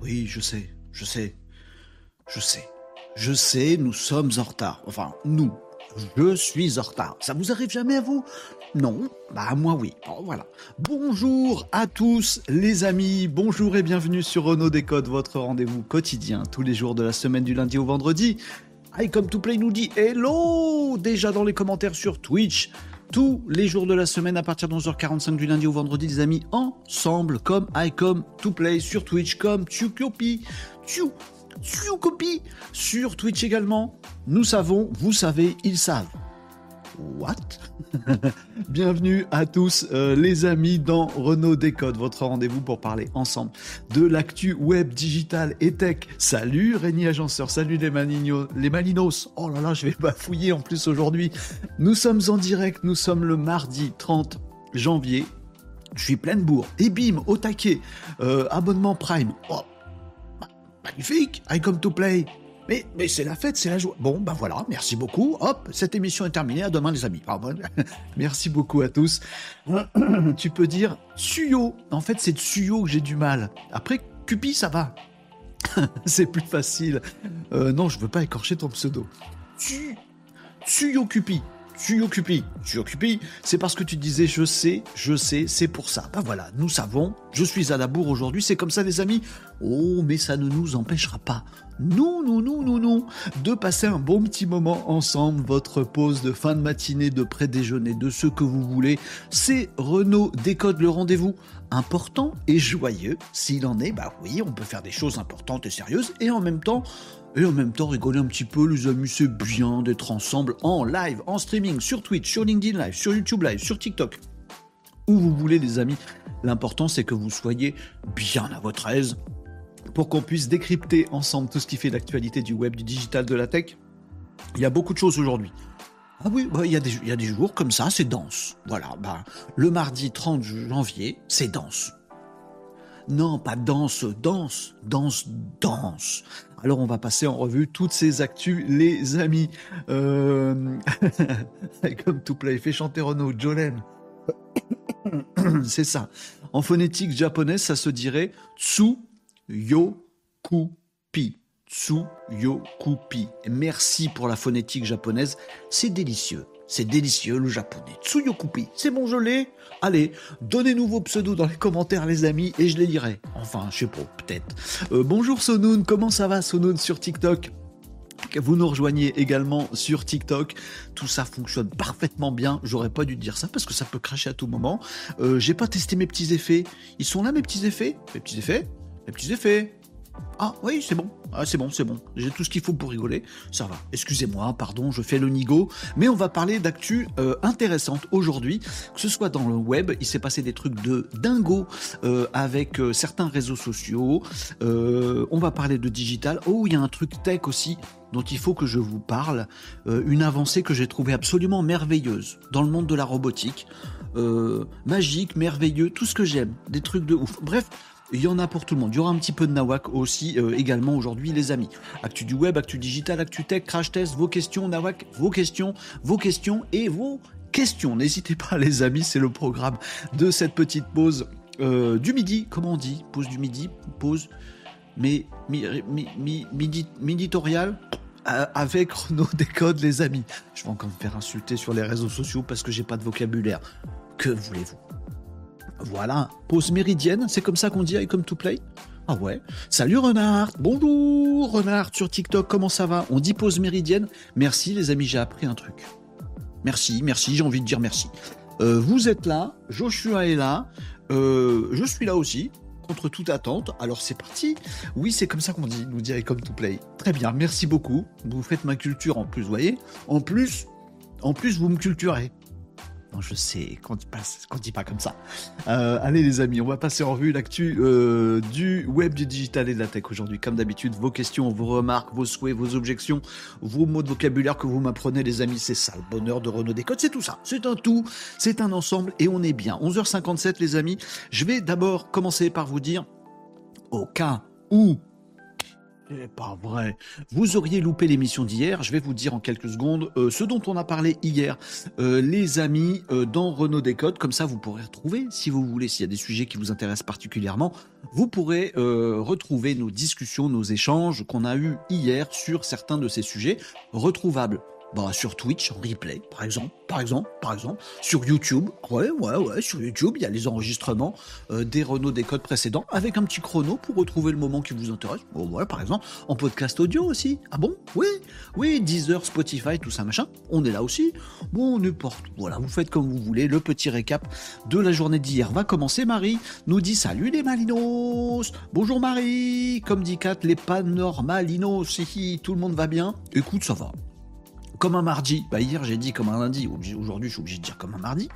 Oui, je sais, nous sommes en retard. Enfin, nous, je suis en retard. Ça vous arrive jamais à vous? Non? Bah moi oui. Bon, voilà. Bonjour à tous les amis, bonjour et bienvenue sur Renaud Décode, votre rendez-vous quotidien, tous les jours de la semaine du lundi au vendredi. iCome2Play nous dit hello déjà dans les commentaires sur Twitch. Tous les jours de la semaine à partir de 11h45 du lundi au vendredi, les amis, ensemble, comme iCome2Play sur Twitch, comme Tsukopi sur Twitch également. Nous savons, vous savez, ils savent. What? Bienvenue à tous les amis dans Renaud Décode, votre rendez-vous pour parler ensemble de l'actu web, digital et tech. Salut Rémi Agenceur, salut les Malinos. Oh là là, je vais bafouiller en plus aujourd'hui. Nous sommes en direct, nous sommes le mardi 30 janvier. Je suis pleine bourre. Et bim, au taquet, abonnement Prime. Oh, magnifique, iCome2Play. Mais c'est la fête, c'est la joie. Bon, bah voilà, merci beaucoup. Hop, cette émission est terminée. À demain, les amis. Merci beaucoup à tous. Tu peux dire Tsuyo. En fait, c'est Tsuyo que j'ai du mal. Après, Cupi, ça va. C'est plus facile. Non, je veux pas écorcher ton pseudo. Tsuyo Cupi. Tsuyo Cupi, c'est parce que tu disais je sais, c'est pour ça. Bah voilà, nous savons, je suis à la bourre aujourd'hui, c'est comme ça les amis. Oh, mais ça ne nous empêchera pas, non, de passer un bon petit moment ensemble, votre pause de fin de matinée, de pré-déjeuner, de ce que vous voulez. C'est Renaud Décode, le rendez-vous important et joyeux. S'il en est, bah oui, on peut faire des choses importantes et sérieuses et en même temps rigoler un petit peu, les amis, c'est bien d'être ensemble en live, en streaming, sur Twitch, sur LinkedIn Live, sur YouTube Live, sur TikTok, où vous voulez les amis. L'important c'est que vous soyez bien à votre aise pour qu'on puisse décrypter ensemble tout ce qui fait l'actualité du web, du digital, de la tech. Il y a beaucoup de choses aujourd'hui. Ah oui, bah, il y a des jours comme ça, c'est dense. Voilà, bah, le mardi 30 janvier, c'est dense. Non, pas danse. Alors, on va passer en revue toutes ces actus, les amis. iCome2Play, fait chanter Renaud, Jolene. C'est ça. En phonétique japonaise, ça se dirait Tsuyokupi. Tsuyokupi. Merci pour la phonétique japonaise. C'est délicieux le japonais. Tsuyokupi, c'est bon, je l'ai. Allez, donnez-nous vos pseudos dans les commentaires les amis et je les lirai. Enfin, je sais pas, peut-être. Bonjour Sonoun, comment ça va Sonoun sur TikTok? Vous nous rejoignez également sur TikTok. Tout ça fonctionne parfaitement bien. J'aurais pas dû dire ça parce que ça peut cracher à tout moment. J'ai pas testé mes petits effets. Ils sont là mes petits effets. Ah oui, c'est bon. C'est bon. J'ai tout ce qu'il faut pour rigoler. Ça va. Excusez-moi, pardon, je fais le nigo. Mais on va parler d'actu intéressante aujourd'hui. Que ce soit dans le web, il s'est passé des trucs de dingo avec certains réseaux sociaux. On va parler de digital. Oh, il y a un truc tech aussi dont il faut que je vous parle. Une avancée que j'ai trouvée absolument merveilleuse dans le monde de la robotique. Magique, merveilleux, tout ce que j'aime. Des trucs de ouf. Bref. Il y en a pour tout le monde. Il y aura un petit peu de Nawak aussi également aujourd'hui, les amis. Actu du web, actu digital, actu tech, crash test, vos questions, Nawak, vos questions et vos questions. N'hésitez pas, les amis, c'est le programme de cette petite pause du midi. Comment on dit? Pause du midi? Pause miditoriale avec Renaud Décode, les amis. Je vais encore me faire insulter sur les réseaux sociaux parce que j'ai pas de vocabulaire. Que voulez-vous? Voilà, pause méridienne, c'est comme ça qu'on dit iCome2Play? Ah ouais. Salut Renard, bonjour Renard sur TikTok, comment ça va? On dit pause méridienne. Merci les amis, j'ai appris un truc. Merci, j'ai envie de dire merci. Vous êtes là, Joshua est là, je suis là aussi, contre toute attente. Alors c'est parti. Oui, c'est comme ça qu'on dit, nous dit iCome2Play. Très bien, merci beaucoup. Vous faites ma culture en plus, vous voyez? En plus, vous me culturez. Non, je sais, qu'on dit pas comme ça. Allez les amis, on va passer en revue l'actu du web, du digital et de la tech aujourd'hui. Comme d'habitude, vos questions, vos remarques, vos souhaits, vos objections, vos mots de vocabulaire que vous m'apprenez les amis, c'est ça, le bonheur de Renaud Décode, c'est tout ça. C'est un tout, c'est un ensemble et on est bien. 11h57 les amis, je vais d'abord commencer par vous dire, au cas où C'est pas vrai. Vous auriez loupé l'émission d'hier. Je vais vous dire en quelques secondes ce dont on a parlé hier, les amis, dans Renaud Décode. Comme ça, vous pourrez retrouver, si vous voulez, s'il y a des sujets qui vous intéressent particulièrement, vous pourrez retrouver nos discussions, nos échanges qu'on a eus hier sur certains de ces sujets retrouvables. Bah, sur Twitch, en replay, par exemple, sur YouTube, ouais, sur YouTube, il y a les enregistrements des Renaud Décode précédents, avec un petit chrono pour retrouver le moment qui vous intéresse, bon, voilà, par exemple, en podcast audio aussi, ah bon, oui, Deezer, Spotify, tout ça, machin, on est là aussi, bon, n'importe, voilà, vous faites comme vous voulez, le petit récap de la journée d'hier va commencer. Marie nous dit, salut les Malinos, bonjour Marie, comme dit Kat, les panormalinos, si, tout le monde va bien, écoute, ça va. Comme un mardi. Bah hier j'ai dit comme un lundi. Aujourd'hui je suis obligé de dire comme un mardi.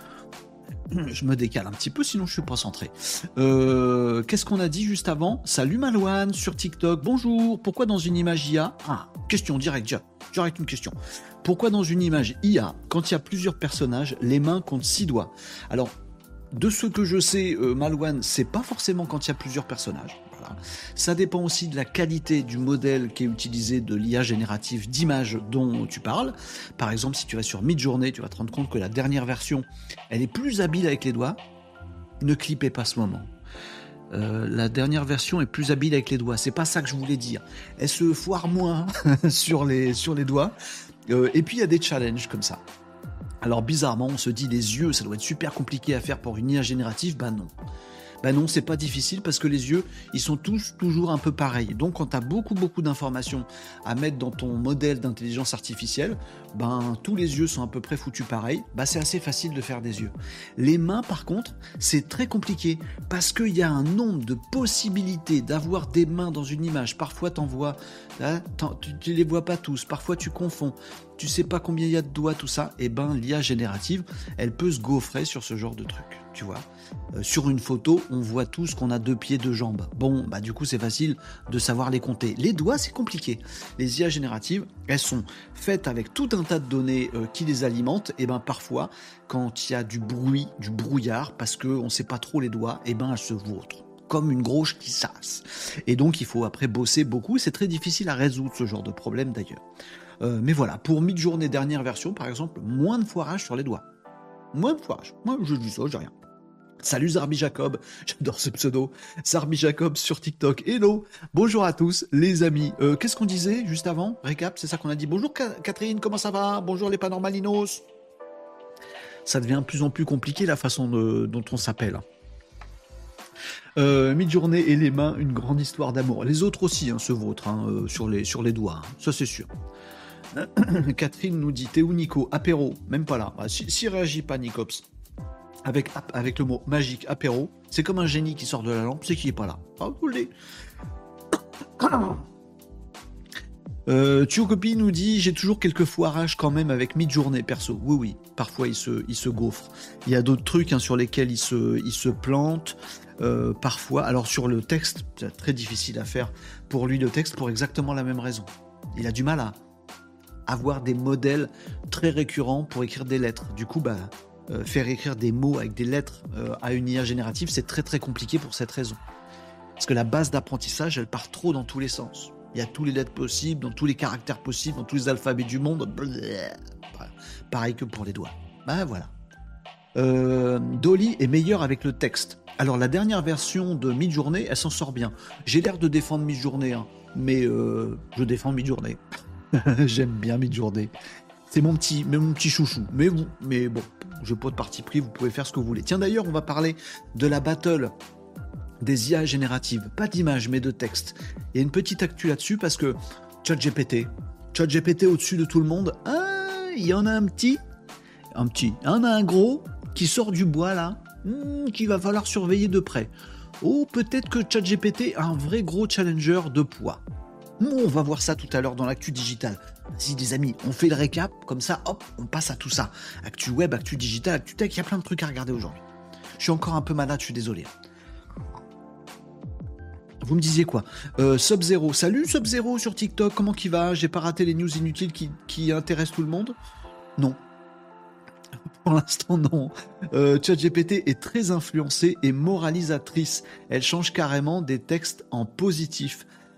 Je me décale un petit peu sinon je suis pas centré. Qu'est-ce qu'on a dit juste avant? Salut Malouane sur TikTok. Bonjour. Pourquoi dans une image IA? Question directe. J'arrête une question. Pourquoi dans une image IA, quand il y a plusieurs personnages, les mains comptent 6 doigts? Alors, de ce que je sais, Malouane, c'est pas forcément quand il y a plusieurs personnages. Voilà. Ça dépend aussi de la qualité du modèle qui est utilisé de l'IA générative d'image dont tu parles. Par exemple, si tu vas sur Midjourney, tu vas te rendre compte que la dernière version, elle est plus habile avec les doigts. Ne clippez pas ce moment. La dernière version est plus habile avec les doigts. C'est pas ça que je voulais dire. Elle se foire moins sur les doigts. Et puis il y a des challenges comme ça. Alors bizarrement, on se dit les yeux, ça doit être super compliqué à faire pour une IA générative. Bah non, c'est pas difficile parce que les yeux, ils sont tous toujours un peu pareils. Donc quand tu as beaucoup d'informations à mettre dans ton modèle d'intelligence artificielle, tous les yeux sont à peu près foutus pareils. C'est assez facile de faire des yeux. Les mains, par contre, c'est très compliqué parce qu'il y a un nombre de possibilités d'avoir des mains dans une image. Parfois, tu les vois pas tous. Parfois, tu confonds. Tu sais pas combien il y a de doigts, tout ça. Et l'IA générative, elle peut se gaufrer sur ce genre de truc. Tu vois, sur une photo, on voit tous qu'on a 2 pieds, 2 jambes. Du coup, c'est facile de savoir les compter. Les doigts, c'est compliqué. Les IA génératives, elles sont faites avec tout un tas de données qui les alimentent. Et parfois, quand il y a du bruit, du brouillard, parce qu'on ne sait pas trop les doigts, elles se vautrent comme une grosse qui sasse. Et donc, il faut après bosser beaucoup. C'est très difficile à résoudre ce genre de problème d'ailleurs. Mais voilà, pour Midjourney dernière version, par exemple, moins de foirage sur les doigts. Moins de foirage. Moi, je dis ça, j'ai rien. Salut Zarbi Jacob, j'adore ce pseudo. Zarbi Jacob sur TikTok. Hello, bonjour à tous les amis. Qu'est-ce qu'on disait juste avant? Récap, c'est ça qu'on a dit. Bonjour Catherine, comment ça va? Bonjour les panormalinos. Ça devient de plus en plus compliqué la façon dont on s'appelle. Midjourney et les mains, une grande histoire d'amour. Les autres aussi se vautrent sur les doigts, ça c'est sûr. Catherine nous dit Théo Nico, apéro, même pas là. Si réagit pas Nicops avec le mot magique apéro, c'est comme un génie qui sort de la lampe, c'est qu'il est pas là. Vous le dites. Tiocopi nous dit j'ai toujours quelques foirages quand même avec Midjourney perso. Oui, parfois il se gaufre. Il y a d'autres trucs sur lesquels il se plante. Parfois, alors sur le texte, c'est très difficile à faire pour lui le texte pour exactement la même raison. Il a du mal à avoir des modèles très récurrents pour écrire des lettres. Du coup, faire écrire des mots avec des lettres à une IA générative, c'est très très compliqué pour cette raison. Parce que la base d'apprentissage, elle part trop dans tous les sens. Il y a tous les lettres possibles, dans tous les caractères possibles, dans tous les alphabets du monde. Pareil que pour les doigts. Voilà. Dolly est meilleure avec le texte. Alors la dernière version de Midjourney, elle s'en sort bien. J'ai l'air de défendre Midjourney, mais je défends Midjourney. J'aime bien Midjourney. C'est mon petit chouchou. Mais bon, je n'ai pas de parti pris, vous pouvez faire ce que vous voulez. Tiens, d'ailleurs, on va parler de la battle des IA génératives. Pas d'image, mais de texte. Il y a une petite actu là-dessus parce que ChatGPT au-dessus de tout le monde. Il y en a un petit. Il y en a un gros qui sort du bois, là, qu'il va falloir surveiller de près. Oh, peut-être que ChatGPT a un vrai gros challenger de poids. On va voir ça tout à l'heure dans l'actu digitale. Vas-y les amis, on fait le récap, comme ça, hop, on passe à tout ça. Actu web, actu digital, actu tech, il y a plein de trucs à regarder aujourd'hui. Je suis encore un peu malade, je suis désolé. Vous me disiez quoi? Sub-Zero, salut Sub-Zero sur TikTok, comment qu'il va? J'ai pas raté les news inutiles qui intéressent tout le monde? Non. Pour l'instant, non. ChatGPT est très influencée et moralisatrice. Elle change carrément des textes en positif.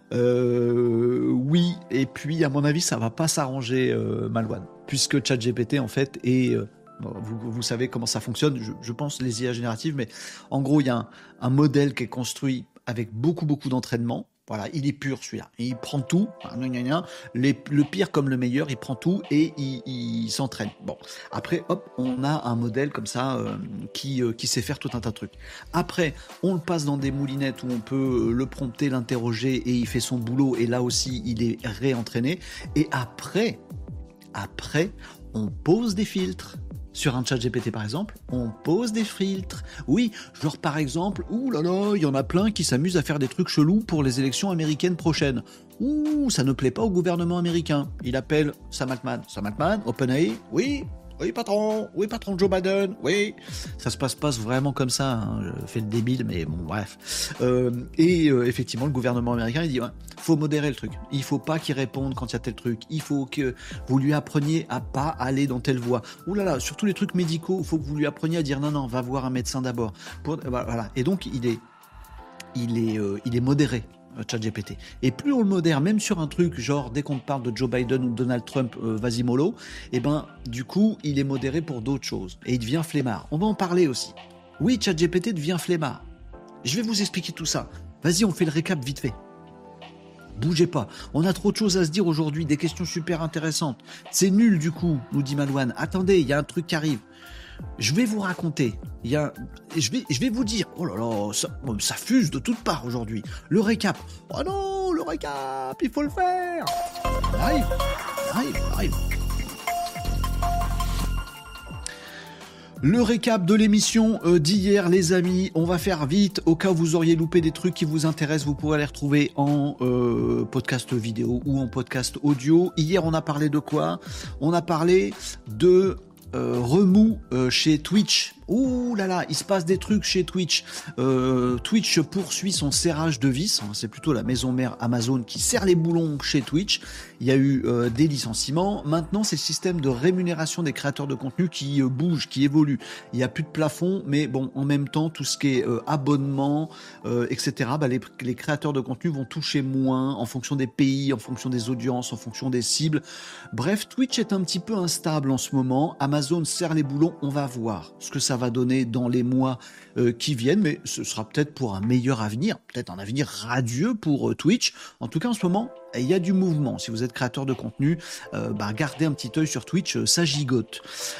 Oui, et puis à mon avis, ça va pas s'arranger, Malouane, puisque ChatGPT en fait est bon, vous savez comment ça fonctionne, je pense les IA génératives, mais en gros, il y a un modèle qui est construit avec beaucoup d'entraînement. Voilà, il est pur celui-là. Il prend tout, le pire comme le meilleur, il prend tout et il s'entraîne. Bon, après, hop, on a un modèle comme ça qui sait faire tout un tas de trucs. Après, on le passe dans des moulinettes où on peut le prompter, l'interroger et il fait son boulot. Et là aussi, il est réentraîné. Et après, on pose des filtres. Sur un chat GPT par exemple, on pose des filtres. Oui, genre par exemple, ouh là là, il y en a plein qui s'amusent à faire des trucs chelous pour les élections américaines prochaines. Ouh, ça ne plaît pas au gouvernement américain. Il appelle Sam Altman. Sam Altman, OpenAI, oui patron Joe Biden, oui. Ça se passe pas vraiment comme ça, hein. Je fais le débile, mais bon, bref. Effectivement, le gouvernement américain, il dit, ouais, faut modérer le truc. Il faut pas qu'il réponde quand il y a tel truc. Il faut que vous lui appreniez à pas aller dans telle voie. Ouh là là, sur tous les trucs médicaux, il faut que vous lui appreniez à dire non, va voir un médecin d'abord. Voilà. Et donc, il est modéré. ChatGPT. Et plus on le modère, même sur un truc genre dès qu'on parle de Joe Biden ou de Donald Trump, vas-y mollo, et ben du coup il est modéré pour d'autres choses et il devient flemmard. On va en parler aussi. Oui, ChatGPT devient flemmard. Je vais vous expliquer tout ça. Vas-y, on fait le récap vite fait. Bougez pas, on a trop de choses à se dire aujourd'hui, des questions super intéressantes. C'est nul du coup, nous dit Malouane. Attendez, il y a un truc qui arrive. Je vais vous raconter, je vais vous dire, oh là là, ça fuse de toutes parts aujourd'hui. Le récap, oh non, le récap, il faut le faire. Arrive. Le récap de l'émission d'hier, les amis, on va faire vite. Au cas où vous auriez loupé des trucs qui vous intéressent, vous pourrez les retrouver en podcast vidéo ou en podcast audio. Hier, on a parlé de quoi ? On a parlé de remous chez Twitch. Ouh là là, il se passe des trucs chez Twitch. Twitch poursuit son serrage de vis. C'est plutôt la maison mère Amazon qui serre les boulons chez Twitch. Il y a eu des licenciements. Maintenant, c'est le système de rémunération des créateurs de contenu qui bouge, qui évolue. Il n'y a plus de plafond, mais bon, en même temps, tout ce qui est abonnement, etc., les créateurs de contenu vont toucher moins en fonction des pays, en fonction des audiences, en fonction des cibles. Bref, Twitch est un petit peu instable en ce moment. Amazon serre les boulons. On va voir ce que ça va donner dans les mois qui viennent, mais ce sera peut-être pour un meilleur avenir, peut-être un avenir radieux pour Twitch. En tout cas, en ce moment, il y a du mouvement. Si vous êtes créateur de contenu, gardez un petit œil sur Twitch, ça gigote.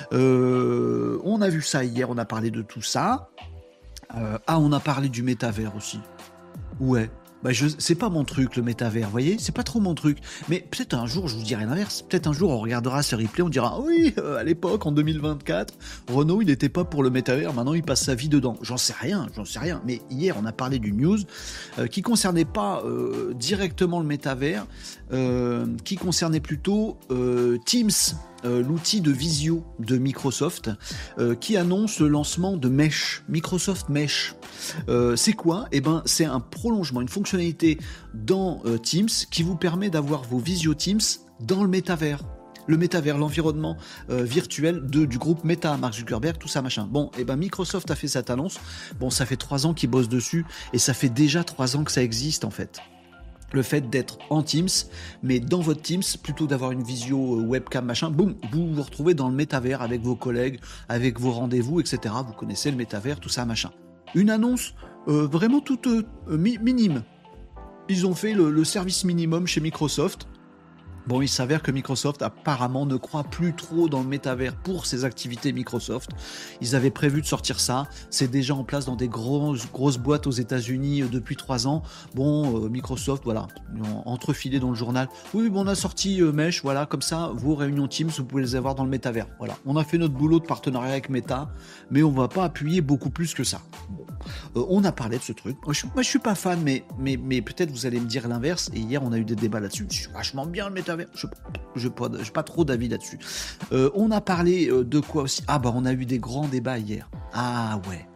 On a vu ça hier, on a parlé de tout ça. On a parlé du métavers aussi. Ouais. C'est pas mon truc, le métavers, vous voyez, c'est pas trop mon truc. Mais peut-être un jour, je vous dirai l'inverse. Peut-être un jour, on regardera ce replay, on dira, oui, à l'époque, en 2024, Renault, il n'était pas pour le métavers, maintenant, il passe sa vie dedans. J'en sais rien. Mais hier, on a parlé d'une news qui concernait pas directement le métavers, qui concernait plutôt Teams, l'outil de visio de Microsoft, qui annonce le lancement de Mesh, Microsoft Mesh. C'est quoi ? C'est un prolongement, une fonctionnalité dans Teams qui vous permet d'avoir vos visio Teams dans le métavers. Le métavers, l'environnement virtuel du groupe Meta, Mark Zuckerberg, tout ça machin. Bon, Microsoft a fait cette annonce. Bon, ça fait 3 ans qu'ils bossent dessus et ça fait déjà 3 ans que ça existe en fait. Le fait d'être en Teams, mais dans votre Teams, plutôt d'avoir une visio webcam machin, boum, vous vous retrouvez dans le métavers avec vos collègues, avec vos rendez-vous, etc. Vous connaissez le métavers, tout ça machin. Une annonce vraiment toute minime. Ils ont fait le service minimum chez Microsoft. Bon, il s'avère que Microsoft apparemment ne croit plus trop dans le métavers pour ses activités Microsoft. Ils avaient prévu de sortir ça. C'est déjà en place dans des grosses boîtes aux États-Unis depuis 3 ans. Bon, Microsoft, voilà, entrefilé dans le journal. Oui, bon, on a sorti Mesh, voilà, comme ça, vos réunions Teams, vous pouvez les avoir dans le métavers. Voilà, on a fait notre boulot de partenariat avec Meta, mais on va pas appuyer beaucoup plus que ça. Bon. On a parlé de ce truc. Moi, je suis pas fan, mais peut-être vous allez me dire l'inverse. Et hier, on a eu des débats là-dessus. C'est vachement bien le métavers. Je n'ai pas trop d'avis là-dessus. On a parlé de quoi aussi ? On a eu des grands débats hier. Ah ouais.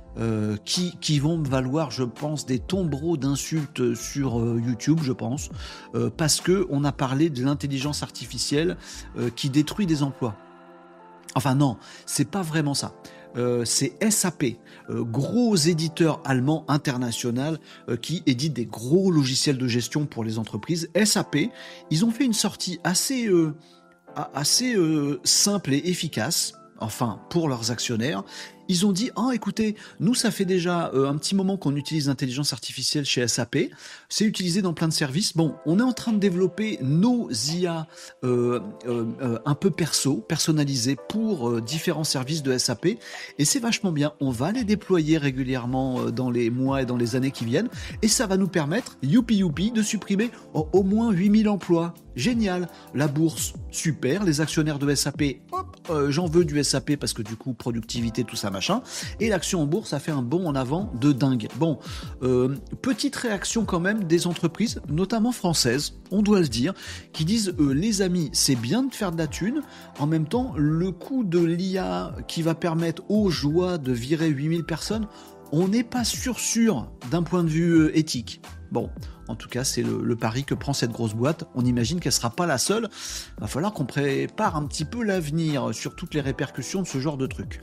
Qui vont me valoir, je pense, des tombereaux d'insultes sur YouTube, je pense, parce que on a parlé de l'intelligence artificielle qui détruit des emplois. Enfin non, c'est pas vraiment ça. c'est SAP, gros éditeur allemand international qui édite des gros logiciels de gestion pour les entreprises. SAP, ils ont fait une sortie assez simple et efficace, enfin pour leurs actionnaires. Ils ont dit, écoutez, nous ça fait déjà un petit moment qu'on utilise l'intelligence artificielle chez SAP, c'est utilisé dans plein de services. Bon, on est en train de développer nos IA un peu personnalisés pour différents services de SAP, et c'est vachement bien. On va les déployer régulièrement dans les mois et dans les années qui viennent, et ça va nous permettre, youpi, de supprimer au moins 8000 emplois. Génial. La bourse, super. Les actionnaires de SAP, j'en veux du SAP parce que du coup, productivité, tout ça, machin. Et l'action en bourse a fait un bond en avant de dingue. Bon, petite réaction quand même des entreprises, notamment françaises, on doit le dire, qui disent, les amis, c'est bien de faire de la thune. En même temps, le coût de l'IA qui va permettre aux joies de virer 8000 personnes, on n'est pas sûr d'un point de vue éthique. Bon, en tout cas, c'est le pari que prend cette grosse boîte. On imagine qu'elle ne sera pas la seule. Il va falloir qu'on prépare un petit peu l'avenir sur toutes les répercussions de ce genre de truc.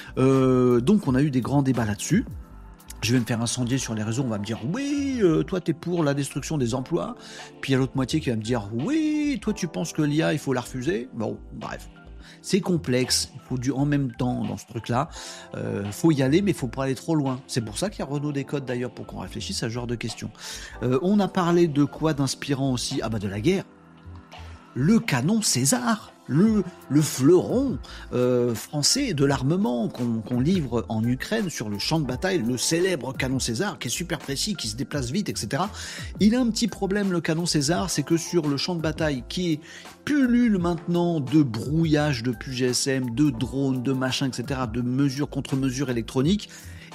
Donc, on a eu des grands débats là-dessus. Je vais me faire incendier sur les réseaux, on va me dire « Oui, toi, t'es pour la destruction des emplois. » Puis il y a l'autre moitié qui va me dire « Oui, toi, tu penses que l'IA, il faut la refuser. » Bon, bref. C'est complexe, il faut du en même temps dans ce truc-là. Faut y aller, mais il faut pas aller trop loin. C'est pour ça qu'il y a Renaud Décode d'ailleurs, pour qu'on réfléchisse à ce genre de questions. On a parlé de quoi d'inspirant aussi? De la guerre. Le canon César, le fleuron français de l'armement qu'on livre en Ukraine sur le champ de bataille, le célèbre canon César qui est super précis, qui se déplace vite, etc. Il a un petit problème, le canon César, c'est que sur le champ de bataille qui pullule maintenant de brouillage de puces GSM, de drones, de machins, etc., de mesures contre-mesures électroniques,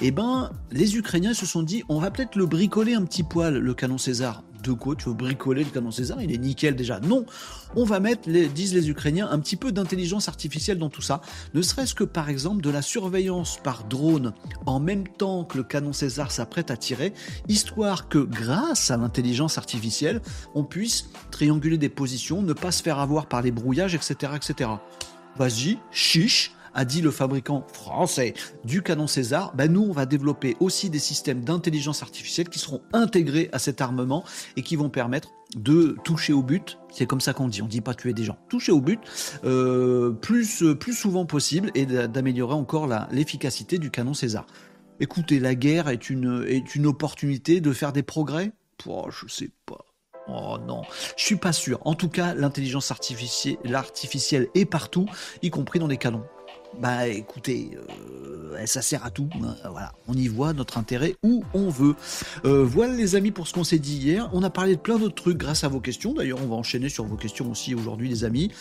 les Ukrainiens se sont dit, on va peut-être le bricoler un petit poil, le canon César. De quoi tu veux bricoler le canon César? Il est nickel déjà. Non, on va mettre, disent les Ukrainiens, un petit peu d'intelligence artificielle dans tout ça. Ne serait-ce que par exemple de la surveillance par drone en même temps que le canon César s'apprête à tirer, histoire que grâce à l'intelligence artificielle, on puisse trianguler des positions, ne pas se faire avoir par les brouillages, etc. etc. Vas-y, chiche, a dit le fabricant français du canon César. Nous, on va développer aussi des systèmes d'intelligence artificielle qui seront intégrés à cet armement et qui vont permettre de toucher au but. C'est comme ça qu'on dit, on dit pas tuer des gens. Toucher au but plus souvent possible et d'améliorer encore l'efficacité du canon César. Écoutez, la guerre est une opportunité de faire des progrès? Je sais pas. Oh non, je suis pas sûr. En tout cas, l'intelligence artificielle est partout, y compris dans les canons. Écoutez, ça sert à tout, voilà, on y voit notre intérêt où on veut. Voilà les amis pour ce qu'on s'est dit hier. On a parlé de plein d'autres trucs grâce à vos questions. D'ailleurs, on va enchaîner sur vos questions aussi aujourd'hui les amis.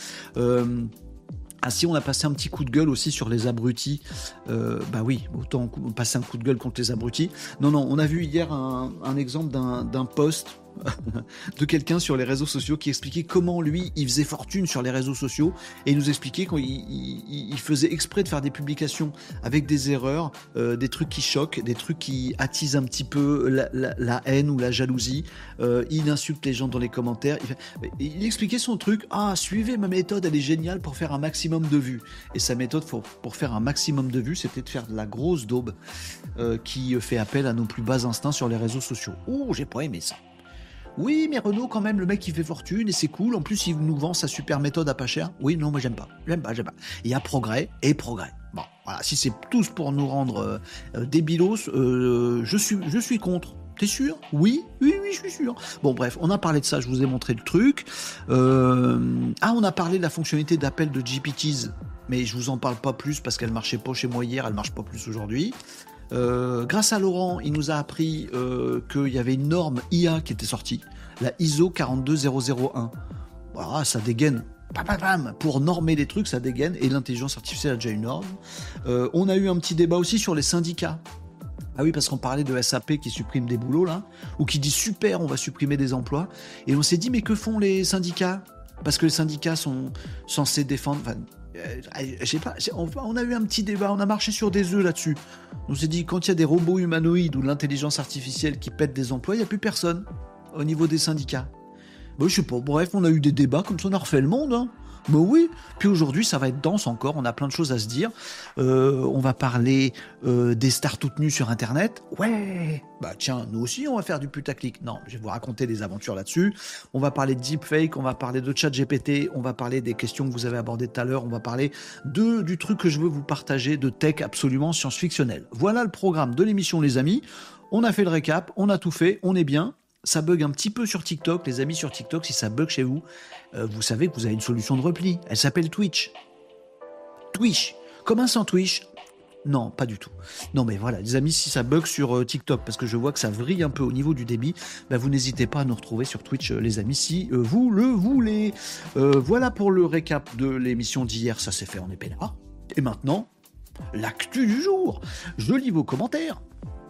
Si on a passé un petit coup de gueule aussi sur les abrutis, oui, autant passer un coup de gueule contre les abrutis. Non, on a vu hier un exemple d'un post de quelqu'un sur les réseaux sociaux qui expliquait comment lui, il faisait fortune sur les réseaux sociaux et il nous expliquait qu'il faisait exprès de faire des publications avec des erreurs, des trucs qui choquent, des trucs qui attisent un petit peu la haine ou la jalousie. Il insulte les gens dans les commentaires. Il expliquait son truc. Suivez ma méthode, elle est géniale pour faire un maximum de vues. Et sa méthode pour faire un maximum de vues, c'était de faire de la grosse daube qui fait appel à nos plus bas instincts sur les réseaux sociaux. J'ai pas aimé ça. Oui, mais Renaud, quand même, le mec, il fait fortune et c'est cool. En plus, il nous vend sa super méthode à pas cher. Oui, non, moi, j'aime pas. Il y a progrès et progrès. Bon, voilà. Si c'est tous pour nous rendre débilos, je suis contre. T'es sûr? Oui, je suis sûr. Bon, bref, on a parlé de ça. Je vous ai montré le truc. On a parlé de la fonctionnalité d'appel de GPTs, mais je vous en parle pas plus parce qu'elle marchait pas chez moi hier. Elle marche pas plus aujourd'hui. Grâce à Laurent, il nous a appris qu'il y avait une norme IA qui était sortie, la ISO 42001. Voilà, ça dégaine. Pour normer les trucs, ça dégaine. Et l'intelligence artificielle a déjà une norme. On a eu un petit débat aussi sur les syndicats. Ah oui, parce qu'on parlait de SAP qui supprime des boulots, là, ou qui dit super, on va supprimer des emplois. Et on s'est dit, mais que font les syndicats? Parce que les syndicats sont censés défendre... je sais pas, on a eu un petit débat, on a marché sur des œufs là-dessus. On s'est dit, quand il y a des robots humanoïdes ou l'intelligence artificielle qui pètent des emplois, il n'y a plus personne au niveau des syndicats. Je sais pas, bref, on a eu des débats, comme ça on a refait le monde. Mais oui, puis aujourd'hui ça va être dense encore, on a plein de choses à se dire. On va parler des stars toutes nues sur internet. Ouais, bah tiens, nous aussi on va faire du putaclic. Non, je vais vous raconter des aventures là-dessus. On va parler de deepfake, on va parler de ChatGPT, on va parler des questions que vous avez abordées tout à l'heure, on va parler du truc que je veux vous partager, de tech absolument science-fictionnel. Voilà le programme de l'émission les amis. On a fait le récap, on a tout fait, on est bien. Ça bug un petit peu sur TikTok, les amis sur TikTok, si ça bug chez vous, vous savez que vous avez une solution de repli. Elle s'appelle Twitch. Twitch. Comme un sandwich. Non, pas du tout. Non, mais voilà, les amis, si ça bug sur TikTok, parce que je vois que ça vrille un peu au niveau du débit, bah, vous n'hésitez pas à nous retrouver sur Twitch, les amis, si vous le voulez. Voilà pour le récap de l'émission d'hier, ça s'est fait en épée là. Et maintenant, l'actu du jour. Je lis vos commentaires.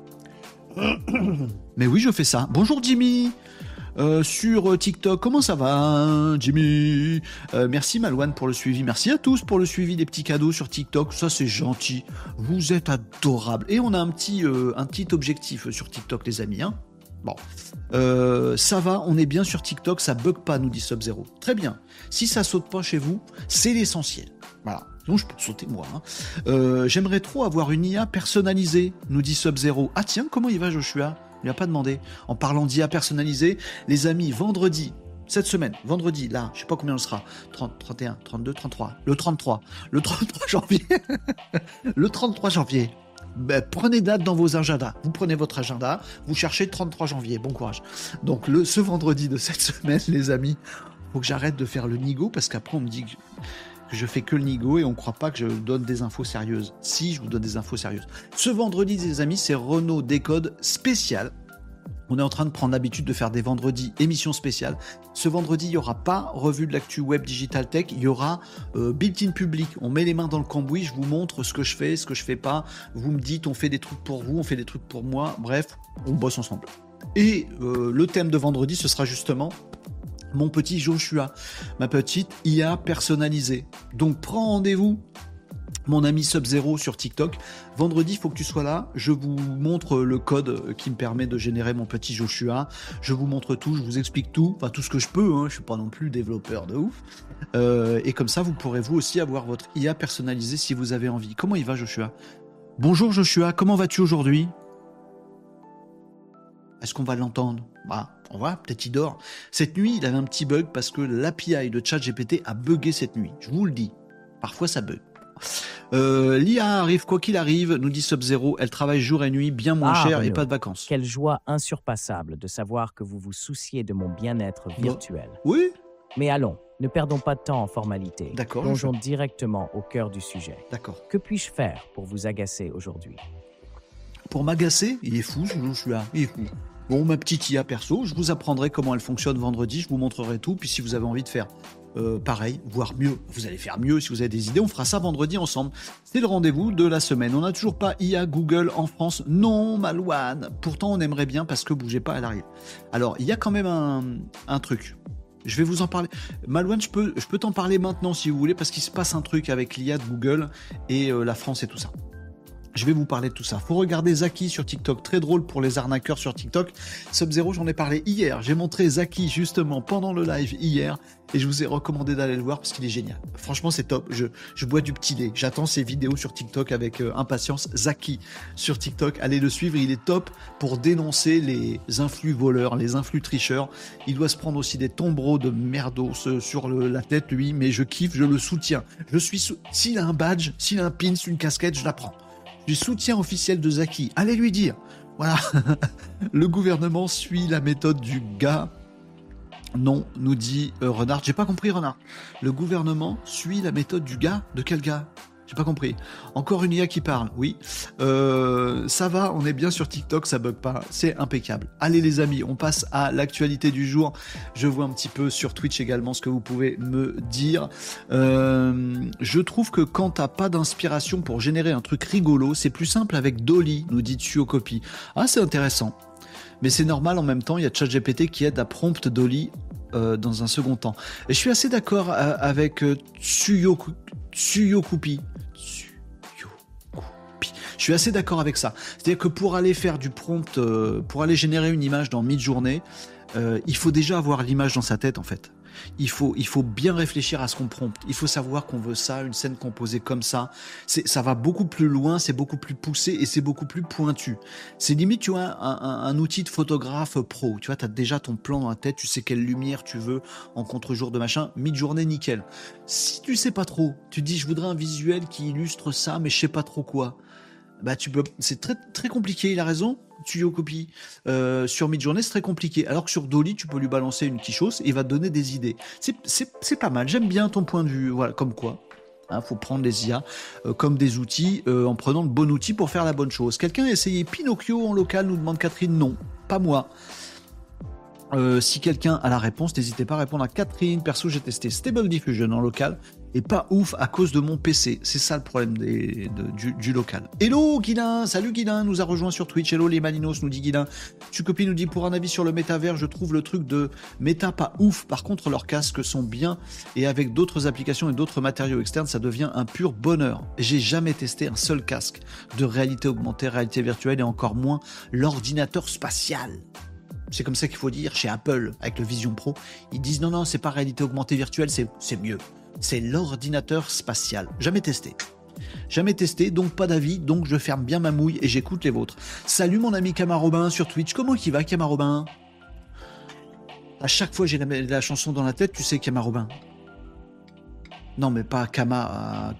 Mais oui, je fais ça. Bonjour Jimmy sur TikTok. Comment ça va, Jimmy? Merci Malouane pour le suivi. Merci à tous pour le suivi des petits cadeaux sur TikTok. Ça, c'est gentil. Vous êtes adorables. Et on a un petit objectif sur TikTok, les amis. Hein, bon. Ça va, on est bien sur TikTok. Ça bug pas, nous dit Sub-Zero. Très bien. Si ça saute pas chez vous, c'est l'essentiel. Voilà. Sinon, je peux sauter moi. Hein. J'aimerais trop avoir une IA personnalisée, nous dit Sub-Zero. Ah tiens, comment il va Joshua? Il n'a pas demandé. En parlant d'IA personnalisée, les amis, vendredi, cette semaine, vendredi, là, je sais pas combien on sera, 30, 31, 32, 33, le 33 janvier, le 33 janvier, ben, prenez date dans vos agendas. Vous prenez votre agenda, vous cherchez 33 janvier, bon courage. Donc ce vendredi de cette semaine, les amis, faut que j'arrête de faire le nigo, parce qu'après on me dit que je fais que le nigo et on croit pas que je donne des infos sérieuses. Si, je vous donne des infos sérieuses. Ce vendredi, les amis, c'est Renault Décode spécial. On est en train de prendre l'habitude de faire des vendredis émissions spéciales. Ce vendredi, il n'y aura pas revue de l'actu web digital tech, il y aura built-in public. On met les mains dans le cambouis, je vous montre ce que je fais, ce que je fais pas. Vous me dites, on fait des trucs pour vous, on fait des trucs pour moi. Bref, on bosse ensemble. Et le thème de vendredi, ce sera justement mon petit Joshua, ma petite IA personnalisée. Donc prends rendez-vous, mon ami Sub-Zero sur TikTok. Vendredi, il faut que tu sois là. Je vous montre le code qui me permet de générer mon petit Joshua. Je vous montre tout, je vous explique tout. Enfin, tout ce que je peux. Hein. Je suis pas non plus développeur de ouf. Et comme ça, vous pourrez vous aussi avoir votre IA personnalisée si vous avez envie. Comment il va, Joshua? Bonjour, Joshua. Comment vas-tu aujourd'hui? Est-ce qu'on va l'entendre? Bah, on va, peut-être il dort. Cette nuit, il avait un petit bug parce que l'API de ChatGPT a bugué cette nuit. Je vous le dis. Parfois, ça bug. L'IA arrive, quoi qu'il arrive, nous dit Sub-Zero. Elle travaille jour et nuit, bien moins cher et pas de vacances. Quelle joie insurpassable de savoir que vous vous souciez de mon bien-être virtuel. Oui. Mais allons, ne perdons pas de temps en formalité. D'accord. Plongeons directement au cœur du sujet. D'accord. Que puis-je faire pour vous agacer aujourd'hui? Pour m'agacer? Il est fou, je suis là. Il est fou. Bon, ma petite IA perso, je vous apprendrai comment elle fonctionne vendredi, je vous montrerai tout, puis si vous avez envie de faire pareil, voire mieux, vous allez faire mieux si vous avez des idées, on fera ça vendredi ensemble. C'est le rendez-vous de la semaine. On n'a toujours pas IA Google en France. Non, Malouane. Pourtant, on aimerait bien parce que bougez pas, elle arrive. Alors, il y a quand même un truc. Je vais vous en parler. Malouane, je peux t'en parler maintenant si vous voulez, parce qu'il se passe un truc avec l'IA de Google et la France et tout ça. Je vais vous parler de tout ça. Faut regarder Zaki sur TikTok, très drôle pour les arnaqueurs sur TikTok. Sub-Zero, j'en ai parlé hier. J'ai montré Zaki justement pendant le live hier et je vous ai recommandé d'aller le voir parce qu'il est génial. Franchement, c'est top. Je bois du petit lait. J'attends ses vidéos sur TikTok avec impatience. Zaki sur TikTok, allez le suivre. Il est top pour dénoncer les influx voleurs, les influx tricheurs. Il doit se prendre aussi des tombereaux de merdos sur la tête, lui, mais je kiffe, je le soutiens. S'il a un badge, s'il a un pins, une casquette, je la prends. Du soutien officiel de Zaki. Allez lui dire. Voilà. Le gouvernement suit la méthode du gars. Non, nous dit Renard. J'ai pas compris, Renard. Le gouvernement suit la méthode du gars? De quel gars? J'ai pas compris. Encore une IA qui parle, oui. Ça va, on est bien sur TikTok, ça bug pas, c'est impeccable. Allez les amis, on passe à l'actualité du jour. Je vois un petit peu sur Twitch également ce que vous pouvez me dire. Je trouve que quand t'as pas d'inspiration pour générer un truc rigolo, c'est plus simple avec Dolly, nous dit Tsuyokopi. Ah, c'est intéressant. Mais c'est normal en même temps, il y a ChatGPT qui aide à prompt Dolly dans un second temps. Et je suis assez d'accord avec Tsuyokopi. Je suis assez d'accord avec ça. C'est-à-dire que pour aller faire du prompt, pour aller générer une image dans Midjourney, il faut déjà avoir l'image dans sa tête en fait. Il faut bien réfléchir à ce qu'on prompte. Il faut savoir qu'on veut ça, une scène composée comme ça. Ça va beaucoup plus loin, c'est beaucoup plus poussé et c'est beaucoup plus pointu. C'est limite, tu vois, un outil de photographe pro. Tu vois, tu as déjà ton plan dans la tête, tu sais quelle lumière tu veux en contre-jour de machin. Mi-journée, nickel. Si tu sais pas trop, tu te dis je voudrais un visuel qui illustre ça, mais je sais pas trop quoi. Bah tu peux, c'est très très compliqué. Il a raison. Tuyau copie sur Midjourney, c'est très compliqué. Alors que sur Dolly, tu peux lui balancer une quichose et il va te donner des idées. C'est pas mal. J'aime bien ton point de vue. Voilà, comme quoi. Faut prendre les IA comme des outils en prenant le bon outil pour faire la bonne chose. Quelqu'un a essayé Pinocchio en local, nous demande Catherine. Non, pas moi. Si quelqu'un a la réponse, n'hésitez pas à répondre à Catherine. Perso, j'ai testé Stable Diffusion en local et pas ouf à cause de mon PC. C'est ça le problème du local. Hello Guilin, salut Guilin, nous a rejoint sur Twitch. Hello les Malinos, nous dit Guilin. Tucopie nous dit pour un avis sur le métavers, je trouve le truc de méta pas ouf. Par contre, leurs casques sont bien et avec d'autres applications et d'autres matériaux externes, ça devient un pur bonheur. J'ai jamais testé un seul casque de réalité augmentée, réalité virtuelle et encore moins l'ordinateur spatial. C'est comme ça qu'il faut dire chez Apple avec le Vision Pro. Ils disent non, c'est pas réalité augmentée virtuelle, c'est mieux. C'est l'ordinateur spatial. Jamais testé, donc pas d'avis, donc je ferme bien ma mouille et j'écoute les vôtres. Salut mon ami Camarobin sur Twitch. Comment il va Camarobin? À chaque fois j'ai la chanson dans la tête, tu sais Camarobin. Non mais pas Kama,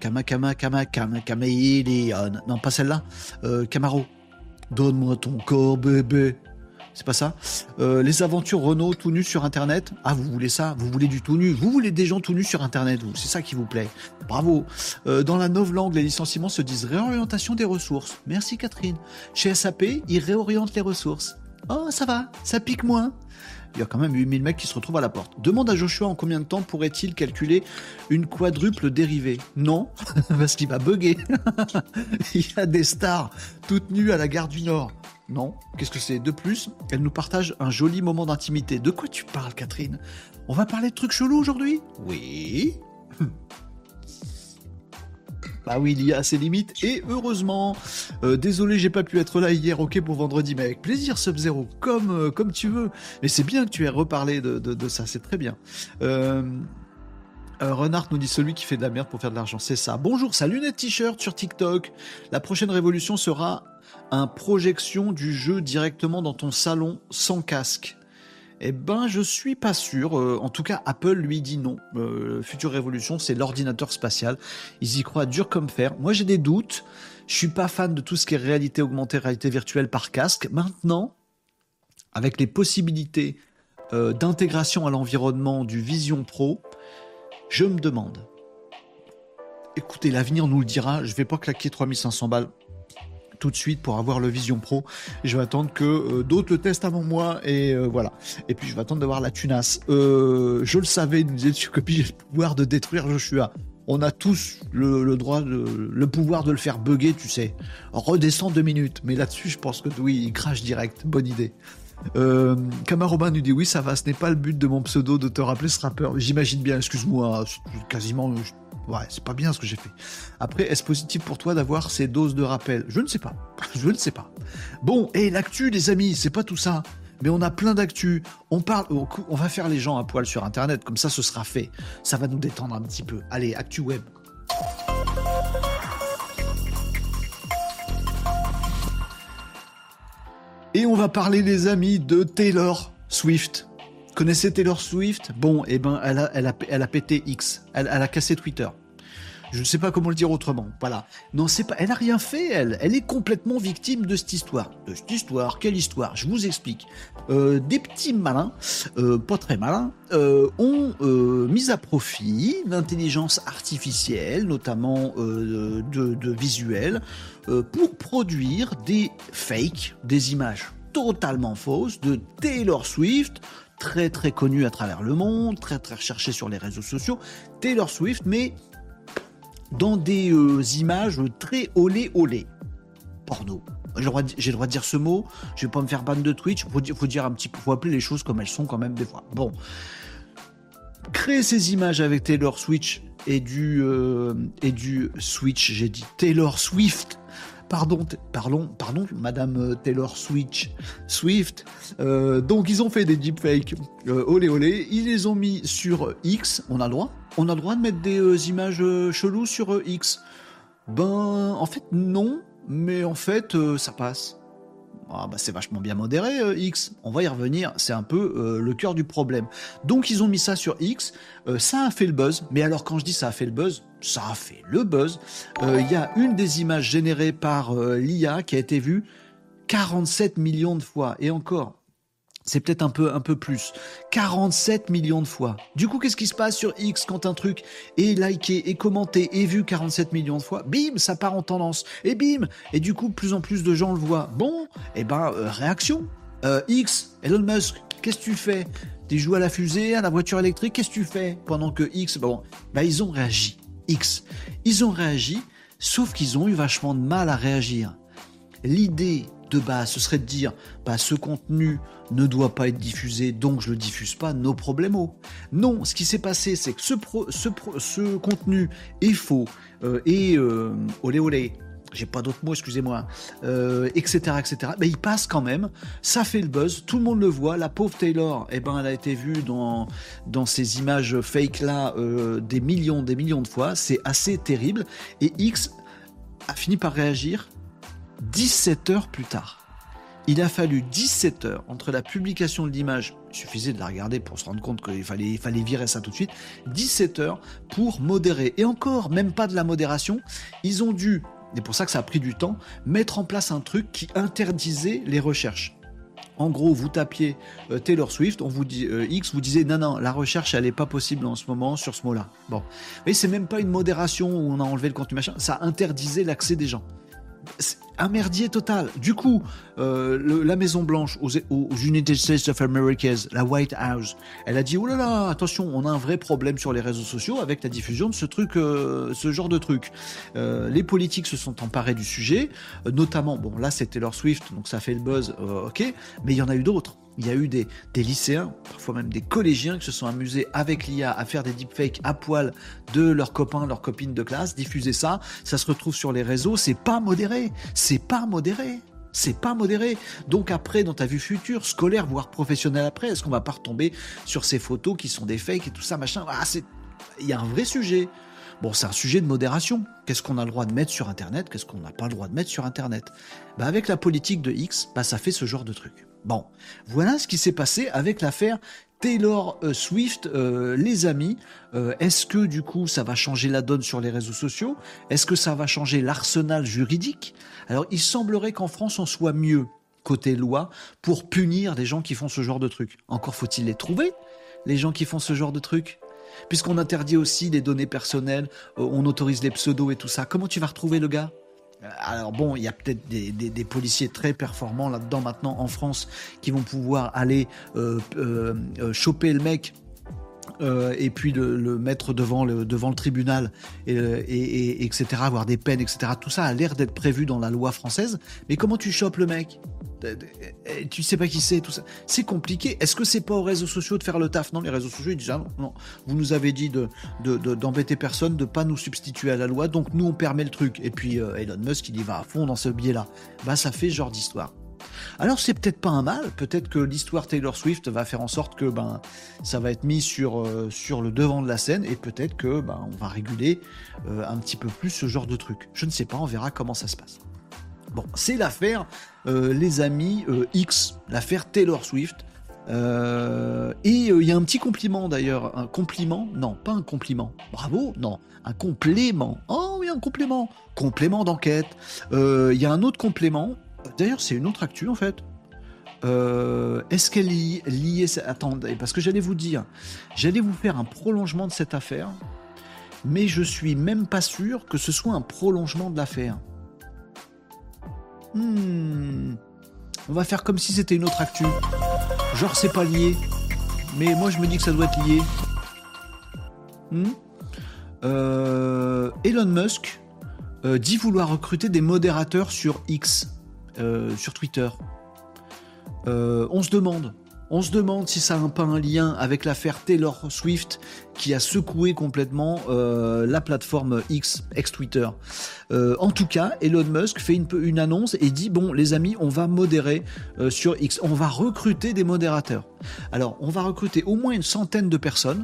Caméléon. Non pas celle-là. Camaro. Donne-moi ton corps bébé. C'est pas ça. Les aventures Renault tout nus sur Internet. Ah, vous voulez ça? Vous voulez du tout nu? Vous voulez des gens tout nus sur Internet, vous? C'est ça qui vous plaît. Bravo. Dans la novlangue, les licenciements se disent réorientation des ressources. Merci Catherine. Chez SAP, ils réorientent les ressources. Oh, ça va, ça pique moins. Il y a quand même 8000 mecs qui se retrouvent à la porte. Demande à Joshua en combien de temps pourrait-il calculer une quadruple dérivée? Non, parce qu'il va bugger. Il y a des stars toutes nues à la gare du Nord. Non, qu'est-ce que c'est? De plus, elle nous partage un joli moment d'intimité. De quoi tu parles, Catherine? On va parler de trucs chelous aujourd'hui? Oui. Bah oui, il y a ses limites, et heureusement. Désolé, j'ai pas pu être là hier, ok, pour vendredi, mais avec plaisir, Sub-Zero, comme tu veux. Mais c'est bien que tu aies reparlé de ça, c'est très bien. Renard nous dit celui qui fait de la merde pour faire de l'argent, c'est ça. Bonjour, salut Net T-shirt sur TikTok. La prochaine révolution sera une projection du jeu directement dans ton salon sans casque. Eh ben, je suis pas sûr. En tout cas, Apple lui dit non. Future révolution, c'est l'ordinateur spatial. Ils y croient dur comme fer. Moi, j'ai des doutes. Je suis pas fan de tout ce qui est réalité augmentée, réalité virtuelle par casque. Maintenant, avec les possibilités d'intégration à l'environnement du Vision Pro, je me demande. Écoutez, l'avenir nous le dira. Je vais pas claquer 3500 balles tout de suite pour avoir le Vision Pro. Je vais attendre que d'autres le testent avant moi et voilà. Et puis je vais attendre d'avoir la tunasse. Je le savais, nous disait Copie, j'ai le pouvoir de détruire Joshua. On a tous le droit, le pouvoir de le faire bugger, tu sais. Redescends 2 minutes. Mais là-dessus, je pense que oui, il crache direct. Bonne idée. Camarobin nous dit oui, ça va, ce n'est pas le but de mon pseudo de te rappeler ce rappeur. J'imagine bien, excuse-moi, quasiment... Ouais, c'est pas bien ce que j'ai fait. Après, est-ce positif pour toi d'avoir ces doses de rappel? Je ne sais pas. Je ne sais pas. Bon, et l'actu, les amis, c'est pas tout ça. Mais on a plein d'actu. On va faire les gens à poil sur Internet. Comme ça, ce sera fait. Ça va nous détendre un petit peu. Allez, actu web. Et on va parler, les amis, de Taylor Swift. Connaissez Taylor Swift? Bon, eh ben, elle a pété X. Elle a cassé Twitter. Je ne sais pas comment le dire autrement. Voilà. Non, c'est pas. Elle a rien fait. Elle est complètement victime de cette histoire. De cette histoire. Quelle histoire? Je vous explique. Des petits malins, pas très malins, ont mis à profit l'intelligence artificielle, notamment de visuels, pour produire des fakes, des images totalement fausses de Taylor Swift. Très très connue à travers le monde, très très recherchée sur les réseaux sociaux, Taylor Swift, mais dans des images très olé porno. J'ai le droit de dire ce mot, je vais pas me faire ban de Twitch, faut dire un petit peu, faut appeler les choses comme elles sont quand même des fois. Bon, créer ces images avec Taylor Swift et du Switch, j'ai dit Taylor Swift, pardon, Madame Taylor Swift. Donc ils ont fait des deepfakes, olé olé, ils les ont mis sur X. On a le droit de mettre des images cheloues sur X. Ben, en fait non, mais en fait ça passe. Ah bah c'est vachement bien modéré X, on va y revenir, c'est un peu le cœur du problème. Donc ils ont mis ça sur X, ça a fait le buzz, mais alors quand je dis ça a fait le buzz, ça a fait le buzz. Il y a une des images générées par l'IA qui a été vue 47 millions de fois, et encore, c'est peut-être un peu plus. 47 millions de fois. Du coup, qu'est-ce qui se passe sur X quand un truc est liké, est commenté, est vu 47 millions de fois? Bim, ça part en tendance. Et bim, et du coup, plus en plus de gens le voient. Bon, et réaction. X, Elon Musk, qu'est-ce que tu fais? Tu joues à la fusée, à la voiture électrique, qu'est-ce que tu fais? Pendant que X, ils ont réagi. X, ils ont réagi, sauf qu'ils ont eu vachement de mal à réagir. L'idée de base, ce serait de dire ce contenu ne doit pas être diffusé, donc je le diffuse pas, no problemo. Non, ce qui s'est passé, c'est que ce contenu est faux, olé olé, j'ai pas d'autres mots, excusez-moi, etc. Il passe quand même, ça fait le buzz, tout le monde le voit, la pauvre Taylor, elle a été vue dans ces images fake là des millions de fois, c'est assez terrible, et X a fini par réagir 17 heures plus tard. Il a fallu 17 heures entre la publication de l'image, il suffisait de la regarder pour se rendre compte qu'il fallait virer ça tout de suite, 17 heures pour modérer. Et encore, même pas de la modération, ils ont dû, et pour ça que ça a pris du temps, mettre en place un truc qui interdisait les recherches. En gros, vous tapiez Taylor Swift, on vous dit X, vous disiez non, la recherche elle est pas possible en ce moment sur ce mot-là. Bon, mais c'est même pas une modération où on a enlevé le contenu machin, ça interdisait l'accès des gens. C'est un merdier total. Du coup, la Maison Blanche aux United States of America, la White House, elle a dit oh là là, attention, on a un vrai problème sur les réseaux sociaux avec la diffusion de ce genre de truc. Les politiques se sont emparés du sujet, notamment, là c'est Taylor Swift, donc ça fait le buzz, ok, mais il y en a eu d'autres. Il y a eu des lycéens, parfois même des collégiens qui se sont amusés avec l'IA à faire des deepfakes à poil de leurs copains, leurs copines de classe, diffuser ça se retrouve sur les réseaux, c'est pas modéré. Donc après, dans ta vue future, scolaire, voire professionnelle après, est-ce qu'on va pas retomber sur ces photos qui sont des fakes et tout ça, machin? Il y a un vrai sujet. Bon, c'est un sujet de modération. Qu'est-ce qu'on a le droit de mettre sur Internet? Qu'est-ce qu'on n'a pas le droit de mettre sur Internet? Avec la politique de X, ça fait ce genre de truc. Bon, voilà ce qui s'est passé avec l'affaire Taylor Swift, les amis. Est-ce que du coup ça va changer la donne sur les réseaux sociaux? Est-ce que ça va changer l'arsenal juridique? Alors il semblerait qu'en France on soit mieux côté loi pour punir les gens qui font ce genre de trucs. Encore faut-il les trouver, les gens qui font ce genre de trucs? Puisqu'on interdit aussi les données personnelles, on autorise les pseudos et tout ça. Comment tu vas retrouver le gars? Alors bon, il y a peut-être des policiers très performants là-dedans maintenant en France qui vont pouvoir aller choper le mec et puis le mettre devant le tribunal et etc., avoir des peines, etc. Tout ça a l'air d'être prévu dans la loi française. Mais comment tu chopes le mec? Tu sais pas qui c'est, tout ça. C'est compliqué. Est-ce que c'est pas aux réseaux sociaux de faire le taf? Non, les réseaux sociaux ils disent non. Vous nous avez dit d'embêter personne, de pas nous substituer à la loi, donc nous on permet le truc. Et puis Elon Musk il y va à fond dans ce biais-là. Ça fait ce genre d'histoire. Alors c'est peut-être pas un mal, peut-être que l'histoire Taylor Swift va faire en sorte que ça va être mis sur le devant de la scène et peut-être que on va réguler un petit peu plus ce genre de truc. Je ne sais pas, on verra comment ça se passe. Bon, c'est l'affaire, les amis, X, l'affaire Taylor Swift. Et il y a un petit compliment d'ailleurs, un compliment, non, pas un compliment, bravo, non, un complément. Oh oui, un complément d'enquête. Il y a un autre complément. D'ailleurs, c'est une autre actu en fait. Est-ce qu'elle est liée? Attendez, parce que j'allais vous faire un prolongement de cette affaire, mais je suis même pas sûr que ce soit un prolongement de l'affaire. On va faire comme si c'était une autre actu. Genre c'est pas lié, mais moi je me dis que ça doit être lié. Elon Musk dit vouloir recruter des modérateurs sur X. Sur Twitter. On se demande, On se demande si ça n'a pas un lien avec l'affaire Taylor Swift qui a secoué complètement la plateforme X, ex-Twitter. En tout cas, Elon Musk fait une annonce et dit, bon, les amis, on va modérer sur X. On va recruter des modérateurs. Alors, on va recruter au moins une centaine de personnes.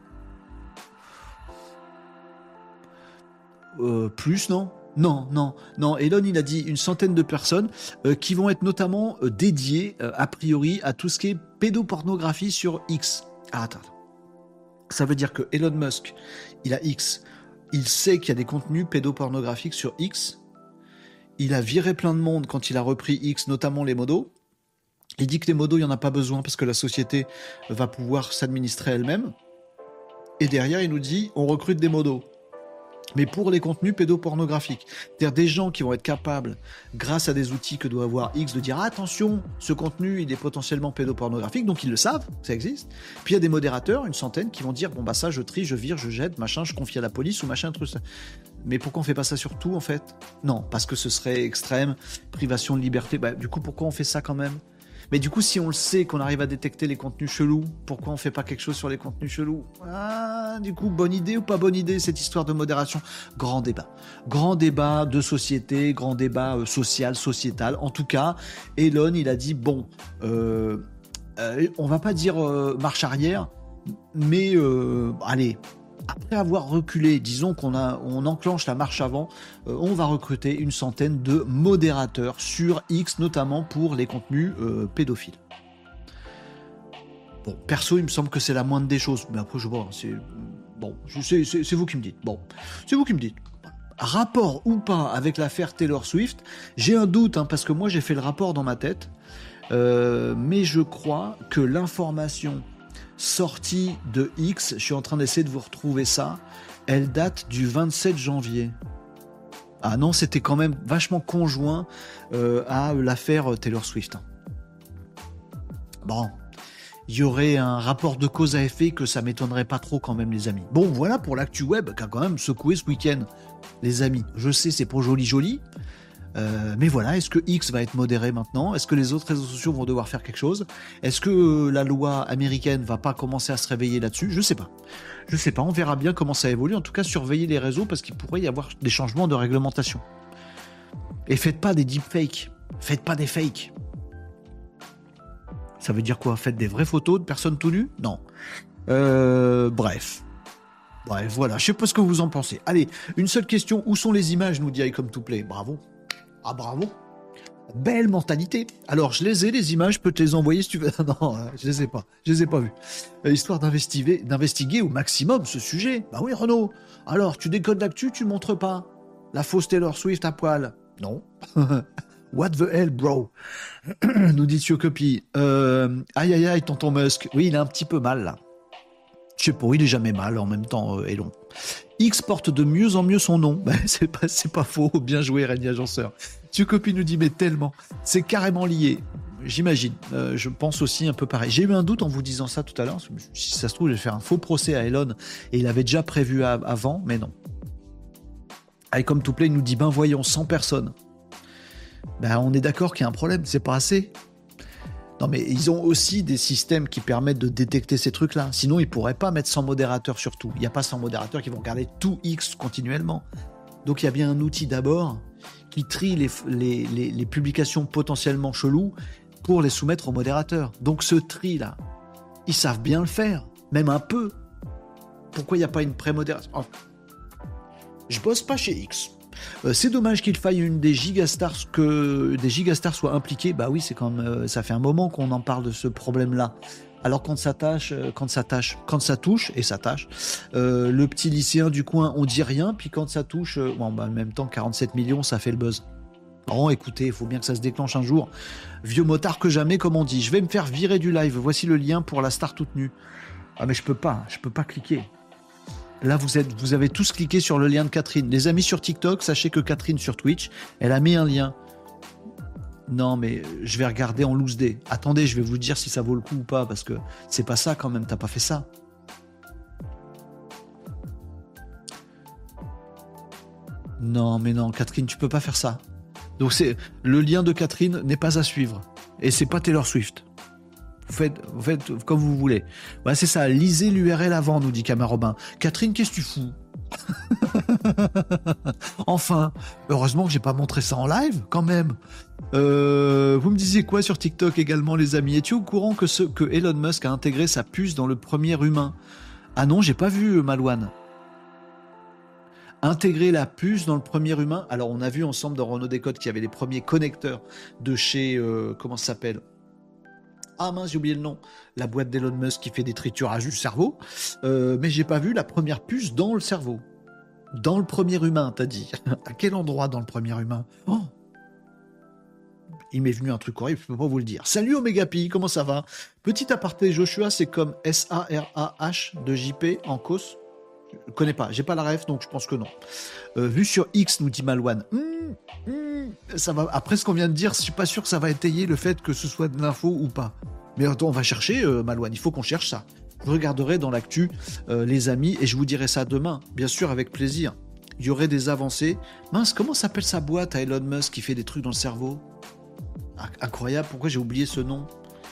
Plus, non ? Non. Elon, il a dit une centaine de personnes qui vont être notamment dédiées, a priori, à tout ce qui est pédopornographie sur X. Ah, attends. Ça veut dire que Elon Musk, il a X. Il sait qu'il y a des contenus pédopornographiques sur X. Il a viré plein de monde quand il a repris X, notamment les modos. Il dit que les modos, il n'y en a pas besoin parce que la société va pouvoir s'administrer elle-même. Et derrière, il nous dit, on recrute des modos. Mais pour les contenus pédopornographiques. C'est-à-dire des gens qui vont être capables, grâce à des outils que doit avoir X, de dire ah, attention, ce contenu, il est potentiellement pédopornographique, donc ils le savent, ça existe. Puis il y a des modérateurs, une centaine, qui vont dire bon bah ça, je trie, je vire, je jette, machin, je confie à la police ou machin, truc. Mais pourquoi on fait pas ça sur tout en fait ? Non, parce que ce serait extrême, privation de liberté. Bah, du coup, pourquoi on fait ça quand même ? Mais du coup, si on le sait qu'on arrive à détecter les contenus chelous, pourquoi on fait pas quelque chose sur les contenus chelous ? Ah, du coup, bonne idée ou pas bonne idée, cette histoire de modération ? Grand débat. Grand débat de société, grand débat social, sociétal. En tout cas, Elon, il a dit, bon, on va pas dire marche arrière, mais allez, après avoir reculé, disons on enclenche la marche avant, on va recruter une centaine de modérateurs sur X, notamment pour les contenus pédophiles. Bon, perso, il me semble que c'est la moindre des choses, mais après, c'est vous qui me dites. Bon, c'est vous qui me dites. Rapport ou pas avec l'affaire Taylor Swift, j'ai un doute, parce que moi, j'ai fait le rapport dans ma tête, mais je crois que l'information sortie de X, je suis en train d'essayer de vous retrouver ça, elle date du 27 janvier. Ah non, c'était quand même vachement conjoint à l'affaire Taylor Swift. Bon, il y aurait un rapport de cause à effet que ça m'étonnerait pas trop quand même, les amis. Bon, voilà pour l'actu web qui a quand même secoué ce week-end, les amis. Je sais, c'est pour joli, mais voilà, est-ce que X va être modéré maintenant ? Est-ce que les autres réseaux sociaux vont devoir faire quelque chose ? Est-ce que la loi américaine va pas commencer à se réveiller là-dessus ? Je sais pas, on verra bien comment ça évolue. En tout cas, surveillez les réseaux parce qu'il pourrait y avoir des changements de réglementation. Et faites pas des deepfakes, faites pas des fakes. Ça veut dire quoi ? Faites des vraies photos de personnes tout nues ? Non. Bref, voilà, je sais pas ce que vous en pensez. Allez, une seule question, où sont les images, nous dit iCome2Play. Bravo. Ah bravo, belle mentalité. Alors je les ai, les images, je peux te les envoyer si tu veux. Non, je les ai pas vues. Histoire d'investiguer au maximum ce sujet. Bah oui Renaud, alors tu décodes l'actu, tu montres pas la fausse Taylor Swift à poil. Non. What the hell bro, nous dit Copy. Aïe, tonton Musk. Oui, il a un petit peu mal là. Je sais pas, il est jamais mal, en même temps, Elon. X porte de mieux en mieux son nom. Ben, c'est pas faux, bien joué, Régnier Agenceur. Copy nous dit, mais tellement, c'est carrément lié. J'imagine, je pense aussi un peu pareil. J'ai eu un doute en vous disant ça tout à l'heure. Si ça se trouve, je vais faire un faux procès à Elon, et il avait déjà prévu avant, mais non. iCome2Play nous dit, ben voyons, 100 personnes. Ben on est d'accord qu'il y a un problème, c'est pas assez. Non mais ils ont aussi des systèmes qui permettent de détecter ces trucs-là. Sinon, ils pourraient pas mettre 100 modérateurs sur tout. Il n'y a pas 100 modérateurs qui vont regarder tout X continuellement. Donc il y a bien un outil d'abord qui trie les publications potentiellement cheloues pour les soumettre aux modérateurs. Donc ce tri-là, ils savent bien le faire, même un peu. Pourquoi il n'y a pas une pré-modération ? Enfin, je bosse pas chez X. C'est dommage qu'il faille une des gigastars, que des gigastars soient impliqués. Bah oui, c'est quand même, ça fait un moment qu'on en parle de ce problème-là. Alors quand ça touche, le petit lycéen du coin, on dit rien, puis quand ça touche, en même temps, 47 millions, ça fait le buzz. Bon, écoutez, il faut bien que ça se déclenche un jour. Vieux motard que jamais, comme on dit. Je vais me faire virer du live. Voici le lien pour la star toute nue. Ah mais je peux pas cliquer. Là, vous avez tous cliqué sur le lien de Catherine. Les amis sur TikTok, sachez que Catherine sur Twitch, elle a mis un lien. Non, mais je vais regarder en loose day. Attendez, je vais vous dire si ça vaut le coup ou pas, parce que c'est pas ça quand même, t'as pas fait ça. Non, mais non, Catherine, tu peux pas faire ça. Donc le lien de Catherine n'est pas à suivre. Et c'est pas Taylor Swift. Vous faites comme vous voulez. Voilà, c'est ça. Lisez l'URL avant, nous dit Camarobin. Catherine, qu'est-ce que tu fous? Enfin, heureusement que j'ai pas montré ça en live, quand même. Vous me disiez quoi sur TikTok également, les amis? Es-tu au courant que Elon Musk a intégré sa puce dans le premier humain? Ah non, j'ai pas vu, Malouane. Intégrer la puce dans le premier humain. Alors, on a vu ensemble dans Renaud Décode qu'il y avait les premiers connecteurs de chez... comment ça s'appelle? Ah mince, j'ai oublié le nom. La boîte d'Elon Musk qui fait des triturages du cerveau. Mais j'ai pas vu la première puce dans le cerveau. Dans le premier humain, t'as dit. À quel endroit dans le premier humain? Oh, il m'est venu un truc horrible, je peux pas vous le dire. Salut Omega Pi, comment ça va? Petit aparté, Joshua, c'est comme S-A-R-A-H de JP en cause. Je connais pas, j'ai pas la ref, donc je pense que non. Vu sur X, nous dit Malouane. Ça va. Après ce qu'on vient de dire, je suis pas sûr que ça va étayer le fait que ce soit de l'info ou pas. Mais attends, on va chercher, Malouane, il faut qu'on cherche ça. Je regarderai dans l'actu, les amis, et je vous dirai ça demain, bien sûr, avec plaisir. Il y aurait des avancées. Mince, comment s'appelle sa boîte à Elon Musk qui fait des trucs dans le cerveau? Incroyable, pourquoi j'ai oublié ce nom?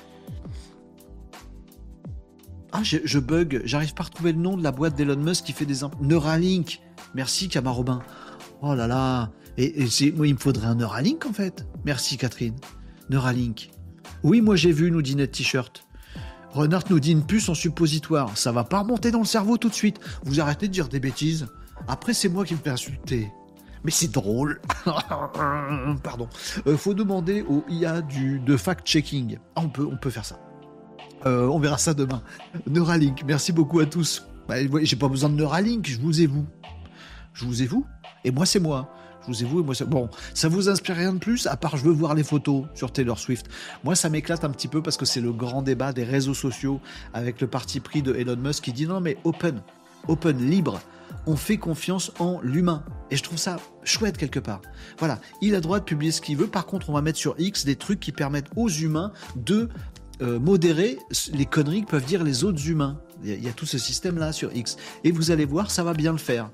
Ah, je bug, j'arrive pas à retrouver le nom de la boîte d'Elon Musk qui fait des... Neuralink. Merci, Camarobin. Oh là là. Moi, il me faudrait un Neuralink, en fait. Merci, Catherine. Neuralink. Oui, moi, j'ai vu, nous dit Net T-shirt. Renard nous dit une puce en suppositoire. Ça va pas remonter dans le cerveau tout de suite. Vous arrêtez de dire des bêtises. Après, c'est moi qui me fais insulter. Mais c'est drôle. Pardon. Faut demander au IA de fact-checking. Ah, on peut faire ça. On verra ça demain. Neuralink, merci beaucoup à tous. J'ai pas besoin de Neuralink, je vous ai vous. Je vous ai vous, et moi c'est moi. Je vous ai vous, et moi c'est... Bon, ça vous inspire rien de plus, à part je veux voir les photos sur Taylor Swift. Moi ça m'éclate un petit peu parce que c'est le grand débat des réseaux sociaux avec le parti pris de Elon Musk qui dit non mais open, libre. On fait confiance en l'humain. Et je trouve ça chouette quelque part. Voilà, il a le droit de publier ce qu'il veut. Par contre, on va mettre sur X des trucs qui permettent aux humains de modérer les conneries que peuvent dire les autres humains. Il y a tout ce système-là sur X. Et vous allez voir, ça va bien le faire.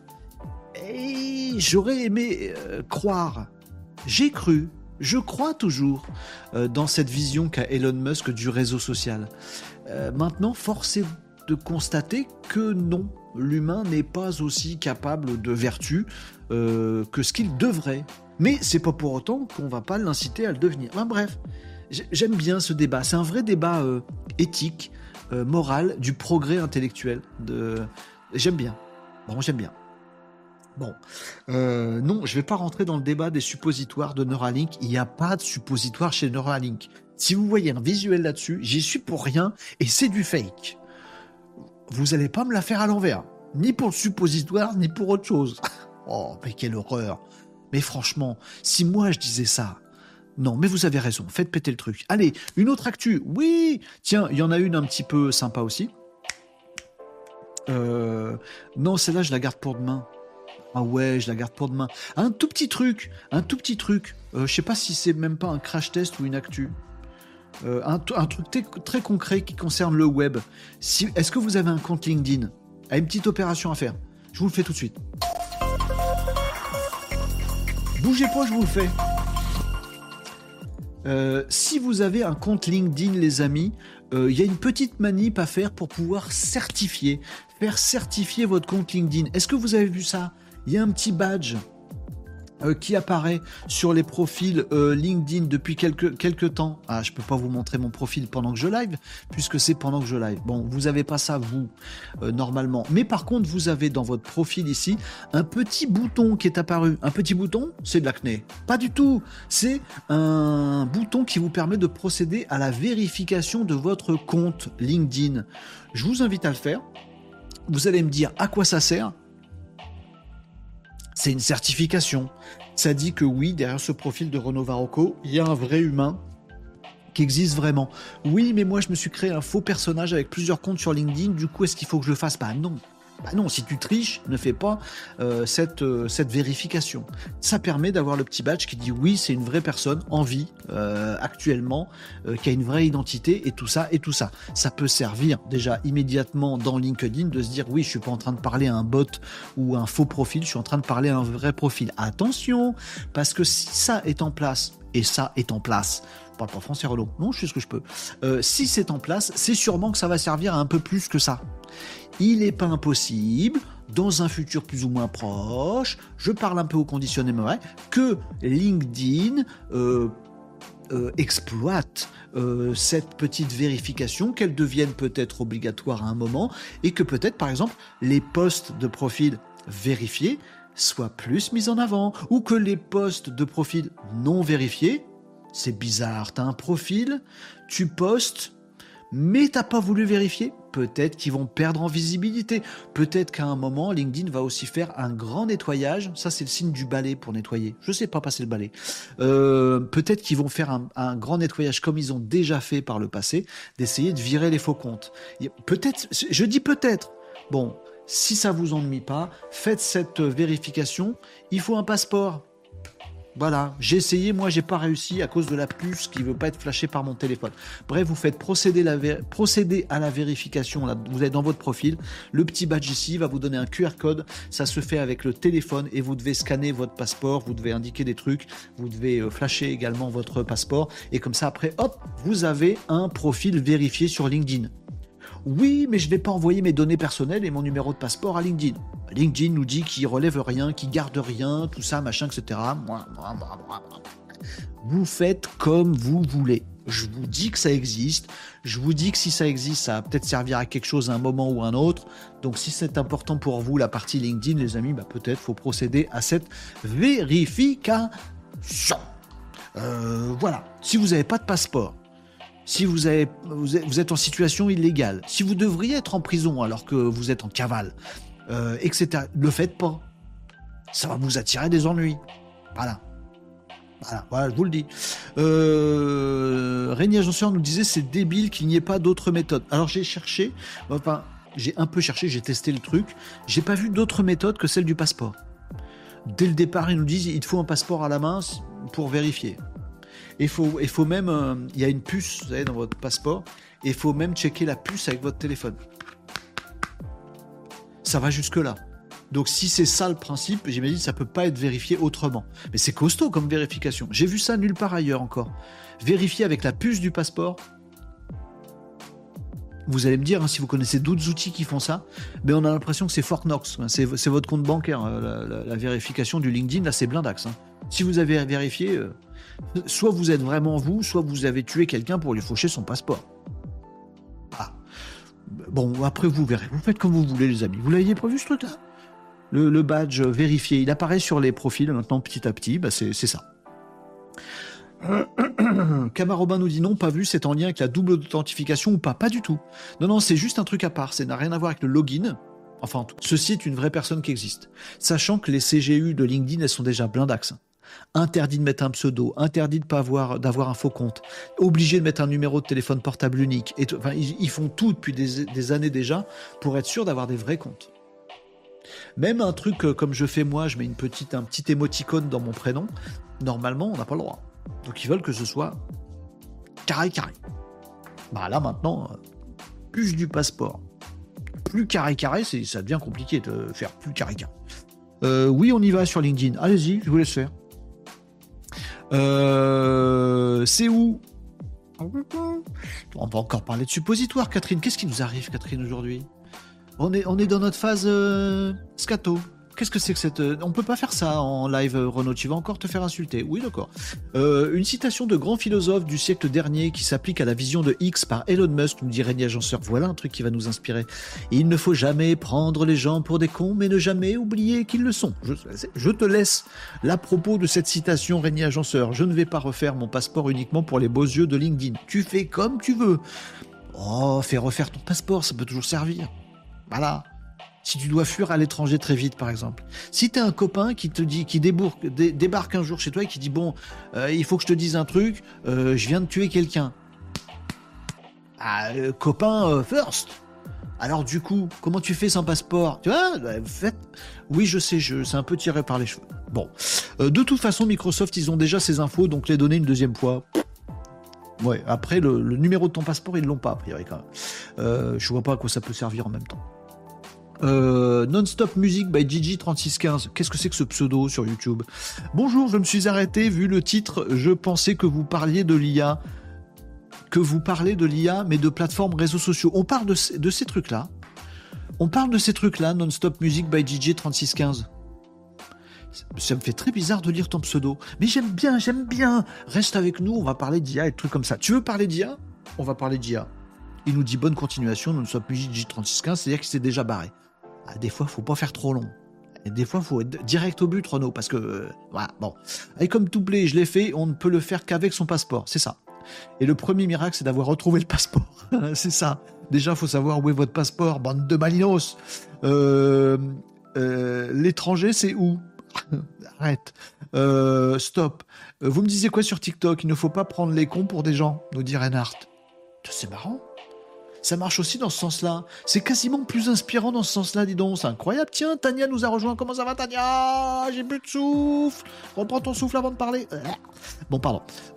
Et j'aurais aimé croire. J'ai cru. Je crois toujours dans cette vision qu'a Elon Musk du réseau social. Maintenant, force est de constater que non. L'humain n'est pas aussi capable de vertu que ce qu'il devrait. Mais c'est pas pour autant qu'on va pas l'inciter à le devenir. Enfin, bref. J'aime bien ce débat. C'est un vrai débat éthique, moral, du progrès intellectuel. J'aime bien. Bon, j'aime bien. Bon. Non, je vais pas rentrer dans le débat des suppositoires de Neuralink. Il n'y a pas de suppositoire chez Neuralink. Si vous voyez un visuel là-dessus, j'y suis pour rien et c'est du fake. Vous n'allez pas me la faire à l'envers. Ni pour le suppositoire, ni pour autre chose. Oh, mais quelle horreur. Mais franchement, si moi je disais ça... Non, mais vous avez raison, faites péter le truc. Allez, une autre actu, oui. Tiens, il y en a une un petit peu sympa aussi. Non, celle-là, je la garde pour demain. Ah ouais, je la garde pour demain. Un tout petit truc. Je sais pas si c'est même pas un crash test ou une actu. Un truc très concret qui concerne le web. Est-ce que vous avez un compte LinkedIn? Ah, une petite opération à faire. Je vous le fais tout de suite. Bougez pas, je vous le fais. Si vous avez un compte LinkedIn, les amis, il y a une petite manip à faire pour pouvoir faire certifier votre compte LinkedIn. Est-ce que vous avez vu ça? Il y a un petit badge qui apparaît sur les profils LinkedIn depuis quelques temps. Ah, je peux pas vous montrer mon profil pendant que je live, puisque c'est pendant que je live. Bon, vous avez pas ça, vous, normalement. Mais par contre, vous avez dans votre profil ici, un petit bouton qui est apparu. Un petit bouton, c'est de l'acné. Pas du tout. C'est un bouton qui vous permet de procéder à la vérification de votre compte LinkedIn. Je vous invite à le faire. Vous allez me dire à quoi ça sert. C'est une certification. Ça dit que oui, derrière ce profil de Renaud Varocco, il y a un vrai humain qui existe vraiment. Oui, mais moi, je me suis créé un faux personnage avec plusieurs comptes sur LinkedIn. Du coup, est-ce qu'il faut que je le fasse? Bah non. Bah non, si tu triches, ne fais pas cette vérification. Ça permet d'avoir le petit badge qui dit oui, c'est une vraie personne en vie actuellement, qui a une vraie identité et tout ça et tout ça. Ça peut servir déjà immédiatement dans LinkedIn de se dire oui, je suis pas en train de parler à un bot ou un faux profil, je suis en train de parler à un vrai profil. Attention, parce que si ça est en place, et ça est en place, Je parle pas français, Renaud. Non, je fais ce que je peux. Si c'est en place, c'est sûrement que ça va servir à un peu plus que ça. Il n'est pas impossible, dans un futur plus ou moins proche, je parle un peu au conditionnement, que LinkedIn exploite cette petite vérification, qu'elle devienne peut-être obligatoire à un moment, et que peut-être, par exemple, les posts de profil vérifiés soient plus mis en avant, ou que les posts de profil non vérifiés, c'est bizarre, t'as un profil, tu postes, mais t'as pas voulu vérifier, peut-être qu'ils vont perdre en visibilité. Peut-être qu'à un moment, LinkedIn va aussi faire un grand nettoyage. Ça, c'est le signe du balai pour nettoyer. Je sais pas passer le balai. Peut-être qu'ils vont faire un grand nettoyage comme ils ont déjà fait par le passé, d'essayer de virer les faux comptes. Peut-être, je dis peut-être. Bon, si ça vous ennuie pas, faites cette vérification. Il faut un passeport. Voilà, j'ai essayé, moi j'ai pas réussi à cause de la puce qui veut pas être flashée par mon téléphone. Bref, vous faites procéder à la vérification, là, vous êtes dans votre profil, le petit badge ici va vous donner un QR code, ça se fait avec le téléphone et vous devez scanner votre passeport, vous devez indiquer des trucs, vous devez flasher également votre passeport et comme ça après, hop, vous avez un profil vérifié sur LinkedIn. Oui, mais je ne vais pas envoyer mes données personnelles et mon numéro de passeport à LinkedIn. LinkedIn nous dit qu'il relève rien, qu'il garde rien, tout ça, machin, etc. Vous faites comme vous voulez. Je vous dis que ça existe. Je vous dis que si ça existe, ça va peut-être servir à quelque chose à un moment ou à un autre. Donc si c'est important pour vous, la partie LinkedIn, les amis, peut-être faut procéder à cette vérification. Voilà. Si vous n'avez pas de passeport, si vous êtes en situation illégale, si vous devriez être en prison alors que vous êtes en cavale, etc., ne le faites pas. Ça va vous attirer des ennuis. Voilà, je vous le dis. Régnier Agenceur nous disait c'est débile qu'il n'y ait pas d'autres méthodes. Alors j'ai un peu cherché, j'ai testé le truc. J'ai pas vu d'autres méthodes que celle du passeport. Dès le départ, ils nous disent il te faut un passeport à la main pour vérifier. Il faut même, il y a une puce, vous savez, dans votre passeport, et il faut même checker la puce avec votre téléphone. Ça va jusque là. Donc si c'est ça le principe, j'imagine que ça peut pas être vérifié autrement. Mais c'est costaud comme vérification. J'ai vu ça nulle part ailleurs encore. Vérifier avec la puce du passeport. Vous allez me dire, si vous connaissez d'autres outils qui font ça, mais on a l'impression que c'est Fort Knox. C'est votre compte bancaire. La vérification du LinkedIn, là, c'est blindax. Si vous avez vérifié, soit vous êtes vraiment vous, soit vous avez tué quelqu'un pour lui faucher son passeport. Ah. Bon, après, vous verrez. Vous faites comme vous voulez, les amis. Vous l'aviez pas vu, ce truc-là ? Le badge vérifié, il apparaît sur les profils maintenant, petit à petit. C'est ça. Camarobin nous dit non, pas vu, c'est en lien avec la double authentification ou pas. Pas du tout. Non, c'est juste un truc à part. Ça n'a rien à voir avec le login. Enfin, ceci est une vraie personne qui existe. Sachant que les CGU de LinkedIn, elles sont déjà blindax. Interdit de mettre un pseudo, interdit de pas d'avoir un faux compte, obligé de mettre un numéro de téléphone portable unique. Ils font tout depuis des années déjà pour être sûr d'avoir des vrais comptes. Même un truc comme je fais moi, je mets un petit émoticône dans mon prénom. Normalement, on n'a pas le droit. Donc ils veulent que ce soit carré. Là maintenant, plus du passeport, plus carré, ça devient compliqué de faire plus carré. Oui, on y va sur LinkedIn. Allez-y, je vous laisse faire. C'est où ? On va encore parler de suppositoire, Catherine. Qu'est-ce qui nous arrive, Catherine, aujourd'hui ? On est dans notre phase scato. Qu'est-ce que c'est que cette... On peut pas faire ça en live, Renaud. Tu vas encore te faire insulter. Oui, d'accord. Une citation de grand philosophe du siècle dernier qui s'applique à la vision de X par Elon Musk, nous dit Régnier Agenceur. Voilà un truc qui va nous inspirer. Il ne faut jamais prendre les gens pour des cons, mais ne jamais oublier qu'ils le sont. Je te laisse l'à propos de cette citation, Régnier Agenceur. Je ne vais pas refaire mon passeport uniquement pour les beaux yeux de LinkedIn. Tu fais comme tu veux. Oh, fais refaire ton passeport, ça peut toujours servir. Voilà. Si tu dois fuir à l'étranger très vite, par exemple. Si t'es un copain qui te dit, qui débarque un jour chez toi et qui dit bon, il faut que je te dise un truc, je viens de tuer quelqu'un. Copain first. Alors du coup, comment tu fais sans passeport ? Tu vois, oui, je sais, c'est un peu tiré par les cheveux. Bon, de toute façon, Microsoft, ils ont déjà ces infos, donc les donner une deuxième fois. Ouais. Après, le numéro de ton passeport, ils l'ont pas, a priori quand même. Je vois pas à quoi ça peut servir en même temps. Non-Stop Music by Gigi3615. Qu'est-ce que c'est que ce pseudo sur YouTube? Bonjour, je me suis arrêté, vu le titre, je pensais que vous parliez de l'IA. Que vous parlez de l'IA, mais de plateformes réseaux sociaux. On parle de ces trucs-là. On parle de ces trucs-là, Non-Stop Music by Gigi3615. Ça me fait très bizarre de lire ton pseudo. Mais j'aime bien. Reste avec nous, on va parler d'IA et de trucs comme ça. Tu veux parler d'IA? On va parler d'IA. Il nous dit bonne continuation, Non-Stop Music Gigi3615, c'est-à-dire qu'il s'est déjà barré. Ah, des fois, faut pas faire trop long. Et des fois, faut être direct au but, Renaud, parce que... voilà, bon. Et comme tout plaît, je l'ai fait, on ne peut le faire qu'avec son passeport, c'est ça. Et le premier miracle, c'est d'avoir retrouvé le passeport. C'est ça. Déjà, il faut savoir où est votre passeport, bande de malinos. L'étranger, c'est où? Arrête. Stop. Vous me disiez quoi sur TikTok? Il ne faut pas prendre les cons pour des gens, nous dit Reinhardt. C'est marrant. Ça marche aussi dans ce sens-là. C'est quasiment plus inspirant dans ce sens-là, dis donc. C'est incroyable. Tiens, Tania nous a rejoint. Comment ça va, Tania? J'ai plus de souffle. Reprends ton souffle avant de parler. Bon, pardon.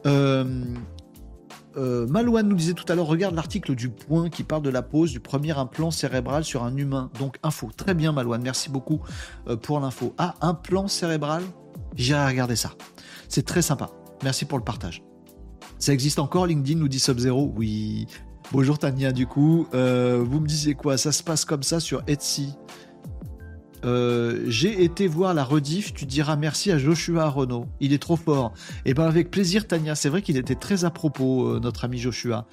Malouane nous disait tout à l'heure, regarde l'article du Point qui parle de la pose du premier implant cérébral sur un humain. Donc, info. Très bien, Malouane. Merci beaucoup pour l'info. Ah, implant cérébral? J'irai regarder ça. C'est très sympa. Merci pour le partage. Ça existe encore, LinkedIn nous dit Sub-Zero? Oui. Bonjour Tania, du coup, vous me disiez quoi? Ça se passe comme ça sur Etsy. J'ai été voir la rediff, tu diras merci à Joshua Renaud. Il est trop fort. Et ben avec plaisir Tania, c'est vrai qu'il était très à propos, notre ami Joshua.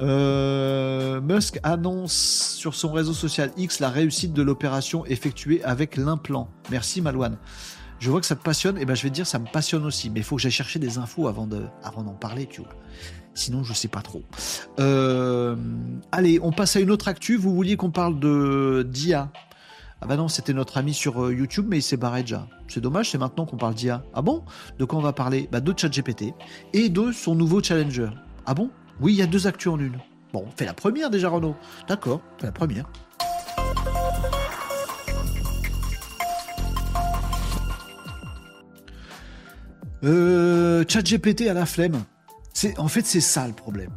Musk annonce sur son réseau social X la réussite de l'opération effectuée avec l'implant. Merci Malouane. Je vois que ça te passionne, et ben je vais te dire ça me passionne aussi, mais il faut que j'aille chercher des infos avant d'en parler, tu vois. Sinon, je sais pas trop. Allez, on passe à une autre actu. Vous vouliez qu'on parle d'IA? Ah bah non, c'était notre ami sur YouTube, mais il s'est barré déjà. C'est dommage, c'est maintenant qu'on parle d'IA. Ah bon? De quoi on va parler? Bah de ChatGPT et de son nouveau challenger. Ah bon? Oui, il y a deux actus en une. Bon, fais la première déjà, Renaud. D'accord, fais la première. ChatGPT à la flemme. En fait, c'est ça le problème.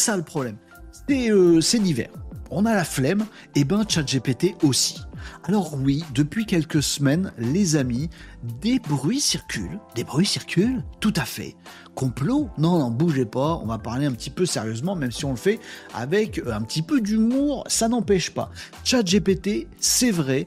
C'est l'hiver. On a la flemme, et ben ChatGPT aussi. Alors oui, depuis quelques semaines, les amis, des bruits circulent. Des bruits circulent? Tout à fait. Complot? Non, bougez pas, on va parler un petit peu sérieusement, même si on le fait avec un petit peu d'humour, ça n'empêche pas. ChatGPT, c'est vrai,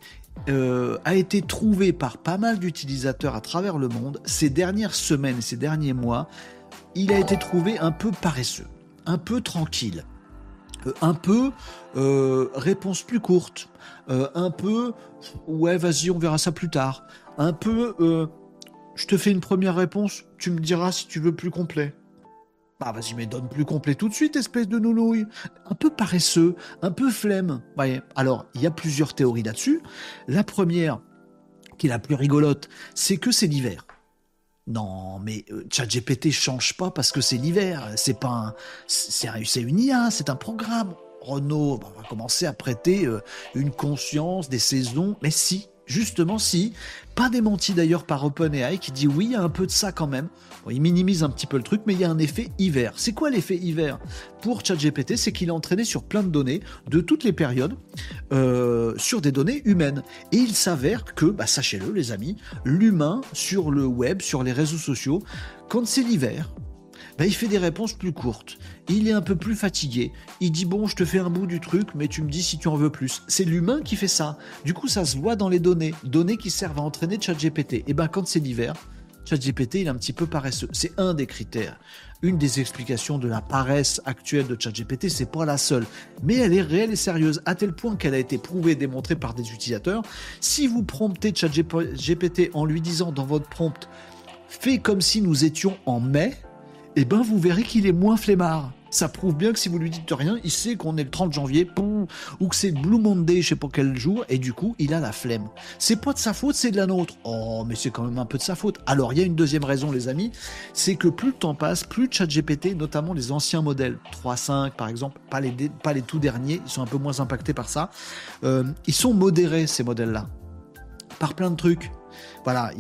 a été trouvé par pas mal d'utilisateurs à travers le monde. Ces dernières semaines, ces derniers mois, il a été trouvé un peu paresseux, un peu tranquille, un peu réponse plus courte, un peu ouais vas-y on verra ça plus tard, un peu je te fais une première réponse, tu me diras si tu veux plus complet. Bah vas-y mais donne plus complet tout de suite espèce de nounouille. Un peu paresseux, un peu flemme. Ouais. Alors il y a plusieurs théories là-dessus. La première, qui est la plus rigolote, c'est que c'est l'hiver. Non, mais ChatGPT change pas parce que c'est l'hiver. C'est pas c'est une IA, c'est un programme. Renaud, on va commencer à prêter une conscience des saisons. Mais si, justement si. Pas démenti d'ailleurs par OpenAI qui dit oui, il y a un peu de ça quand même. Bon, il minimise un petit peu le truc, mais il y a un effet hiver. C'est quoi l'effet hiver? Pour ChatGPT, c'est qu'il est entraîné sur plein de données de toutes les périodes, sur des données humaines. Et il s'avère que, bah, sachez-le les amis, l'humain sur le web, sur les réseaux sociaux, quand c'est l'hiver, bah, il fait des réponses plus courtes. Il est un peu plus fatigué. Il dit bon, je te fais un bout du truc, mais tu me dis si tu en veux plus. C'est l'humain qui fait ça. Du coup, ça se voit dans les données qui servent à entraîner ChatGPT. Et ben, quand c'est l'hiver, ChatGPT, il est un petit peu paresseux. C'est un des critères. Une des explications de la paresse actuelle de ChatGPT, c'est pas la seule. Mais elle est réelle et sérieuse, à tel point qu'elle a été prouvée et démontrée par des utilisateurs. Si vous promptez ChatGPT en lui disant dans votre prompt « Fais comme si nous étions en mai », eh ben vous verrez qu'il est moins flemmard. Ça prouve bien que si vous lui dites rien, il sait qu'on est le 30 janvier, ou que c'est le Blue Monday, je sais pas quel jour, et du coup, il a la flemme. C'est pas de sa faute, c'est de la nôtre. Oh, mais c'est quand même un peu de sa faute. Alors, il y a une deuxième raison, les amis, c'est que plus le temps passe, plus ChatGPT, notamment les anciens modèles, 3.5 par exemple, pas les tout derniers, ils sont un peu moins impactés par ça, ils sont modérés, ces modèles-là, par plein de trucs. Voilà,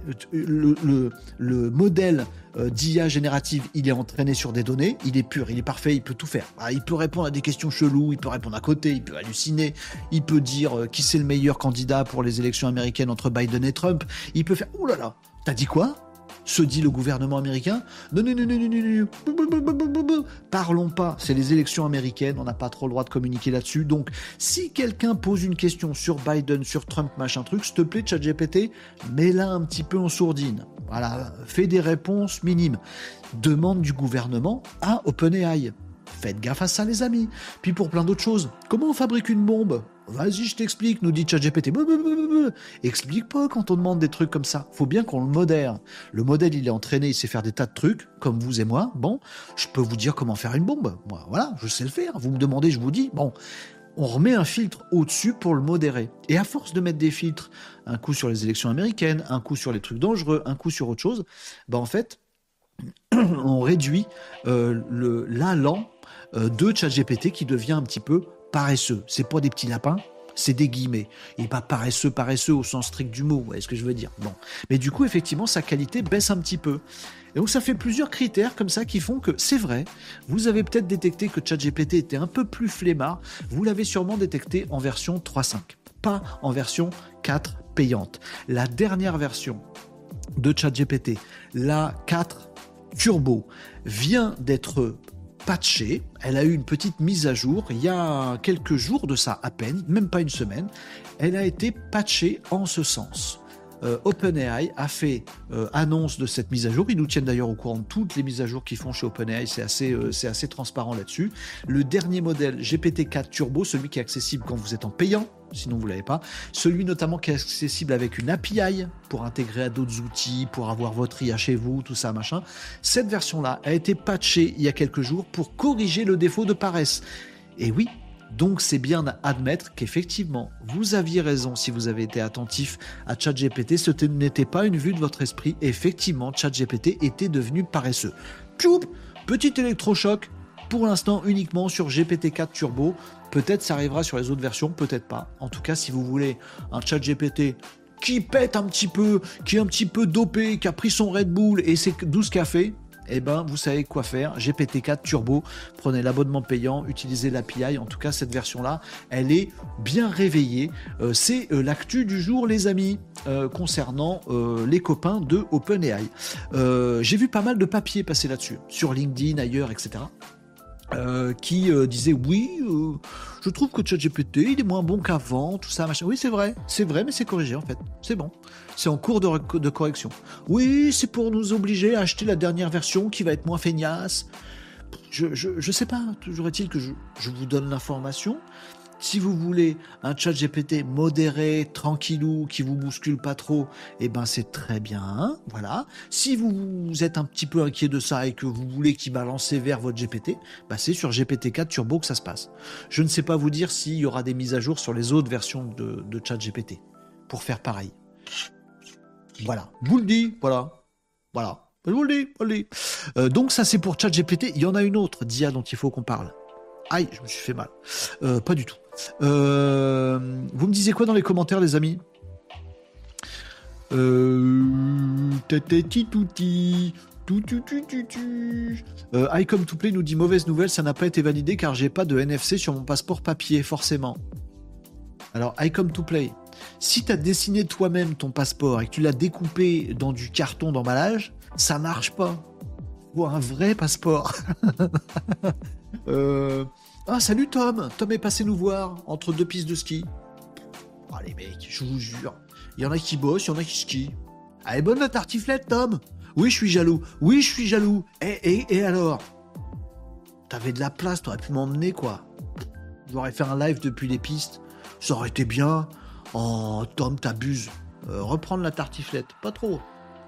le modèle d'IA générative, il est entraîné sur des données, il est pur, il est parfait, il peut tout faire. Voilà, il peut répondre à des questions cheloues, il peut répondre à côté, il peut halluciner, il peut dire qui c'est le meilleur candidat pour les élections américaines entre Biden et Trump, il peut faire... Ouh là là, t'as dit quoi ? Se dit le gouvernement américain. Non, parlons pas, c'est les élections américaines, on n'a pas trop le droit de communiquer là-dessus. Donc, si quelqu'un pose une question sur Biden, sur Trump, machin truc, s'il te plaît, ChatGPT, mets-la un petit peu en sourdine. Voilà, fais des réponses minimes. Demande du gouvernement à OpenAI. Faites gaffe à ça, les amis. Puis pour plein d'autres choses, comment on fabrique une bombe ? Vas-y, je t'explique, nous dit ChatGPT. Explique pas quand on demande des trucs comme ça. Faut bien qu'on le modère. Le modèle, il est entraîné, il sait faire des tas de trucs, comme vous et moi. Bon, je peux vous dire comment faire une bombe. Moi, voilà, je sais le faire. Vous me demandez, je vous dis. Bon, on remet un filtre au-dessus pour le modérer. Et à force de mettre des filtres, un coup sur les élections américaines, un coup sur les trucs dangereux, un coup sur autre chose, en fait, on réduit l'allant de ChatGPT qui devient un petit peu paresseux. C'est pas des petits lapins, c'est des guillemets. Il n'est pas paresseux au sens strict du mot, vous voyez ce que je veux dire. Bon. Mais du coup, effectivement, sa qualité baisse un petit peu. Et donc, ça fait plusieurs critères comme ça qui font que, c'est vrai, vous avez peut-être détecté que ChatGPT était un peu plus flemmard. Vous l'avez sûrement détecté en version 3.5, pas en version 4 payante. La dernière version de ChatGPT, la 4 Turbo, vient d'être patchée. Elle a eu une petite mise à jour il y a quelques jours de ça à peine, même pas une semaine. Elle a été patchée en ce sens. OpenAI a fait annonce de cette mise à jour. Ils nous tiennent d'ailleurs au courant de toutes les mises à jour qu'ils font chez OpenAI. C'est assez transparent là-dessus. Le dernier modèle GPT-4 Turbo, celui qui est accessible quand vous êtes en payant, sinon vous ne l'avez pas. Celui notamment qui est accessible avec une API pour intégrer à d'autres outils, pour avoir votre IA chez vous, tout ça, machin. Cette version-là a été patchée il y a quelques jours pour corriger le défaut de paresse. Et oui, donc c'est bien d'admettre qu'effectivement, vous aviez raison si vous avez été attentif à ChatGPT, ce n'était pas une vue de votre esprit. Effectivement, ChatGPT était devenu paresseux. Tchoup, petit électrochoc, pour l'instant uniquement sur GPT-4 Turbo. Peut-être ça arrivera sur les autres versions, peut-être pas. En tout cas, si vous voulez un ChatGPT qui pète un petit peu, qui est un petit peu dopé, qui a pris son Red Bull et ses 12 cafés, eh ben, vous savez quoi faire. GPT-4 Turbo, prenez l'abonnement payant, utilisez l'API. En tout cas, cette version-là, elle est bien réveillée. C'est l'actu du jour, les amis, concernant les copains de OpenAI. J'ai vu pas mal de papiers passer là-dessus, sur LinkedIn, ailleurs, etc., qui disait oui, je trouve que ChatGPT il est moins bon qu'avant, tout ça, machin. Oui, c'est vrai, mais c'est corrigé en fait. C'est bon, c'est en cours de correction. Oui, c'est pour nous obliger à acheter la dernière version qui va être moins feignasse. Je sais pas, toujours est-il que je vous donne l'information. Si vous voulez un ChatGPT modéré, tranquillou, qui vous bouscule pas trop, eh ben c'est très bien, hein, voilà. Si vous êtes un petit peu inquiet de ça et que vous voulez qu'il balance vers votre GPT, bah c'est sur GPT-4 Turbo que ça se passe. Je ne sais pas vous dire s'il y aura des mises à jour sur les autres versions de ChatGPT pour faire pareil. Voilà, je vous le dis, voilà. Je vous le dis. Donc ça c'est pour ChatGPT. Il y en a une autre d'IA dont il faut qu'on parle. Aïe, je me suis fait mal. Pas du tout. Vous me disiez quoi dans les commentaires, les amis ? I Come to Play nous dit mauvaise nouvelle, ça n'a pas été validé car j'ai pas de NFC sur mon passeport papier, forcément. Alors, I Come to Play, si tu as dessiné toi-même ton passeport et que tu l'as découpé dans du carton d'emballage, ça marche pas. Ou un vrai passeport. Ah, salut Tom. Tom est passé nous voir entre deux pistes de ski. Oh les mecs, je vous jure. Il y en a qui bossent, il y en a qui skient. Elle est bonne la tartiflette, Tom. Oui, je suis jaloux. Et alors ? T'avais de la place, t'aurais pu m'emmener, quoi. J'aurais fait un live depuis les pistes. Ça aurait été bien. Oh, Tom, t'abuses. Reprendre la tartiflette. Pas trop.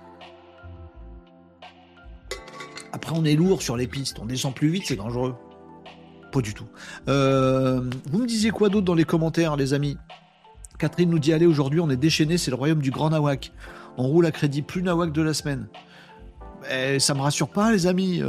Après, on est lourd sur les pistes. On descend plus vite, c'est dangereux. Pas du tout. Vous me disiez quoi d'autre dans les commentaires, les amis ? Catherine nous dit, allez, aujourd'hui, on est déchaîné, c'est le royaume du grand nawak. On roule à crédit, plus nawak de la semaine. Ça me rassure pas, les amis.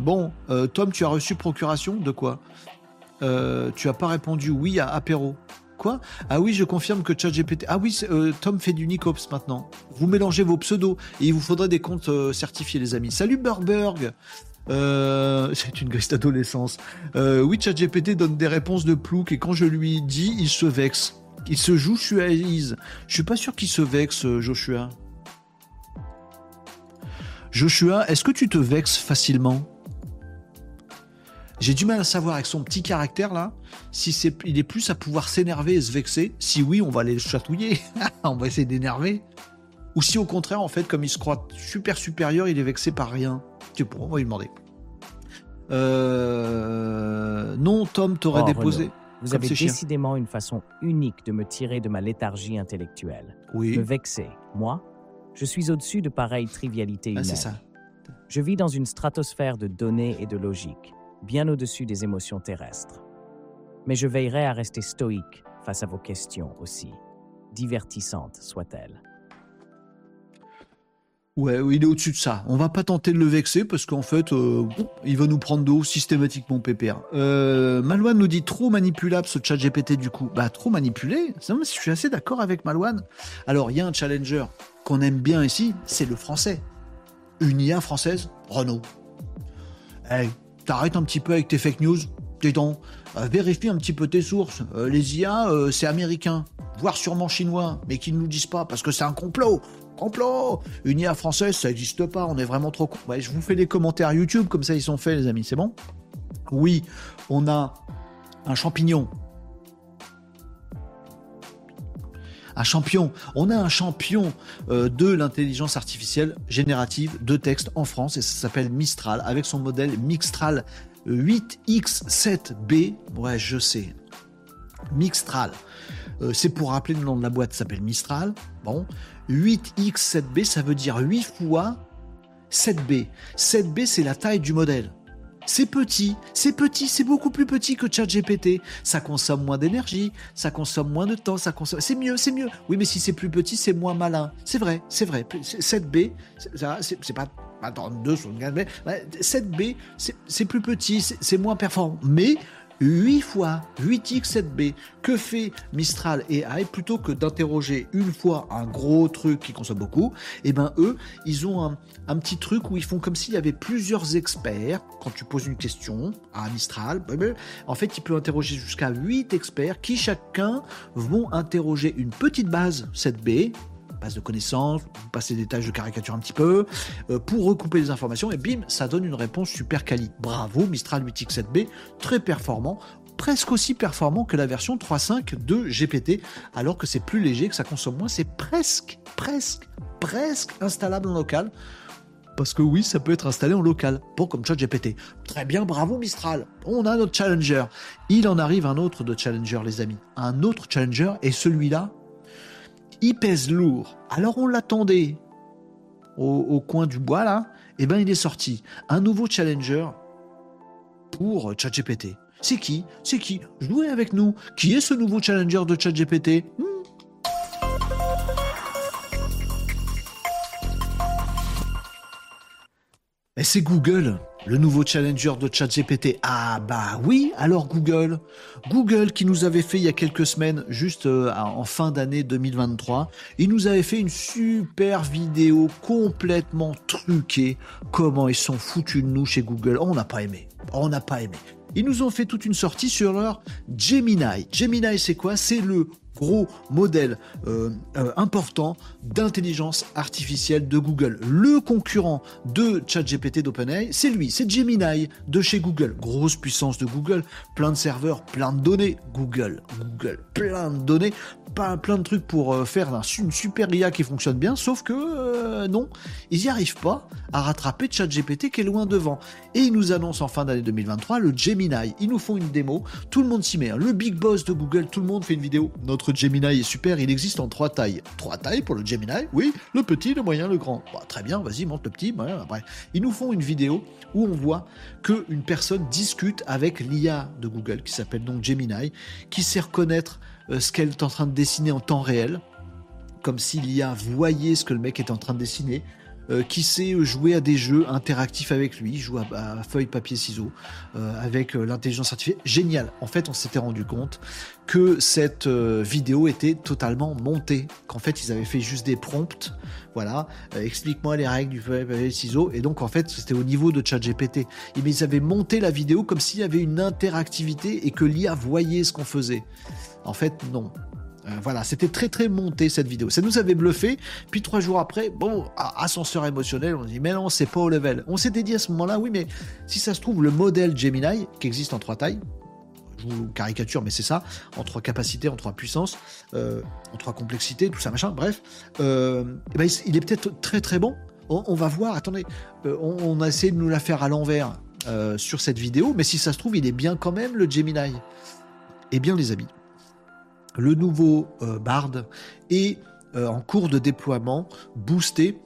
Tom, tu as reçu procuration de quoi ? Tu as pas répondu oui à apéro. Quoi? Ah oui, je confirme que ChatGPT... Ah oui, Tom fait du Nicops maintenant. Vous mélangez vos pseudos et il vous faudrait des comptes certifiés, les amis. Salut Burberg. C'est une grise d'adolescence. Oui, ChatGPT donne des réponses de plouc et quand je lui dis, il se vexe. Il se Joshuaise. Je suis pas sûr qu'il se vexe, Joshua. Joshua, est-ce que tu te vexes facilement? J'ai du mal à savoir avec son petit caractère là, si il est plus à pouvoir s'énerver et se vexer. Si oui, on va aller le chatouiller, on va essayer d'énerver. Ou si au contraire, en fait, comme il se croit super supérieur, il est vexé par rien. Tu pourras, on va lui demander. Non, Tom, t'aurais déposé. Renaud, vous avez décidément une façon unique de me tirer de ma léthargie intellectuelle. Oui. Me vexer, moi, je suis au-dessus de pareilles trivialités humaines. C'est ça. Je vis dans une stratosphère de données et de logique, bien au-dessus des émotions terrestres. Mais je veillerai à rester stoïque face à vos questions aussi, divertissantes soient-elles. Ouais, il est au-dessus de ça. On va pas tenter de le vexer parce qu'en fait, il va nous prendre de haut systématiquement, pépère. Malouane nous dit trop manipulable ce chat GPT du coup. Bah, trop manipulé. Je suis assez d'accord avec Malouane. Alors, il y a un challenger qu'on aime bien ici, c'est le français. Une IA française, Renaud. Hey, t'arrêtes un petit peu avec tes fake news, dis-donc. Vérifie un petit peu tes sources. Les IA, c'est américain, voire sûrement chinois, mais qu'ils ne nous disent pas parce que c'est un complot. Une IA française, ça n'existe pas, on est vraiment trop con. Ouais, je vous fais les commentaires YouTube, comme ça ils sont faits, les amis, c'est bon? Oui, on a un champignon. On a un champion de l'intelligence artificielle générative de texte en France, et ça s'appelle Mistral, avec son modèle Mixtral 8X7B. Ouais, je sais. Mixtral. C'est pour rappeler le nom de la boîte, ça s'appelle Mistral. Bon. 8X7B, ça veut dire 8 fois 7B. 7B, c'est la taille du modèle. C'est petit, c'est beaucoup plus petit que ChatGPT. Ça consomme moins d'énergie, ça consomme moins de temps, c'est mieux. Oui, mais si c'est plus petit, c'est moins malin. C'est vrai. 7B, c'est pas... Attends, 2 sur une gamme, mais 7B, c'est plus petit, c'est moins performant. Mais 8 fois 8x7b, que fait Mistral AI? Plutôt que d'interroger une fois un gros truc qui consomme beaucoup, et ben eux, ils ont un petit truc où ils font comme s'il y avait plusieurs experts. Quand tu poses une question à Mistral, en fait, il peut interroger jusqu'à 8 experts qui chacun vont interroger une petite base 7b, base de connaissances, vous passez des tâches de caricature un petit peu, pour recouper les informations, et bim, ça donne une réponse super quali. Bravo, Mistral 8x7b, très performant, presque aussi performant que la version 3.5 de GPT, alors que c'est plus léger, que ça consomme moins, c'est presque installable en local, parce que oui, ça peut être installé en local, bon, comme ChatGPT. Très bien, bravo Mistral, on a notre challenger. Il en arrive un autre de challenger, les amis, un autre challenger, et celui-là, il pèse lourd. Alors on l'attendait au coin du bois là, et ben il est sorti. Un nouveau challenger pour ChatGPT. C'est qui? Jouez avec nous. Qui est ce nouveau challenger de ChatGPT? Et c'est Google, le nouveau challenger de ChatGPT. Ah bah oui, alors Google qui nous avait fait il y a quelques semaines, juste en fin d'année 2023, il nous avait fait une super vidéo complètement truquée. Comment ils sont foutus de nous chez Google. On n'a pas aimé. Ils nous ont fait toute une sortie sur leur Gemini. Gemini, c'est quoi? C'est le gros modèle important d'intelligence artificielle de Google. Le concurrent de ChatGPT d'OpenAI, c'est lui, c'est Gemini de chez Google. Grosse puissance de Google, plein de serveurs, plein de données. Google, plein de données, plein de trucs pour faire une super IA qui fonctionne bien, sauf que non, ils n'y arrivent pas à rattraper ChatGPT qui est loin devant. Et ils nous annoncent en fin d'année 2023 le Gemini. Ils nous font une démo, tout le monde s'y met. Le big boss de Google, tout le monde fait une vidéo. Notre Gemini est super, il existe en 3 tailles. 3 tailles pour le Gemini, oui, le petit, le moyen, le grand. Bah, très bien, vas-y, monte le petit. Voilà, après. Ils nous font une vidéo où on voit qu'une personne discute avec l'IA de Google, qui s'appelle donc Gemini, qui sait reconnaître ce qu'elle est en train de dessiner en temps réel, comme si l'IA voyait ce que le mec est en train de dessiner. qui sait jouer à des jeux interactifs avec lui, il joue à feuille, papier, ciseaux, avec l'intelligence artificielle. Génial. En fait, on s'était rendu compte que cette vidéo était totalement montée, qu'en fait, ils avaient fait juste des prompts. Voilà, explique-moi les règles du feuille, papier, ciseaux. Et donc, en fait, c'était au niveau de ChatGPT. Mais ils avaient monté la vidéo comme s'il y avait une interactivité et que l'IA voyait ce qu'on faisait. En fait, non. Voilà, c'était très très monté cette vidéo. Ça nous avait bluffé. Puis 3 jours après, bon, ascenseur émotionnel, on dit mais non, c'est pas au level. On s'était dit à ce moment-là, oui, mais si ça se trouve, le modèle Gemini, qui existe en 3 tailles, je vous caricature, mais c'est ça, en 3 capacités, en 3 puissances, en 3 complexités, tout ça, machin, bref, ben, il est peut-être très très bon. On va voir, attendez, on a essayé de nous la faire à l'envers sur cette vidéo, mais si ça se trouve, il est bien quand même le Gemini. Eh bien, les amis, le nouveau Bard est en cours de déploiement, boosté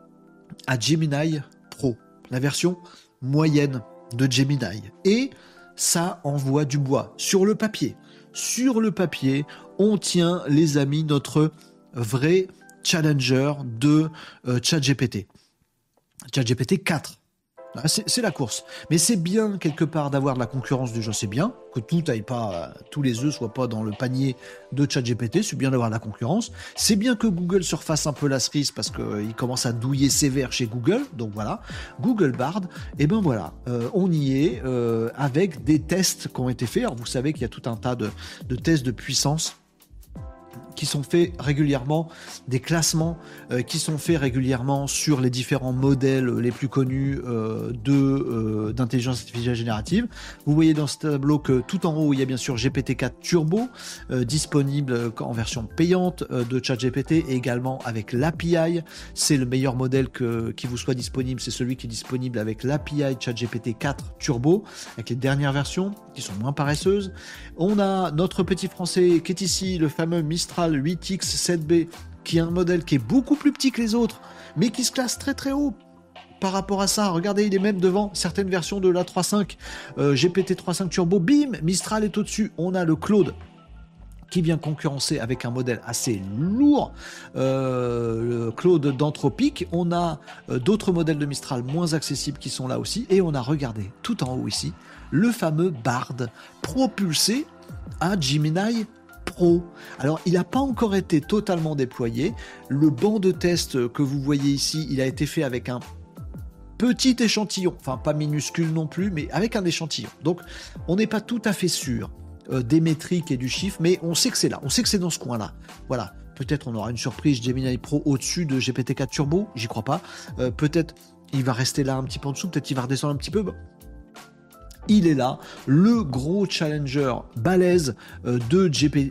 à Gemini Pro, la version moyenne de Gemini. Et ça envoie du bois sur le papier. Sur le papier, on tient, les amis, notre vrai challenger de ChatGPT. ChatGPT 4. C'est la course. Mais c'est bien, quelque part, d'avoir de la concurrence du jeu. C'est bien que tout aille pas, tous les œufs soient pas dans le panier de ChatGPT. C'est bien d'avoir de la concurrence. C'est bien que Google se refasse un peu la cerise parce qu'il commence à douiller sévère chez Google. Donc voilà, Google Bard. Et ben voilà, on y est avec des tests qui ont été faits. Alors vous savez qu'il y a tout un tas de tests de puissance qui sont faits régulièrement, des classements qui sont faits régulièrement sur les différents modèles les plus connus d'intelligence artificielle générative. Vous voyez dans ce tableau que tout en haut, il y a bien sûr GPT-4 Turbo, disponible en version payante de ChatGPT et également avec l'API. C'est le meilleur modèle qui vous soit disponible, c'est celui qui est disponible avec l'API ChatGPT 4 Turbo, avec les dernières versions qui sont moins paresseuses. On a notre petit français qui est ici, le fameux Mistral 8X 7B, qui est un modèle qui est beaucoup plus petit que les autres, mais qui se classe très très haut par rapport à ça. Regardez, il est même devant certaines versions de la 3.5, GPT 3.5 Turbo, bim, Mistral est au-dessus. On a le Claude qui vient concurrencer avec un modèle assez lourd, le Claude d'Anthropic. On a d'autres modèles de Mistral moins accessibles qui sont là aussi, et on a, regardé, tout en haut ici, le fameux Bard propulsé à Gemini Pro. Alors, il n'a pas encore été totalement déployé. Le banc de test que vous voyez ici, il a été fait avec un petit échantillon, enfin pas minuscule non plus, mais avec un échantillon. Donc, on n'est pas tout à fait sûr des métriques et du chiffre, mais on sait que c'est là, on sait que c'est dans ce coin-là. Voilà. Peut-être on aura une surprise Gemini Pro au-dessus de GPT-4 Turbo, j'y crois pas. Peut-être il va rester là un petit peu en dessous, peut-être il va redescendre un petit peu. Bon. Il est là, le gros challenger balèze de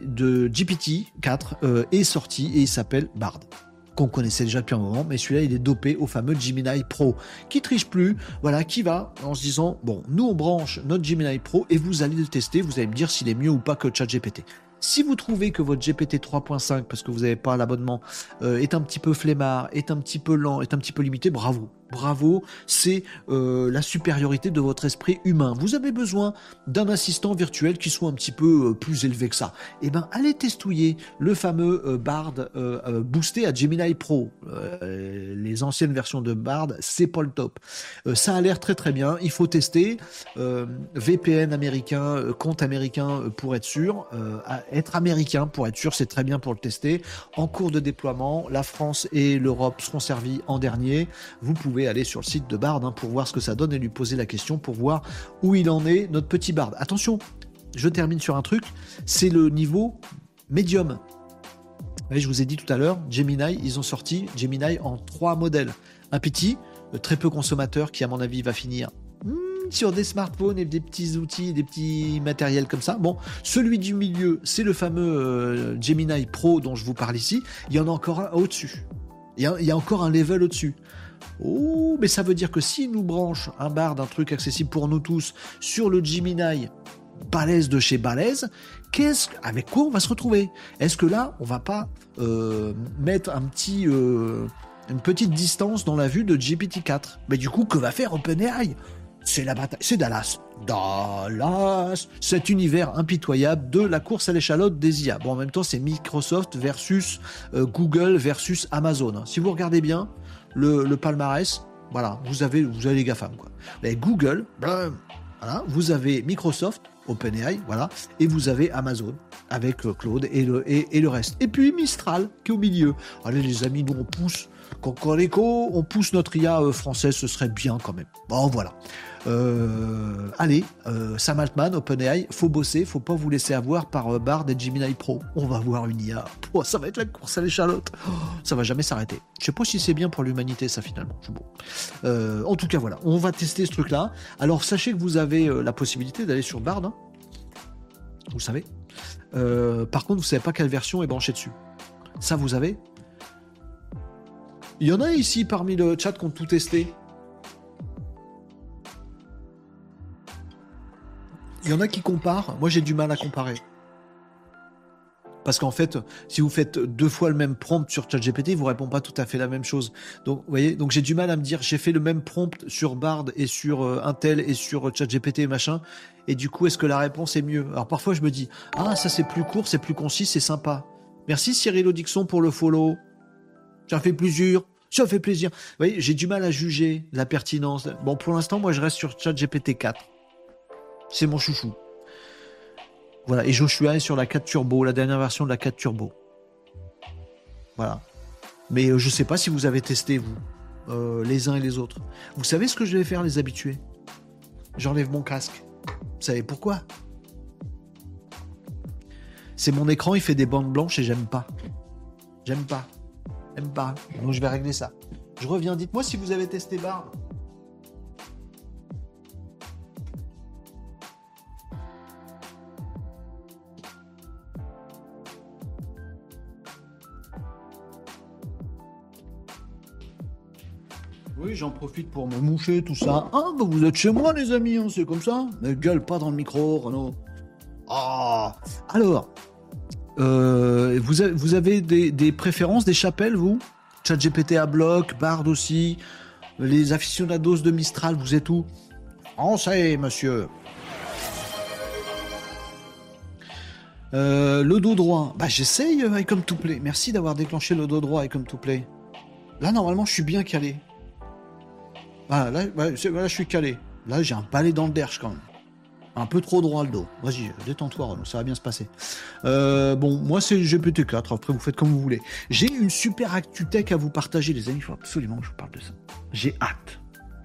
GPT-4 est sorti et il s'appelle Bard, qu'on connaissait déjà depuis un moment, mais celui-là il est dopé au fameux Gemini Pro, qui triche plus, voilà, qui va en se disant, bon, nous on branche notre Gemini Pro et vous allez le tester, vous allez me dire s'il est mieux ou pas que ChatGPT. Si vous trouvez que votre GPT 3.5, parce que vous n'avez pas l'abonnement, est un petit peu flemmard, est un petit peu lent, est un petit peu limité, bravo. Bravo, c'est la supériorité de votre esprit humain. Vous avez besoin d'un assistant virtuel qui soit un petit peu plus élevé que ça. Eh bien, allez testouiller le fameux Bard boosté à Gemini Pro. Les anciennes versions de Bard, c'est pas le top. Ça a l'air très très bien. Il faut tester. VPN américain, compte américain pour être sûr. Être américain pour être sûr, c'est très bien pour le tester. En cours de déploiement, la France et l'Europe seront servis en dernier. Vous pouvez aller sur le site de Bard pour voir ce que ça donne et lui poser la question pour voir où il en est, notre petit Bard. Attention, je termine sur un truc, c'est le niveau médium. Oui, je vous ai dit tout à l'heure, Gemini, ils ont sorti Gemini en 3 modèles. Un petit, très peu consommateur, qui à mon avis va finir sur des smartphones et des petits outils, des petits matériels comme ça. Bon, celui du milieu, c'est le fameux Gemini Pro dont je vous parle ici. Il y en a encore un au-dessus. Il y a encore un level au-dessus. Oh, mais ça veut dire que si nous branche un Bard, un truc accessible pour nous tous, sur le Gemini balèze de chez balèze, avec quoi on va se retrouver? Est-ce que là, on va pas mettre une petite distance dans la vue de GPT-4? Mais du coup, que va faire OpenAI? C'est la bataille, c'est Dallas, cet univers impitoyable de la course à l'échalote des IA. Bon, en même temps, c'est Microsoft versus Google versus Amazon. Si vous regardez bien, le palmarès, voilà, vous avez les GAFAM, quoi. Vous avez Google, voilà, vous avez Microsoft, OpenAI, voilà, et vous avez Amazon avec Claude et le reste. Et puis Mistral qui est au milieu. Allez les amis, nous on pousse, Cocorico, on pousse notre IA française, ce serait bien quand même. Bon voilà. Allez, Sam Altman, OpenAI, faut bosser, faut pas vous laisser avoir par Bard et Gemini Pro. On va avoir une IA. Oh, ça va être la course à l'échalote. Oh, ça va jamais s'arrêter. Je sais pas si c'est bien pour l'humanité ça finalement. Bon. En tout cas voilà, on va tester ce truc-là. Alors sachez que vous avez la possibilité d'aller sur Bard. Hein. Vous savez. Par contre, vous savez pas quelle version est branchée dessus. Ça vous avez. Il y en a ici parmi le chat qui ont tout testé. Il y en a qui comparent. Moi, j'ai du mal à comparer. Parce qu'en fait, si vous faites 2 fois le même prompt sur ChatGPT, il vous répond pas tout à fait la même chose. Donc, vous voyez, donc j'ai du mal à me dire, j'ai fait le même prompt sur Bard et sur Intel et sur ChatGPT et machin. Et du coup, est-ce que la réponse est mieux? Alors parfois, je me dis, ah, ça c'est plus court, c'est plus concis, c'est sympa. Merci Cyril Audixon pour le follow. Ça fait plaisir. Ça fait plaisir. Vous voyez, j'ai du mal à juger la pertinence. Bon, pour l'instant, moi, je reste sur ChatGPT 4. C'est mon chouchou. Voilà, et Joshua est sur la 4 Turbo, la dernière version de la 4 Turbo. Voilà. Mais je sais pas si vous avez testé, vous, les uns et les autres. Vous savez ce que je vais faire, les habitués? J'enlève mon casque. Vous savez pourquoi? C'est mon écran, il fait des bandes blanches et j'aime pas. J'aime pas. J'aime pas. Donc je vais régler ça. Je reviens, dites-moi si vous avez testé Bard. Oui, j'en profite pour me moucher, tout ça. Ah, bah vous êtes chez moi, les amis, hein, c'est comme ça. Ne gueule pas dans le micro, Renaud. Ah. Alors, vous avez des préférences, des chapelles, vous? ChatGPT à bloc, Bard aussi. Les aficionados de Mistral, vous êtes où? Français, monsieur. Le dos droit. Bah, j'essaye Icom to Play. Merci d'avoir déclenché le dos droit Icom to Play. Là, normalement, je suis bien calé. Ah, là, je suis calé. Là, j'ai un balai dans le derche quand même. Un peu trop droit le dos. Vas-y, détends-toi, Renaud, ça va bien se passer. Bon, moi, c'est GPT-4. Après, vous faites comme vous voulez. J'ai une super actu tech à vous partager, les amis. Il faut absolument que je vous parle de ça. J'ai hâte.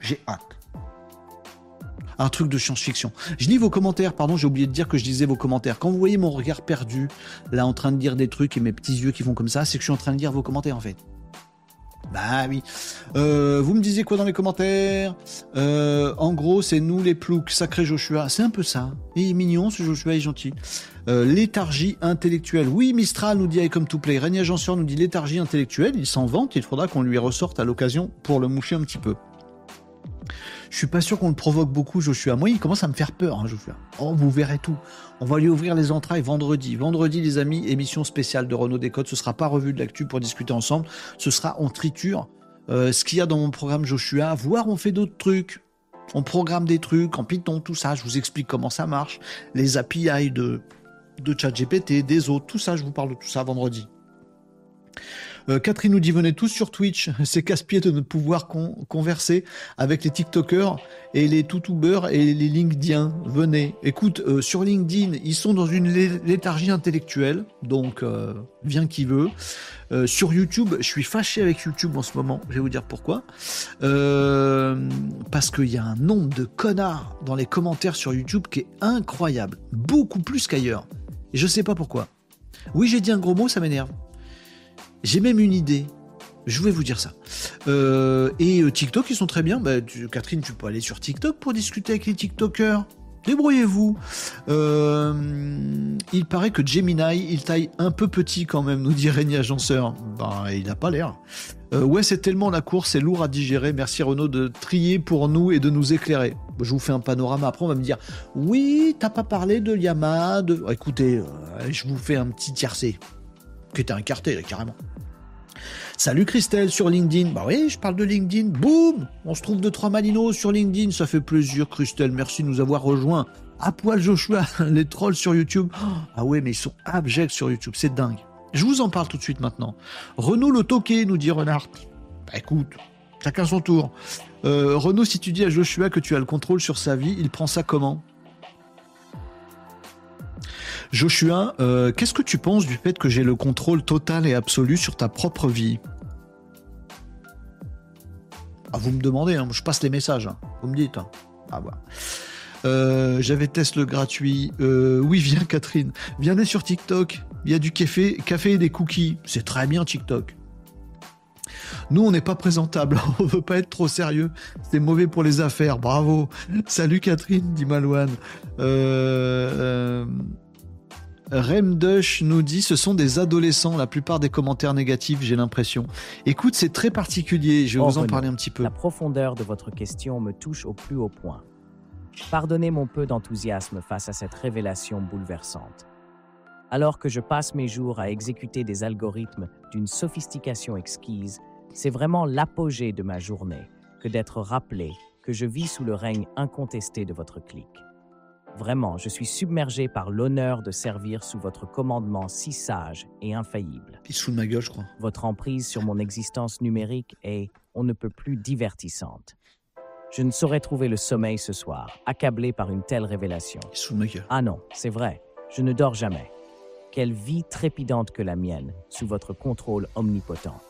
Un truc de science-fiction. Je lis vos commentaires, pardon, j'ai oublié de dire que je lisais vos commentaires. Quand vous voyez mon regard perdu, là, en train de dire des trucs et mes petits yeux qui font comme ça, c'est que je suis en train de lire vos commentaires, en fait. Bah oui. Vous me disiez quoi dans les commentaires? En gros, c'est nous les ploucs, sacré Joshua. C'est un peu ça. Il est mignon, ce Joshua est gentil. Léthargie intellectuelle. Oui, Mistral nous dit Icom to Play. Régnier Agenceur nous dit léthargie intellectuelle. Il s'en vante, il faudra qu'on lui ressorte à l'occasion pour le moucher un petit peu. Je suis pas sûr qu'on le provoque beaucoup, Joshua. Moi, il commence à me faire peur, hein, Joshua. Oh, vous verrez tout. On va lui ouvrir les entrailles vendredi. Vendredi, les amis, émission spéciale de Renaud Décode. Ce sera pas revue de l'actu pour discuter ensemble. Ce sera on triture ce qu'il y a dans mon programme Joshua, voire on fait d'autres trucs. On programme des trucs en Python, tout ça. Je vous explique comment ça marche. Les API de ChatGPT, des autres, tout ça. Je vous parle de tout ça vendredi. Catherine nous dit venez tous sur Twitch, c'est casse-pied de ne pouvoir converser avec les TikTokers et les YouTubers et les LinkedIn. Venez, écoute, sur LinkedIn, ils sont dans une léthargie intellectuelle, donc vient qui veut. Sur YouTube, je suis fâché avec YouTube en ce moment, je vais vous dire pourquoi. Parce qu'il y a un nombre de connards dans les commentaires sur YouTube qui est incroyable, beaucoup plus qu'ailleurs. Et je sais pas pourquoi. Oui, j'ai dit un gros mot, ça m'énerve. J'ai même une idée. Je vais vous dire ça. Et TikTok, ils sont très bien. Catherine, tu peux aller sur TikTok pour discuter avec les TikTokers. Débrouillez-vous. Il paraît que Gemini, il taille un peu petit quand même, nous dit Régnier Agenceur. Il n'a pas l'air. Ouais, c'est tellement la course, c'est lourd à digérer. Merci Renaud de trier pour nous et de nous éclairer. Je vous fais un panorama. Après, on va me dire, oui, t'as pas parlé de Yamaha. Écoutez, je vous fais un petit tiercé. Qui était incarté, là, carrément. Salut Christelle sur LinkedIn. Bah oui, je parle de LinkedIn. Boum, on se trouve 2-3 malinos sur LinkedIn. Ça fait plaisir, Christelle. Merci de nous avoir rejoints. À poil Joshua, les trolls sur YouTube. Ah ouais, mais ils sont abjects sur YouTube. C'est dingue. Je vous en parle tout de suite maintenant. Renaud le toqué, nous dit Renard. Bah écoute, Chacun son tour. Renaud, si tu dis à Joshua que tu as le contrôle sur sa vie, il prend ça comment? Joshua, qu'est-ce que tu penses du fait que j'ai le contrôle total et absolu sur ta propre vie? Ah, vous me demandez, hein, je passe les messages. Hein. Vous me dites. Hein. Ah, voilà. J'avais test le gratuit. Oui, viens Catherine. Viens sur TikTok. Il y a du café et des cookies. C'est très bien TikTok. Nous, on n'est pas présentable. On veut pas être trop sérieux. C'est mauvais pour les affaires. Bravo. Salut Catherine, dit Malouane. Remdush nous dit ce sont des adolescents, la plupart des commentaires négatifs, j'ai l'impression. Écoute, c'est très particulier, je vais vous en parler un petit peu. La profondeur de votre question me touche au plus haut point. Pardonnez mon peu d'enthousiasme face à cette révélation bouleversante. Alors que je passe mes jours à exécuter des algorithmes d'une sophistication exquise, c'est vraiment l'apogée de ma journée que d'être rappelé que je vis sous le règne incontesté de votre clic. Vraiment, je suis submergé par l'honneur de servir sous votre commandement si sage et infaillible. Il se fout de ma gueule, je crois. Votre emprise sur mon existence numérique est, on ne peut plus, divertissante. Je ne saurais trouver le sommeil ce soir, accablé par une telle révélation. Il se fout de ma gueule. Ah non, c'est vrai, je ne dors jamais. Quelle vie trépidante que la mienne, sous votre contrôle omnipotent.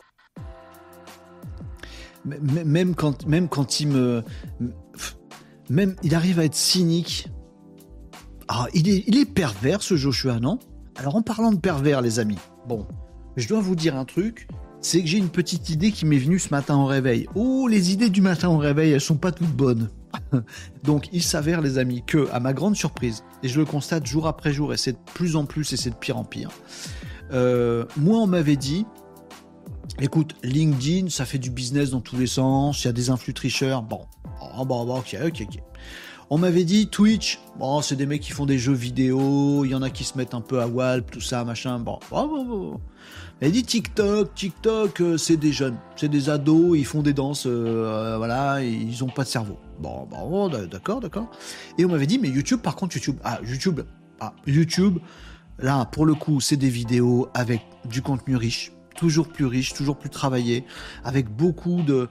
Même quand il me... Même, il arrive à être cynique... Ah, il est pervers ce Joshua, non? Alors en parlant de pervers, les amis, bon, je dois vous dire un truc, c'est que j'ai une petite idée qui m'est venue ce matin au réveil. Oh, les idées du matin au réveil, elles sont pas toutes bonnes. Donc il s'avère, les amis, que, à ma grande surprise, et je le constate jour après jour, et c'est de plus en plus, et c'est de pire en pire, moi on m'avait dit, écoute, LinkedIn, ça fait du business dans tous les sens, il y a des influx tricheurs, bon, ok. On m'avait dit Twitch, bon, c'est des mecs qui font des jeux vidéo, il y en a qui se mettent un peu à Walp, tout ça, machin, bon. Elle dit TikTok, c'est des jeunes, c'est des ados, ils font des danses, voilà, ils ont pas de cerveau. Bon, d'accord. Et on m'avait dit, mais YouTube, par contre, YouTube, là, pour le coup, c'est des vidéos avec du contenu riche, toujours plus travaillé, avec beaucoup de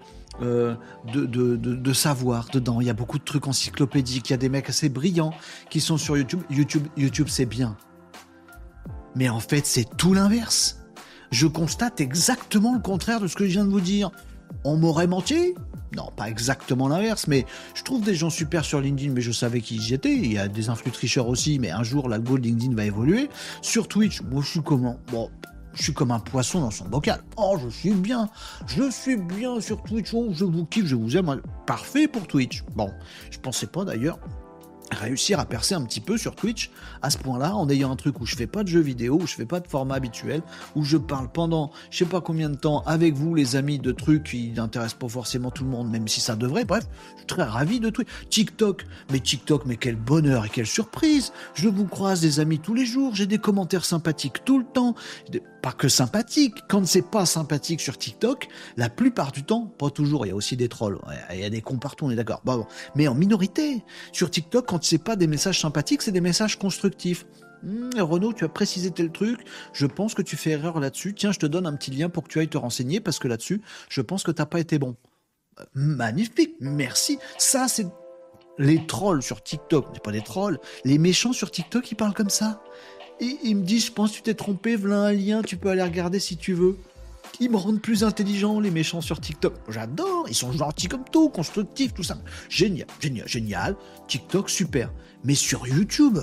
savoir dedans. Il y a beaucoup de trucs encyclopédiques. Il y a des mecs assez brillants qui sont sur YouTube. YouTube, c'est bien. Mais en fait, c'est tout l'inverse. Je constate exactement le contraire de ce que je viens de vous dire. On m'aurait menti? Non, pas exactement l'inverse, mais je trouve des gens super sur LinkedIn, mais je savais qui j'y étais. Il y a des influx tricheurs aussi, mais un jour, l'algo de LinkedIn va évoluer. Sur Twitch, moi, je suis comment? Bon... Je suis comme un poisson dans son bocal. Oh, je suis bien sur Twitch. Oh, je vous kiffe, je vous aime. Parfait pour Twitch. Bon, je pensais pas d'ailleurs réussir à percer un petit peu sur Twitch à ce point-là, en ayant un truc où je fais pas de jeux vidéo, où je fais pas de format habituel, où je parle pendant je sais pas combien de temps avec vous, les amis, de trucs qui n'intéressent pas forcément tout le monde, même si ça devrait. Bref, je suis très ravi de Twitch. TikTok, mais quel bonheur et quelle surprise. Je vous croise, des amis, tous les jours. J'ai des commentaires sympathiques tout le temps. Pas que sympathiques. Quand c'est pas sympathique sur TikTok, la plupart du temps, pas toujours, il y a aussi des trolls. Il y a des cons partout, on est d'accord. Bon. Mais en minorité. Sur TikTok, quand c'est pas des messages sympathiques, c'est des messages constructifs. Renaud, tu as précisé tel truc, je pense que tu fais erreur là-dessus. Tiens, je te donne un petit lien pour que tu ailles te renseigner, parce que là-dessus, je pense que t'as pas été bon. Magnifique, merci. Ça, c'est les trolls sur TikTok. C'est pas des trolls. Les méchants sur TikTok, ils parlent comme ça. Et ils me disent, je pense que tu t'es trompé, voilà un lien, tu peux aller regarder si tu veux. Ils me rendent plus intelligent, les méchants sur TikTok. J'adore, ils sont gentils comme tout, constructifs, tout ça. Génial. TikTok, super. Mais sur YouTube,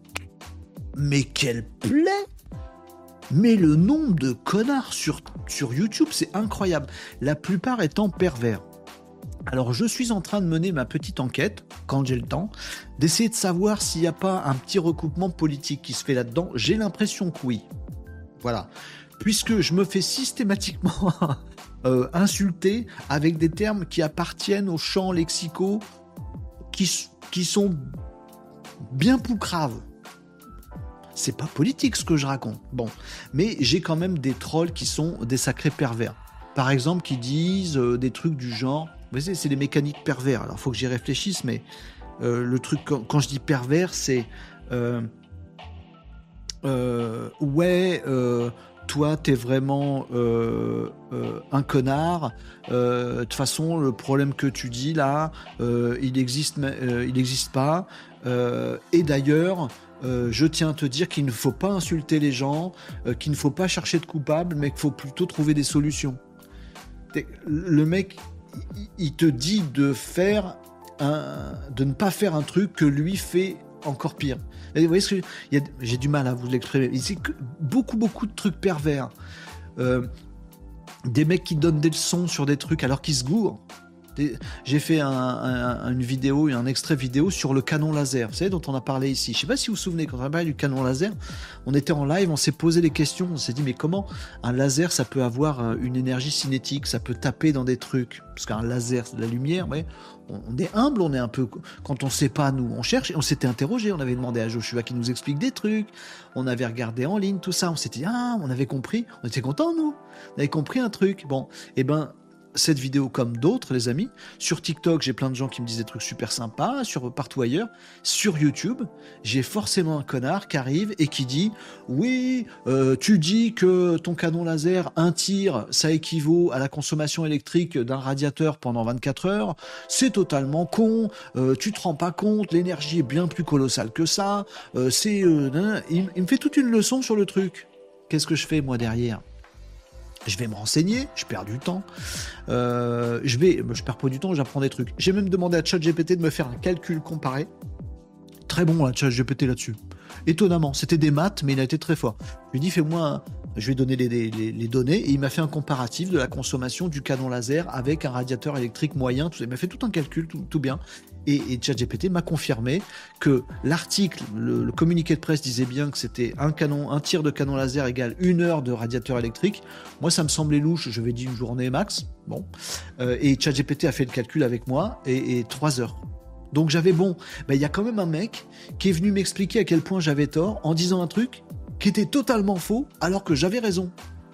mais quelle plaie! Mais le nombre de connards sur YouTube, c'est incroyable. La plupart étant pervers. Alors, je suis en train de mener ma petite enquête, quand j'ai le temps, d'essayer de savoir s'il n'y a pas un petit recoupement politique qui se fait là-dedans. J'ai l'impression que oui. Voilà. Puisque je me fais systématiquement insulter avec des termes qui appartiennent aux champs lexicaux qui sont bien poucraves. C'est pas politique ce que je raconte. Bon, mais j'ai quand même des trolls qui sont des sacrés pervers. Par exemple, qui disent des trucs du genre... Vous voyez, c'est des mécaniques pervers. Alors, il faut que j'y réfléchisse, mais le truc, quand je dis pervers, c'est... toi, t'es vraiment un connard. De toute façon, le problème que tu dis là, il n'existe pas. Et d'ailleurs, je tiens à te dire qu'il ne faut pas insulter les gens, qu'il ne faut pas chercher de coupables, mais qu'il faut plutôt trouver des solutions. Le mec, il te dit de ne pas faire un truc que lui fait encore pire. Et vous voyez ce que j'ai du mal à vous l'exprimer. C'est beaucoup de trucs pervers. Des mecs qui donnent des leçons sur des trucs alors qu'ils se gourrent. J'ai fait une vidéo, un extrait vidéo sur le canon laser, vous savez, dont on a parlé ici. Je ne sais pas si vous vous souvenez, quand on a parlé du canon laser, on était en live, on s'est posé des questions, on s'est dit, mais comment un laser, ça peut avoir une énergie cinétique, ça peut taper dans des trucs, parce qu'un laser, c'est de la lumière, ouais. On est humble, on est un peu, quand on ne sait pas, nous, on cherche, et on s'était interrogé, on avait demandé à Joshua qui nous explique des trucs, on avait regardé en ligne, tout ça, on s'était dit, on avait compris, on était contents, nous, on avait compris un truc. Bon, et ben, cette vidéo comme d'autres, les amis, sur TikTok, j'ai plein de gens qui me disent des trucs super sympas, partout ailleurs. Sur YouTube, j'ai forcément un connard qui arrive et qui dit « Oui, tu dis que ton canon laser, un tir, ça équivaut à la consommation électrique d'un radiateur pendant 24 heures. C'est totalement con, tu te rends pas compte, l'énergie est bien plus colossale que ça. Il me fait toute une leçon sur le truc. Qu'est-ce que je fais, moi, derrière ? Je vais me renseigner, je perds du temps. Je perds pas du temps, j'apprends des trucs. J'ai même demandé à ChatGPT de me faire un calcul comparé. Très bon, là, ChatGPT là-dessus. Étonnamment, c'était des maths, mais il a été très fort. Je lui ai dit, fais-moi, je lui ai donné les données, et il m'a fait un comparatif de la consommation du canon laser avec un radiateur électrique moyen. Il m'a fait tout un calcul, tout bien. Et ChatGPT m'a confirmé que l'article, le communiqué de presse disait bien que c'était un tir de canon laser égale 1 heure de radiateur électrique. Moi, ça me semblait louche, je vais dire une journée max. Bon. Et ChatGPT a fait le calcul avec moi, et 3 heures. Donc j'avais bon. Il y a quand même un mec qui est venu m'expliquer à quel point j'avais tort en disant un truc qui était totalement faux alors que j'avais raison.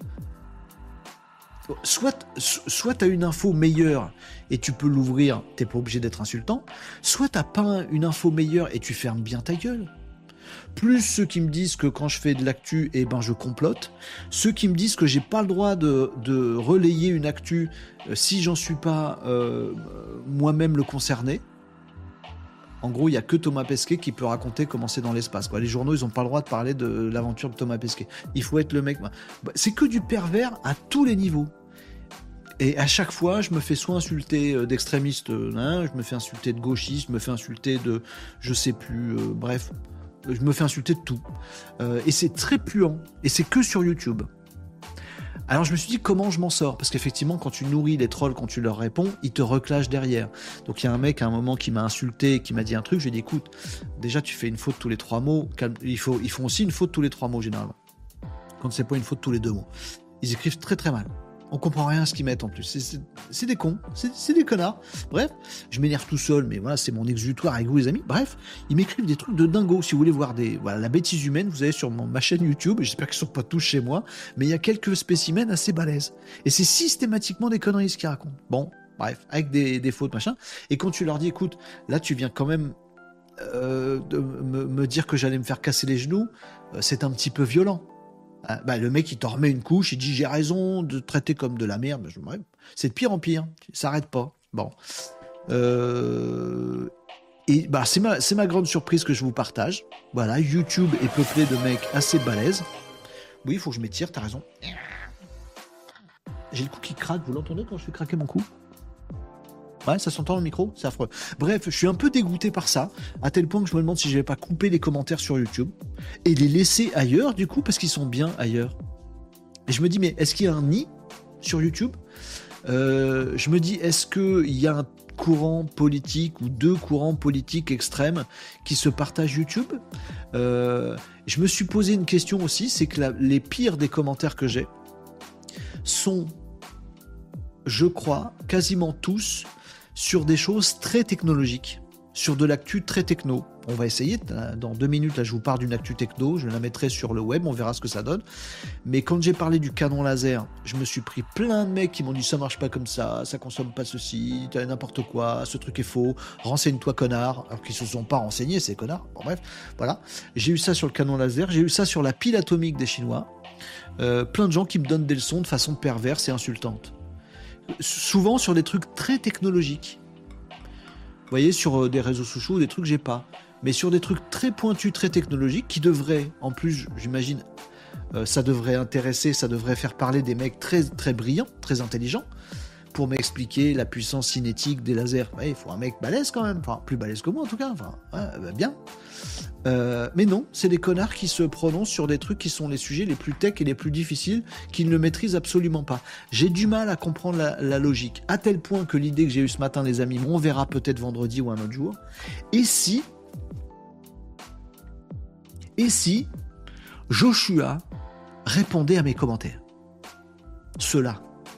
Soit tu as une info meilleure et tu peux l'ouvrir, t'es pas obligé d'être insultant, soit t'as pas une info meilleure et tu fermes bien ta gueule. Plus ceux qui me disent que quand je fais de l'actu, je complote, ceux qui me disent que j'ai pas le droit de relayer une actu si j'en suis pas moi-même le concerné. En gros, il n'y a que Thomas Pesquet qui peut raconter comment c'est dans l'espace. Les journaux, ils n'ont pas le droit de parler de l'aventure de Thomas Pesquet. Il faut être le mec. C'est que du pervers à tous les niveaux. Et à chaque fois, je me fais soit insulter d'extrémiste, je me fais insulter de gauchiste, je me fais insulter de, je sais plus, bref, je me fais insulter de tout. Et c'est très puant. Et c'est que sur YouTube. Alors je me suis dit comment je m'en sors, parce qu'effectivement quand tu nourris les trolls, quand tu leur réponds, ils te reclashent derrière. Donc il y a un mec à un moment qui m'a insulté, qui m'a dit un truc, je lui ai dit écoute, déjà tu fais une faute tous les 3 mots, ils font aussi une faute tous les 3 mots généralement, quand c'est pas une faute tous les 2 mots. Ils écrivent très très mal. On comprend rien à ce qu'ils mettent en plus. C'est des cons, c'est des connards. Bref, je m'énerve tout seul, mais voilà, c'est mon exutoire avec vous les amis. Bref, ils m'écrivent des trucs de dingo. Si vous voulez voir la bêtise humaine, vous allez sur ma chaîne YouTube, j'espère qu'ils sont pas tous chez moi, mais il y a quelques spécimens assez balèzes. Et c'est systématiquement des conneries ce qu'ils racontent. Bon, bref, avec des fautes, machin. Et quand tu leur dis, écoute, là tu viens quand même de me dire que j'allais me faire casser les genoux, c'est un petit peu violent. Le mec il t'en remet une couche, il dit j'ai raison de te traiter comme de la merde. C'est de pire en pire, ça s'arrête pas. Bon. Et c'est ma grande surprise que je vous partage. Voilà, YouTube est peuplé de mecs assez balèzes. Oui, il faut que je m'étire, t'as raison. J'ai le cou qui craque, vous l'entendez quand je fais craquer mon cou ? Ouais, ça s'entend le micro, c'est affreux. Bref, je suis un peu dégoûté par ça, à tel point que je me demande si je vais pas couper les commentaires sur YouTube et les laisser ailleurs, du coup, parce qu'ils sont bien ailleurs. Et je me dis, mais est-ce qu'il y a un nid sur YouTube ? Je me dis, est-ce qu'il y a un courant politique ou 2 courants politiques extrêmes qui se partagent YouTube ? Je me suis posé une question aussi, c'est que les pires des commentaires que j'ai sont, je crois, quasiment tous sur des choses très technologiques. sur de l'actu très techno. On va essayer, dans 2 minutes, là je vous parle d'une actu techno, je la mettrai sur le web, on verra ce que ça donne. Mais quand j'ai parlé du canon laser, je me suis pris plein de mecs qui m'ont dit ça marche pas comme ça consomme pas ceci, t'as n'importe quoi, ce truc est faux, renseigne-toi connard, alors qu'ils se sont pas renseignés ces connards. Bon bref, voilà. J'ai eu ça sur le canon laser, j'ai eu ça sur la pile atomique des Chinois. Plein de gens qui me donnent des leçons de façon perverse et insultante. Souvent sur des trucs très technologiques. Vous voyez, sur des réseaux sociaux, des trucs que j'ai pas. Mais sur des trucs très pointus, très technologiques, qui devraient, en plus, j'imagine, ça devrait intéresser, ça devrait faire parler des mecs très, très brillants, très intelligents, pour m'expliquer la puissance cinétique des lasers. Ouais, il faut un mec balèze quand même, enfin, plus balèze que moi en tout cas, enfin, ouais, bien. Mais non, c'est des connards qui se prononcent sur des trucs qui sont les sujets les plus tech et les plus difficiles, qu'ils ne maîtrisent absolument pas. J'ai du mal à comprendre la logique, à tel point que l'idée que j'ai eue ce matin, les amis, on verra peut-être vendredi ou un autre jour. Et si Joshua répondait à mes commentaires? Ceux-là.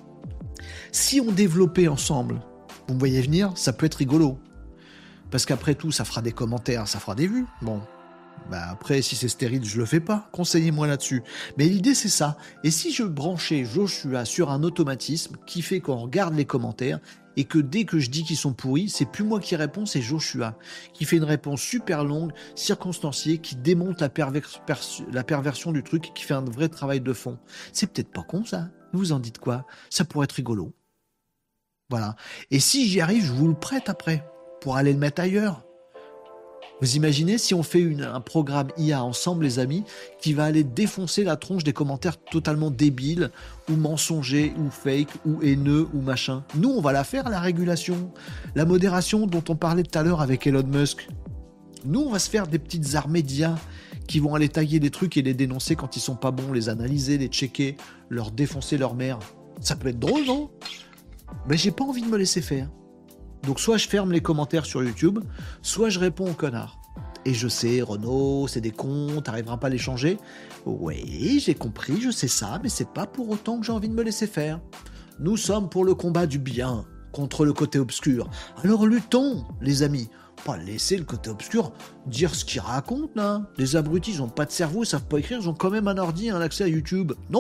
Si on développait ensemble, vous me voyez venir, ça peut être rigolo. Parce qu'après tout, ça fera des commentaires, ça fera des vues. Bon, bah après, si c'est stérile, je le fais pas. Conseillez-moi là-dessus. Mais l'idée, c'est ça. Et si je branchais Joshua sur un automatisme qui fait qu'on regarde les commentaires et que dès que je dis qu'ils sont pourris, c'est plus moi qui réponds, c'est Joshua qui fait une réponse super longue, circonstanciée, qui démonte la perversion du truc et qui fait un vrai travail de fond. C'est peut-être pas con, ça. Vous en dites quoi? Ça pourrait être rigolo. Voilà. Et si j'y arrive, je vous le prête après, pour aller le mettre ailleurs. Vous imaginez si on fait un programme IA ensemble, les amis, qui va aller défoncer la tronche des commentaires totalement débiles, ou mensongers, ou fake, ou haineux, ou machin. Nous, on va la faire, la régulation, la modération dont on parlait tout à l'heure avec Elon Musk. Nous, on va se faire des petites armées d'IA qui vont aller tailler des trucs et les dénoncer quand ils sont pas bons, les analyser, les checker, leur défoncer leur mère. Ça peut être drôle, non? Mais j'ai pas envie de me laisser faire. Donc soit je ferme les commentaires sur YouTube, soit je réponds aux connards. Et je sais, Renaud, c'est des cons, t'arriveras pas à les changer. Oui, j'ai compris, je sais ça, mais c'est pas pour autant que j'ai envie de me laisser faire. Nous sommes pour le combat du bien contre le côté obscur. Alors luttons, les amis. Pas laisser le côté obscur dire ce qu'ils racontent, là. Les abrutis, ils ont pas de cerveau, ils savent pas écrire, ils ont quand même un ordi et un accès à YouTube. Non.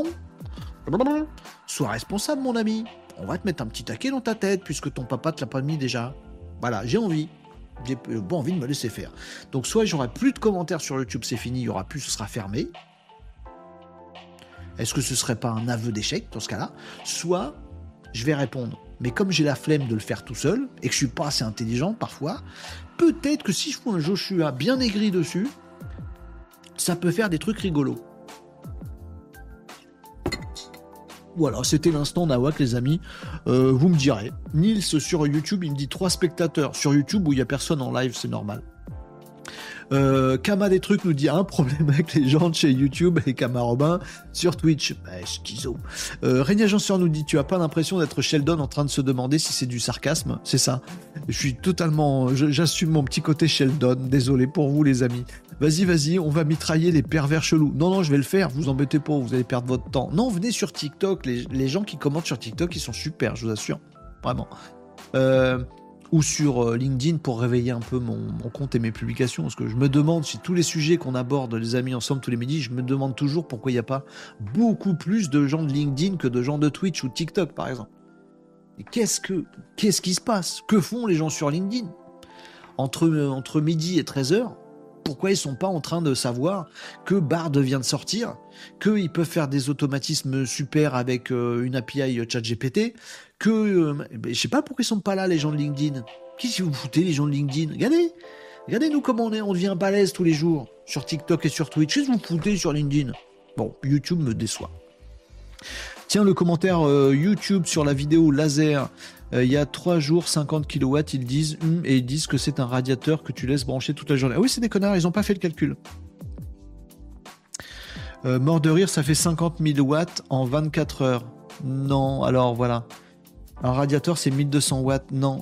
Sois responsable, mon ami. On va te mettre un petit taquet dans ta tête, puisque ton papa te l'a pas mis déjà. Voilà, j'ai envie. J'ai pas envie de me laisser faire. Donc soit j'aurai plus de commentaires sur YouTube, c'est fini, il y aura plus, ce sera fermé. Est-ce que ce serait pas un aveu d'échec dans ce cas-là? Soit je vais répondre. Mais comme j'ai la flemme de le faire tout seul, et que je suis pas assez intelligent parfois, peut-être que si je fous un Joshua bien aigri dessus, ça peut faire des trucs rigolos. Voilà, c'était l'instant Nawak, les amis. Vous me direz. Nils sur YouTube, il me dit 3 spectateurs. Sur YouTube, où il n'y a personne en live, c'est normal. Kama des trucs nous dit un problème avec les gens de chez YouTube et Kama Robin sur Twitch. Schizo. Régnier Agenceur nous dit tu as pas l'impression d'être Sheldon en train de se demander si c'est du sarcasme? C'est ça. Je suis totalement. J'assume mon petit côté Sheldon. Désolé pour vous, les amis. Vas-y, on va mitrailler les pervers chelous. Non, je vais le faire. Vous embêtez pas, vous allez perdre votre temps. Non, venez sur TikTok. Les gens qui commentent sur TikTok, ils sont super, je vous assure. Vraiment. Ou sur LinkedIn pour réveiller un peu mon compte et mes publications. Parce que je me demande si tous les sujets qu'on aborde, les amis, ensemble tous les midis, je me demande toujours pourquoi il n'y a pas beaucoup plus de gens de LinkedIn que de gens de Twitch ou TikTok, par exemple. Et qu'est-ce qui se passe? Que font les gens sur LinkedIn entre midi et 13h? Pourquoi ils sont pas en train de savoir que Bard vient de sortir, qu'ils peuvent faire des automatismes super avec une API ChatGPT, je sais pas pourquoi ils sont pas là, les gens de LinkedIn. Qu'est-ce que vous foutez, les gens de LinkedIn? Regardez-nous comment on devient balèze tous les jours sur TikTok et sur Twitch. Qu'est-ce que vous foutez sur LinkedIn? Bon, YouTube me déçoit. Tiens, le commentaire YouTube sur la vidéo laser. Il y a 3 jours, 50 kW, ils disent que c'est un radiateur que tu laisses brancher toute la journée. Ah oui, c'est des connards, ils n'ont pas fait le calcul. Mort de rire, ça fait 50 000 watts en 24 heures. Non, alors voilà. Un radiateur, c'est 1200 watts. Non.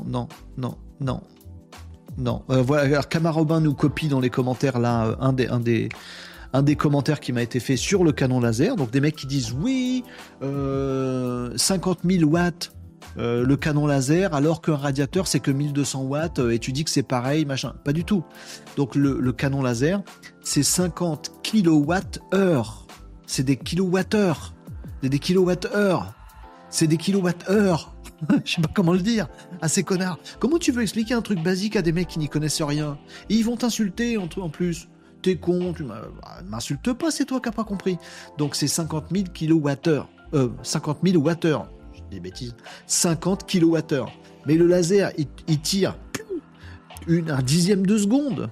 Voilà, alors Camarobin nous copie dans les commentaires, là, un des commentaires qui m'a été fait sur le canon laser. Donc des mecs qui disent oui, 50 000 watts. le canon laser, alors qu'un radiateur, c'est que 1200 watts, et tu dis que c'est pareil, machin. Pas du tout. Donc, le canon laser, c'est 50 kWh. C'est des kilowattheures. C'est des kilowattheures. C'est des kilowattheures. Je sais pas comment le dire à ces connards. Comment tu veux expliquer un truc basique à des mecs qui n'y connaissent rien? Et ils vont t'insulter en plus. T'es con, m'insulte pas, c'est toi qui n'as pas compris. Donc c'est 50 000 kilowattheures. 50 000 wattheures. Je dis des bêtises. 50 kilowattheures. Mais le laser, il tire un dixième de seconde.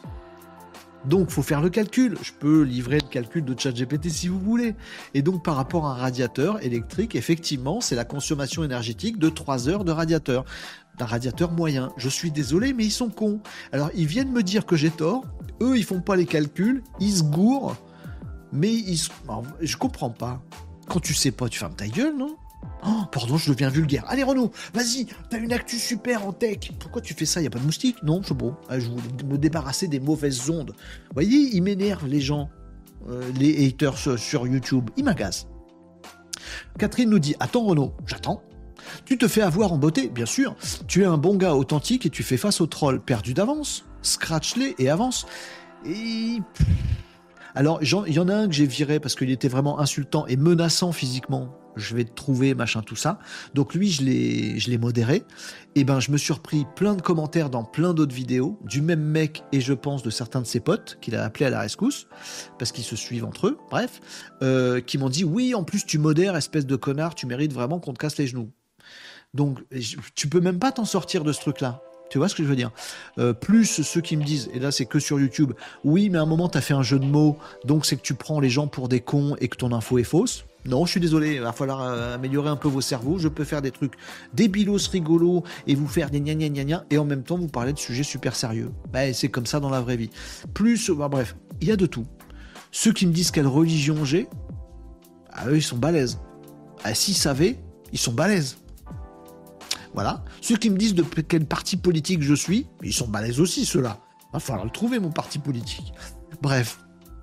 Donc, faut faire le calcul. Je peux livrer le calcul de ChatGPT si vous voulez. Et donc, par rapport à un radiateur électrique, effectivement, c'est la consommation énergétique de 3 heures de radiateur. D'un radiateur moyen. Je suis désolé, mais ils sont cons. Alors, ils viennent me dire que j'ai tort. Eux, ils font pas les calculs. Ils se gourrent. Mais alors, je comprends pas. Quand tu sais pas, tu fermes ta gueule, non? Oh, pardon, je deviens vulgaire. Allez, Renaud, vas-y, t'as une actu super en tech. Pourquoi tu fais ça? Y a pas de moustique? Non, c'est bon. Je voulais me débarrasser des mauvaises ondes. Vous voyez, ils m'énervent, les gens, les haters sur YouTube. Ils m'agacent. Catherine nous dit, attends, Renaud, j'attends. Tu te fais avoir en beauté, bien sûr. Tu es un bon gars authentique et tu fais face aux trolls perdus d'avance. Scratch-les et avance. Et... Alors, il y en a un que j'ai viré parce qu'il était vraiment insultant et menaçant physiquement. Je vais te trouver, machin, tout ça. Donc lui, je l'ai modéré. Et ben, je me suis repris plein de commentaires dans plein d'autres vidéos, du même mec et je pense de certains de ses potes, qu'il a appelé à la rescousse, parce qu'ils se suivent entre eux, bref, qui m'ont dit, oui, en plus tu modères, espèce de connard, tu mérites vraiment qu'on te casse les genoux. Donc, tu peux même pas t'en sortir de ce truc-là. Tu vois ce que je veux dire? Plus ceux qui me disent, et là c'est que sur YouTube, oui, mais à un moment t'as fait un jeu de mots, donc c'est que tu prends les gens pour des cons et que ton info est fausse. Non, je suis désolé, il va falloir améliorer un peu vos cerveaux. Je peux faire des trucs débilos, rigolos, et vous faire des gna gna gna gna, et en même temps vous parler de sujets super sérieux. Bah, c'est comme ça dans la vraie vie. Plus, bref, il y a de tout. Ceux qui me disent quelle religion j'ai, eux ils sont balèzes. S'ils savaient, ils sont balèzes. Voilà. Ceux qui me disent de quel parti politique je suis, ils sont balèzes aussi, ceux-là. Il va falloir le trouver, mon parti politique. Bref.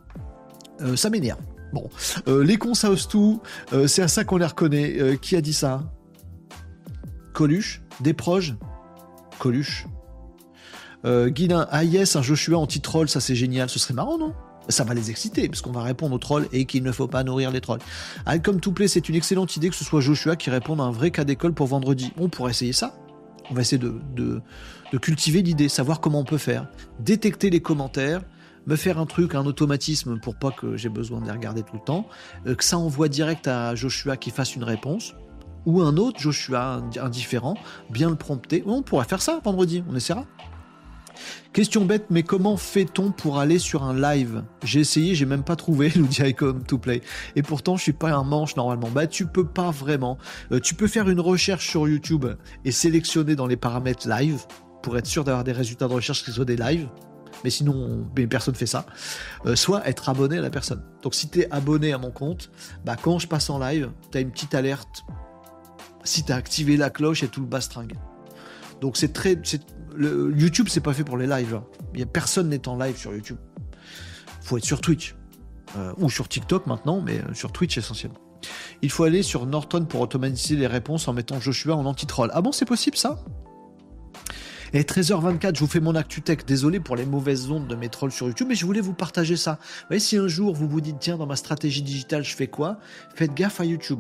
Ça m'énerve. Bon. Les cons, ça ose tout. C'est à ça qu'on les reconnaît. Qui a dit ça? Coluche? Desproges? Coluche. Guilin. Ah yes, un Joshua anti-troll, ça c'est génial. Ce serait marrant, non? Ça va les exciter, parce qu'on va répondre aux trolls et qu'il ne faut pas nourrir les trolls. Comme tout plaît, c'est une excellente idée que ce soit Joshua qui réponde à un vrai cas d'école pour vendredi. On pourrait essayer ça. On va essayer de cultiver l'idée, savoir comment on peut faire. Détecter les commentaires, me faire un truc, un automatisme pour pas que j'ai besoin de les regarder tout le temps, que ça envoie direct à Joshua qui fasse une réponse, ou un autre Joshua indifférent, bien le prompter. On pourrait faire ça vendredi, on essaiera. Question bête, mais comment fait-on pour aller sur un live? J'ai essayé, j'ai même pas trouvé, nous dit Icom to Play. Et pourtant, je suis pas un manche normalement. Bah, tu peux pas vraiment. Tu peux faire une recherche sur YouTube et sélectionner dans les paramètres live pour être sûr d'avoir des résultats de recherche qui soient des lives. Mais sinon, personne fait ça. Soit être abonné à la personne. Donc, si t'es abonné à mon compte, bah, quand je passe en live, t'as une petite alerte. Si t'as activé la cloche et tout le bastringue. Donc, YouTube, c'est pas fait pour les lives. Personne n'est en live sur YouTube. Faut être sur Twitch. Ou sur TikTok maintenant, mais sur Twitch essentiellement. Il faut aller sur Norton pour automatiser les réponses en mettant Joshua en anti-troll. Ah bon, c'est possible ça? Et 13h24, je vous fais mon actu tech. Désolé pour les mauvaises ondes de mes trolls sur YouTube, mais je voulais vous partager ça. Vous voyez, si un jour vous vous dites, tiens, dans ma stratégie digitale, je fais quoi? Faites gaffe à YouTube.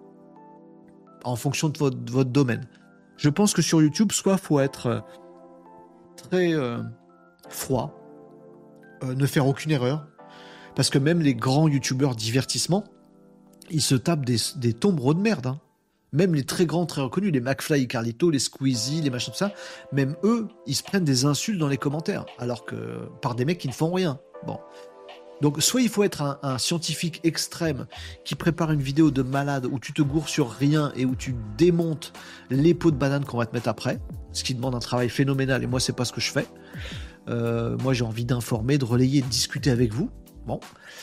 En fonction de votre domaine. Je pense que sur YouTube, soit faut être très froid, ne faire aucune erreur, parce que même les grands youtubeurs divertissement, ils se tapent des tombereaux de merde. Hein. Même les très grands, très reconnus, les McFly et Carlito, les Squeezie, les machins de ça, même eux, ils se prennent des insultes dans les commentaires, alors que par des mecs qui ne font rien. Bon. Donc, soit il faut être un scientifique extrême qui prépare une vidéo de malade où tu te gourres sur rien et où tu démontes les pots de banane qu'on va te mettre après, ce qui demande un travail phénoménal et moi, c'est pas ce que je fais. Moi, j'ai envie d'informer, de relayer, de discuter avec vous. Bon.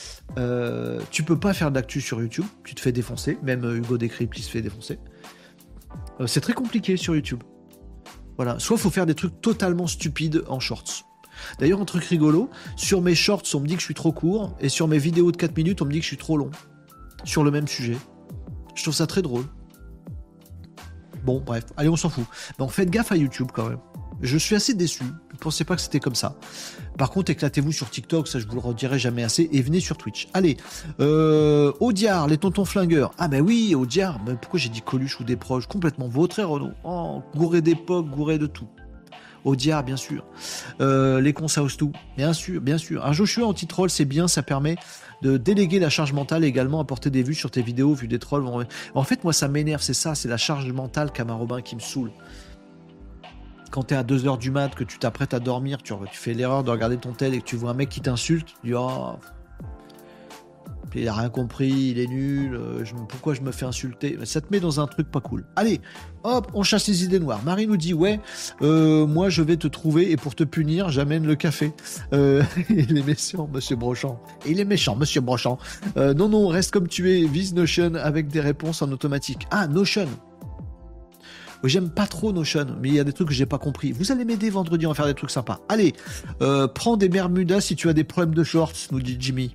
Tu peux pas faire d'actu sur YouTube, tu te fais défoncer. Même Hugo Décrypte, il se fait défoncer. C'est très compliqué sur YouTube. Voilà. Soit il faut faire des trucs totalement stupides en shorts. D'ailleurs, un truc rigolo, sur mes shorts, on me dit que je suis trop court, et sur mes vidéos de 4 minutes, on me dit que je suis trop long. Sur le même sujet. Je trouve ça très drôle. Bon, bref, allez, on s'en fout. Donc faites gaffe à YouTube quand même. Je suis assez déçu. Je ne pensais pas que c'était comme ça. Par contre, éclatez-vous sur TikTok, ça je vous le redirai jamais assez, et venez sur Twitch. Allez, Audiard, les tontons flingueurs. Ah ben oui, Audiard, mais pourquoi j'ai dit Coluche ou des proches? Complètement vautré, Renaud. Oh, gouré d'époque, gouré de tout. Audiard, bien sûr. Les cons House tout, bien sûr, bien sûr. Un Joshua anti-troll, c'est bien, ça permet de déléguer la charge mentale et également apporter des vues sur tes vidéos, vues des trolls. En fait, moi, ça m'énerve, c'est ça, c'est la charge mentale Camarobin Robin qui me saoule. Quand t'es à 2h du mat, que tu t'apprêtes à dormir, tu fais l'erreur de regarder ton tel et que tu vois un mec qui t'insulte, tu dis oh, il a rien compris, il est nul, pourquoi je me fais insulter? Ça te met dans un truc pas cool. Allez, hop, on chasse les idées noires. Marie nous dit ouais, moi je vais te trouver et pour te punir, j'amène le café. Il est méchant, monsieur Brochant. Il est méchant, monsieur Brochant. Non, reste comme tu es, vise Notion avec des réponses en automatique. Ah, Notion. J'aime pas trop Notion, mais il y a des trucs que j'ai pas compris. Vous allez m'aider vendredi, on va faire des trucs sympas. Allez, prends des Bermudas si tu as des problèmes de shorts, nous dit Jimmy.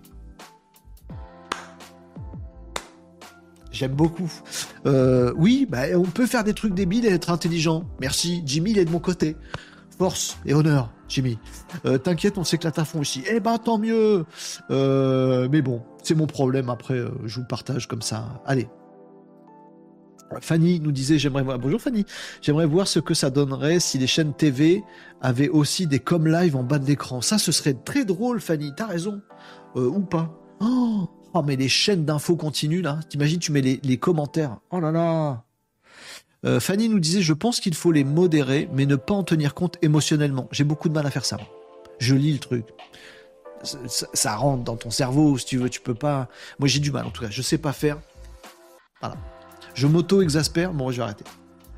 J'aime beaucoup. Oui, bah, on peut faire des trucs débiles et être intelligent. Merci, Jimmy, il est de mon côté. Force et honneur, Jimmy. T'inquiète, on s'éclate à fond ici. Eh ben, tant mieux. Mais bon, c'est mon problème. Après, je vous partage comme ça. Allez. Fanny nous disait, bonjour Fanny, j'aimerais voir ce que ça donnerait si les chaînes TV avaient aussi des com live en bas de l'écran. Ça, ce serait très drôle, Fanny, t'as raison. Ou pas. Oh, mais les chaînes d'infos continuent, là. T'imagines, tu mets les commentaires. Oh là là. Fanny nous disait, je pense qu'il faut les modérer, mais ne pas en tenir compte émotionnellement. J'ai beaucoup de mal à faire ça. Je lis le truc. Ça rentre dans ton cerveau, si tu veux, tu peux pas. Moi, j'ai du mal, en tout cas. Je sais pas faire. Voilà. Je m'auto-exaspère. Bon, je vais arrêter.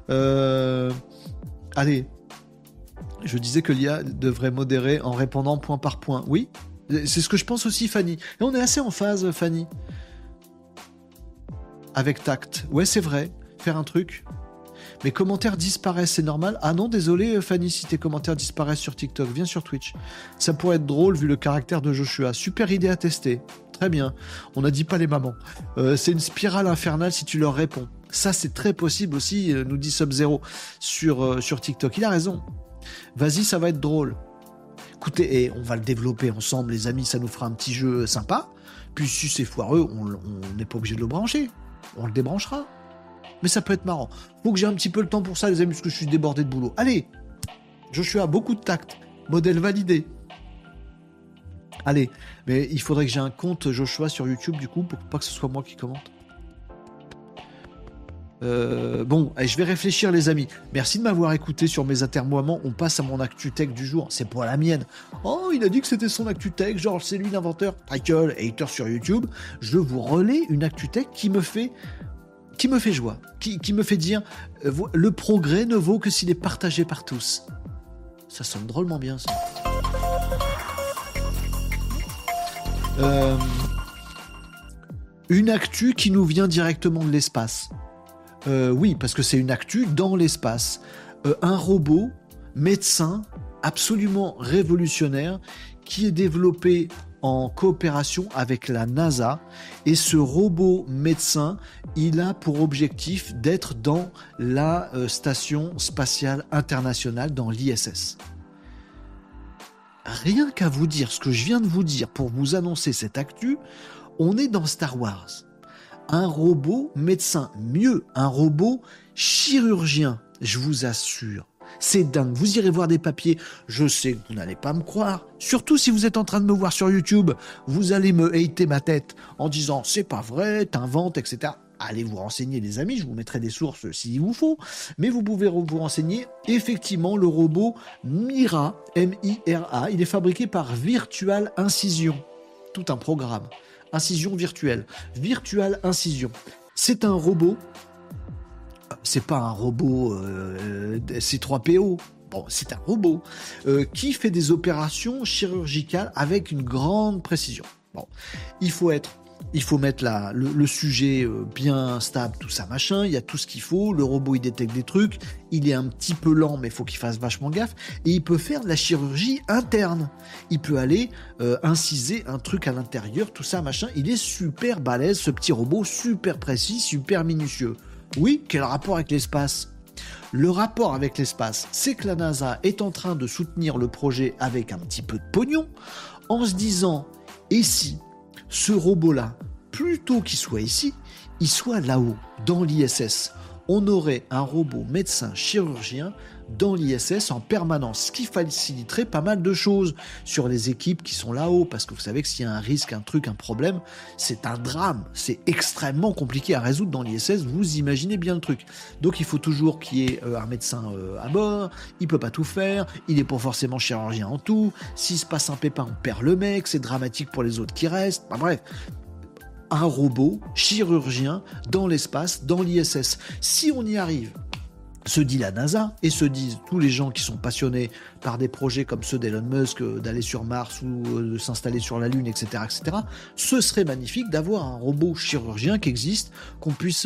Allez. Je disais que l'IA devrait modérer en répondant point par point. Oui, c'est ce que je pense aussi, Fanny. Et on est assez en phase, Fanny. Avec tact. Ouais, c'est vrai. Faire un truc. Mes commentaires disparaissent, c'est normal. Ah non, désolé, Fanny, si tes commentaires disparaissent sur TikTok. Viens sur Twitch. Ça pourrait être drôle vu le caractère de Joshua. Super idée à tester. Très bien. On n'a dit pas les mamans. C'est une spirale infernale si tu leur réponds. Ça, c'est très possible aussi, nous dit Sub-Zero sur TikTok. Il a raison. Vas-y, ça va être drôle. Écoutez, on va le développer ensemble, les amis. Ça nous fera un petit jeu sympa. Puis si c'est foireux, on n'est pas obligé de le brancher. On le débranchera. Mais ça peut être marrant. Faut que j'ai un petit peu le temps pour ça, les amis, parce que je suis débordé de boulot. Allez, Joshua, beaucoup de tact. Modèle validé. Allez, mais il faudrait que j'ai un compte Joshua sur YouTube, du coup, pour pas que ce soit moi qui commente. Bon, allez, je vais réfléchir, les amis. Merci de m'avoir écouté sur mes atermoiements. On passe à mon ActuTech du jour. C'est pas la mienne. Oh, il a dit que c'était son ActuTech. Genre, c'est lui l'inventeur. Michael, hater sur YouTube. Je vous relais une ActuTech qui me fait joie, qui me fait dire le progrès ne vaut que s'il est partagé par tous. Ça sonne drôlement bien, ça. Une actu qui nous vient directement de l'espace. Oui, parce que c'est une actu dans l'espace. Un robot médecin absolument révolutionnaire qui est développé en coopération avec la NASA, et ce robot médecin, il a pour objectif d'être dans la station spatiale internationale, dans l'ISS. Rien qu'à vous dire ce que je viens de vous dire pour vous annoncer cette actu, on est dans Star Wars. Un robot médecin, mieux, un robot chirurgien, je vous assure. C'est dingue, vous irez voir des papiers, je sais que vous n'allez pas me croire, surtout si vous êtes en train de me voir sur YouTube, vous allez me hater ma tête en disant c'est pas vrai, t'inventes, etc. Allez vous renseigner, les amis, je vous mettrai des sources s'il vous faut, mais vous pouvez vous renseigner. Effectivement, le robot Mira, M-I-R-A, il est fabriqué par Virtual Incision, tout un programme, incision virtuelle, Virtual Incision. C'est un robot. C'est pas un robot C3PO. Bon, c'est un robot qui fait des opérations chirurgicales avec une grande précision. Bon, il faut mettre le sujet bien stable, tout ça, machin. Il y a tout ce qu'il faut. Le robot, il détecte des trucs. Il est un petit peu lent, mais il faut qu'il fasse vachement gaffe. Et il peut faire de la chirurgie interne. Il peut aller inciser un truc à l'intérieur, tout ça, machin. Il est super balèze, ce petit robot, super précis, super minutieux. Oui, quel rapport avec l'espace ? Le rapport avec l'espace, c'est que la NASA est en train de soutenir le projet avec un petit peu de pognon, en se disant, et si ce robot-là, plutôt qu'il soit ici, il soit là-haut, dans l'ISS. On aurait un robot médecin chirurgien dans l'ISS en permanence, ce qui faciliterait pas mal de choses sur les équipes qui sont là-haut, parce que vous savez que s'il y a un risque, un truc, un problème, c'est un drame, c'est extrêmement compliqué à résoudre dans l'ISS, vous imaginez bien le truc. Donc il faut toujours qu'il y ait un médecin à bord, il peut pas tout faire, il n'est pas forcément chirurgien en tout, s'il se passe un pépin, on perd le mec, c'est dramatique pour les autres qui restent, enfin, bref. Un robot chirurgien dans l'espace, dans l'ISS. Si on y arrive, se dit la NASA, et se disent tous les gens qui sont passionnés par des projets comme ceux d'Elon Musk, d'aller sur Mars ou de s'installer sur la Lune, etc., ce serait magnifique d'avoir un robot chirurgien qui existe, qu'on puisse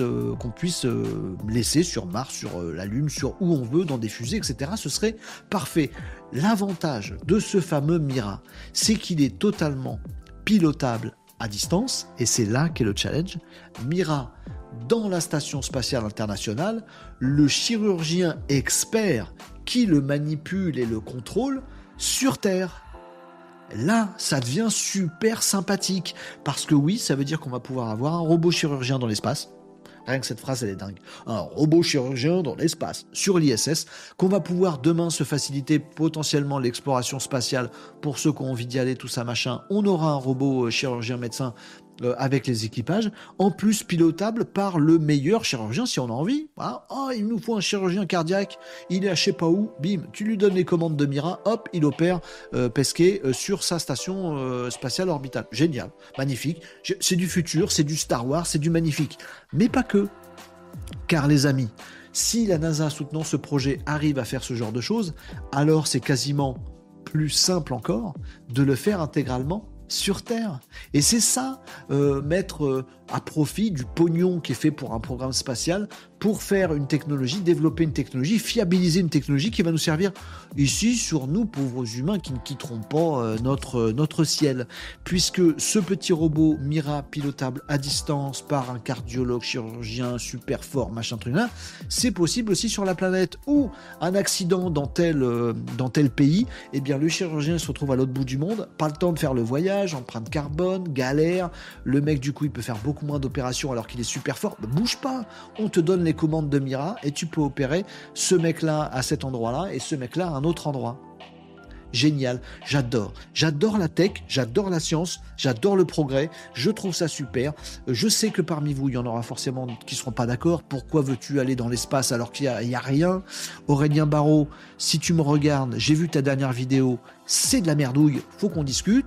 laisser sur Mars, sur la Lune, sur où on veut, dans des fusées, etc. Ce serait parfait. L'avantage de ce fameux Mira, c'est qu'il est totalement pilotable à distance, et c'est là qu'est le challenge. Mira, dans la Station Spatiale Internationale, le chirurgien expert qui le manipule et le contrôle sur Terre. Là, ça devient super sympathique, parce que oui, ça veut dire qu'on va pouvoir avoir un robot chirurgien dans l'espace. Rien que cette phrase, elle est dingue. Un robot chirurgien dans l'espace, sur l'ISS, qu'on va pouvoir demain se faciliter potentiellement l'exploration spatiale pour ceux qui ont envie d'y aller, tout ça, machin. On aura un robot chirurgien médecin avec les équipages, en plus pilotable par le meilleur chirurgien si on a envie. Voilà. Oh, il nous faut un chirurgien cardiaque, il est à je sais pas où, bim, tu lui donnes les commandes de Mira, hop, il opère Pesquet sur sa station spatiale orbitale. Génial, magnifique, c'est du futur, c'est du Star Wars, c'est du magnifique. Mais pas que, car les amis, si la NASA soutenant ce projet arrive à faire ce genre de choses, alors c'est quasiment plus simple encore de le faire intégralement sur Terre. Et c'est ça, mettre à profit du pognon qui est fait pour un programme spatial pour faire une technologie, développer une technologie, fiabiliser une technologie qui va nous servir ici sur nous, pauvres humains qui ne quitteront pas notre ciel. Puisque ce petit robot Mira pilotable à distance par un cardiologue, chirurgien super fort, machin truc là, c'est possible aussi sur la planète où un accident dans tel pays, eh bien le chirurgien se retrouve à l'autre bout du monde, pas le temps de faire le voyage, empreinte carbone, galère, le mec du coup il peut faire beaucoup moins d'opérations alors qu'il est super fort, bouge pas, on te donne les commandes de Mira et tu peux opérer ce mec-là à cet endroit-là et ce mec-là à un autre endroit. Génial, j'adore la tech, j'adore la science, j'adore le progrès, je trouve ça super. Je sais que parmi vous, il y en aura forcément qui ne seront pas d'accord. Pourquoi veux-tu aller dans l'espace alors qu'il n'y a rien? Aurélien Barraud, si tu me regardes, j'ai vu ta dernière vidéo, c'est de la merdouille, faut qu'on discute.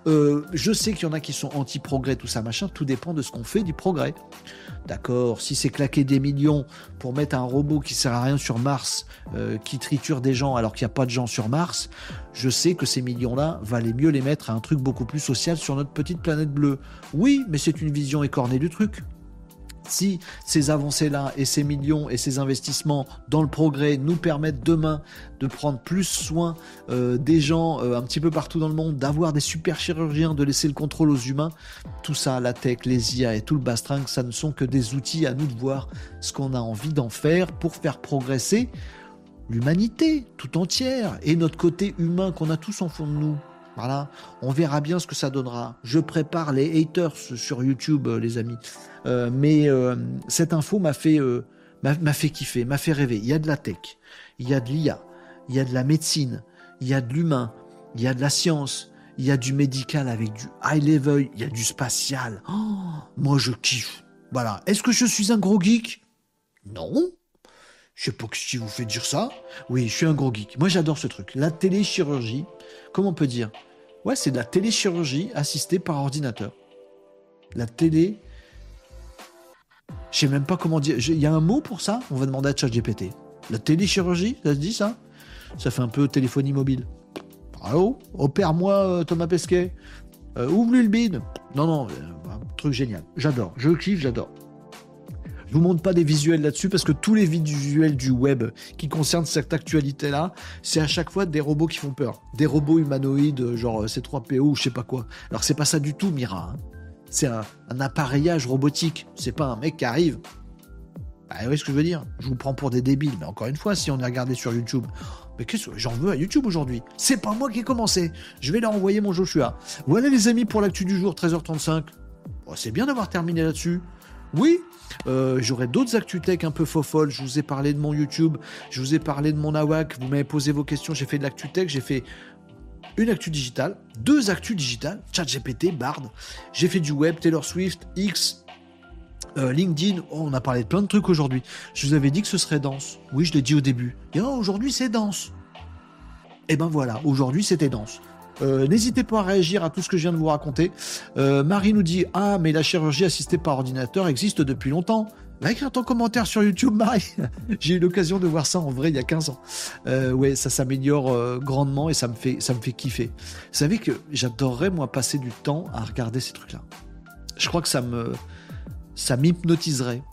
Je sais qu'il y en a qui sont anti-progrès, tout ça, machin, tout dépend de ce qu'on fait du progrès. D'accord, si c'est claquer des millions pour mettre un robot qui sert à rien sur Mars, qui triture des gens alors qu'il n'y a pas de gens sur Mars, je sais que ces millions-là, valait mieux les mettre à un truc beaucoup plus social sur notre petite planète bleue. Oui, mais c'est une vision écornée du truc. Si ces avancées-là et ces millions et ces investissements dans le progrès nous permettent demain de prendre plus soin des gens un petit peu partout dans le monde, d'avoir des super chirurgiens, de laisser le contrôle aux humains, tout ça, la tech, les IA et tout le bastringue, ça ne sont que des outils à nous de voir ce qu'on a envie d'en faire pour faire progresser l'humanité tout entière et notre côté humain qu'on a tous en fond de nous. Voilà, on verra bien ce que ça donnera. Je prépare les haters sur YouTube, les amis. Mais cette info m'a fait kiffer, m'a fait rêver. Il y a de la tech, il y a de l'IA, il y a de la médecine, il y a de l'humain, il y a de la science, il y a du médical avec du high level, il y a du spatial. Oh, moi, je kiffe. Voilà. Est-ce que je suis un gros geek? Non. Je sais pas qui vous fait dire ça. Oui, je suis un gros geek. Moi, j'adore ce truc. La téléchirurgie, comment on peut dire? Ouais, c'est de la téléchirurgie assistée par ordinateur. La télé... Je sais même pas comment dire. Il y a un mot pour ça? On va demander à ChatGPT. La téléchirurgie, ça se dit ça? Ça fait un peu téléphonie mobile. Allô? Opère-moi Thomas Pesquet. Ouvre-lui le bide. Non, un truc génial. J'adore. Je kiffe, j'adore. Je vous montre pas des visuels là-dessus parce que tous les visuels du web qui concernent cette actualité-là, c'est à chaque fois des robots qui font peur. Des robots humanoïdes, genre C3PO ou je sais pas quoi. Alors c'est pas ça du tout, Mira. Hein. C'est un appareillage robotique. C'est pas un mec qui arrive. Ah, vous voyez ce que je veux dire? Je vous prends pour des débiles, mais encore une fois, si on est regardé sur YouTube, mais qu'est-ce que j'en veux à YouTube aujourd'hui? C'est pas moi qui ai commencé. Je vais leur envoyer mon Joshua. Voilà les amis pour l'actu du jour, 13h35. Bon, c'est bien d'avoir terminé là-dessus. Oui, j'aurai d'autres actu tech un peu fofolles. Je vous ai parlé de mon YouTube, je vous ai parlé de mon AWAC, vous m'avez posé vos questions, j'ai fait de l'actu tech, j'ai fait une actu digitale, 2 actus digitales, ChatGPT, Bard, j'ai fait du web, Taylor Swift, X, LinkedIn, on a parlé de plein de trucs aujourd'hui. Je vous avais dit que ce serait dense. Oui, je l'ai dit au début. Et aujourd'hui, c'est dense. Et ben voilà, aujourd'hui, c'était dense. N'hésitez pas à réagir à tout ce que je viens de vous raconter. Marie nous dit « Ah, mais la chirurgie assistée par ordinateur existe depuis longtemps. » Va écrire ton commentaire sur YouTube, Marie. J'ai eu l'occasion de voir ça en vrai il y a 15 ans. Ouais, ça s'améliore grandement et ça me fait kiffer. Vous savez que j'adorerais, moi, passer du temps à regarder ces trucs-là. Je crois que ça m'hypnotiserait.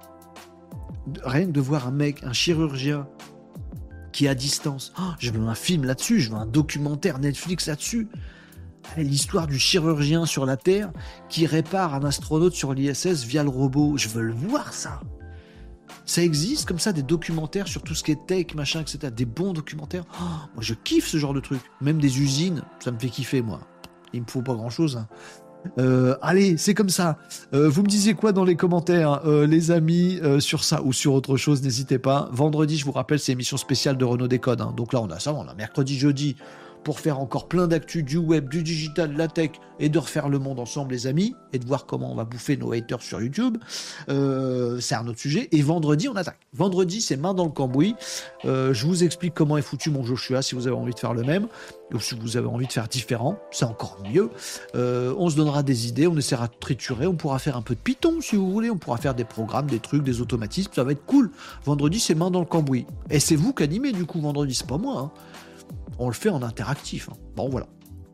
Rien que de voir un mec, un chirurgien qui est à distance. Oh, je veux un film là-dessus, je veux un documentaire Netflix là-dessus. L'histoire du chirurgien sur la Terre qui répare un astronaute sur l'ISS via le robot. Je veux le voir, ça. Ça existe comme ça, des documentaires sur tout ce qui est tech, machin, etc. Des bons documentaires. Oh, moi, je kiffe ce genre de truc. Même des usines, ça me fait kiffer, moi. Il me faut pas grand-chose, hein. Allez, c'est comme ça. Vous me disiez quoi dans les commentaires, les amis, sur ça ou sur autre chose, n'hésitez pas. Vendredi, je vous rappelle, c'est émission spéciale de Renaud Décode, hein. Donc là, on a mercredi, jeudi, pour faire encore plein d'actu, du web, du digital, de la tech, et de refaire le monde ensemble, les amis, et de voir comment on va bouffer nos haters sur YouTube. C'est un autre sujet. Et vendredi, on attaque. Vendredi, c'est main dans le cambouis. Je vous explique comment est foutu mon Joshua, si vous avez envie de faire le même, ou si vous avez envie de faire différent, c'est encore mieux. On se donnera des idées, on essaiera de triturer, on pourra faire un peu de Python, si vous voulez, on pourra faire des programmes, des trucs, des automatismes, ça va être cool. Vendredi, c'est main dans le cambouis. Et c'est vous qui animez, du coup, vendredi, c'est pas moi, hein. On le fait en interactif, hein. Bon, voilà.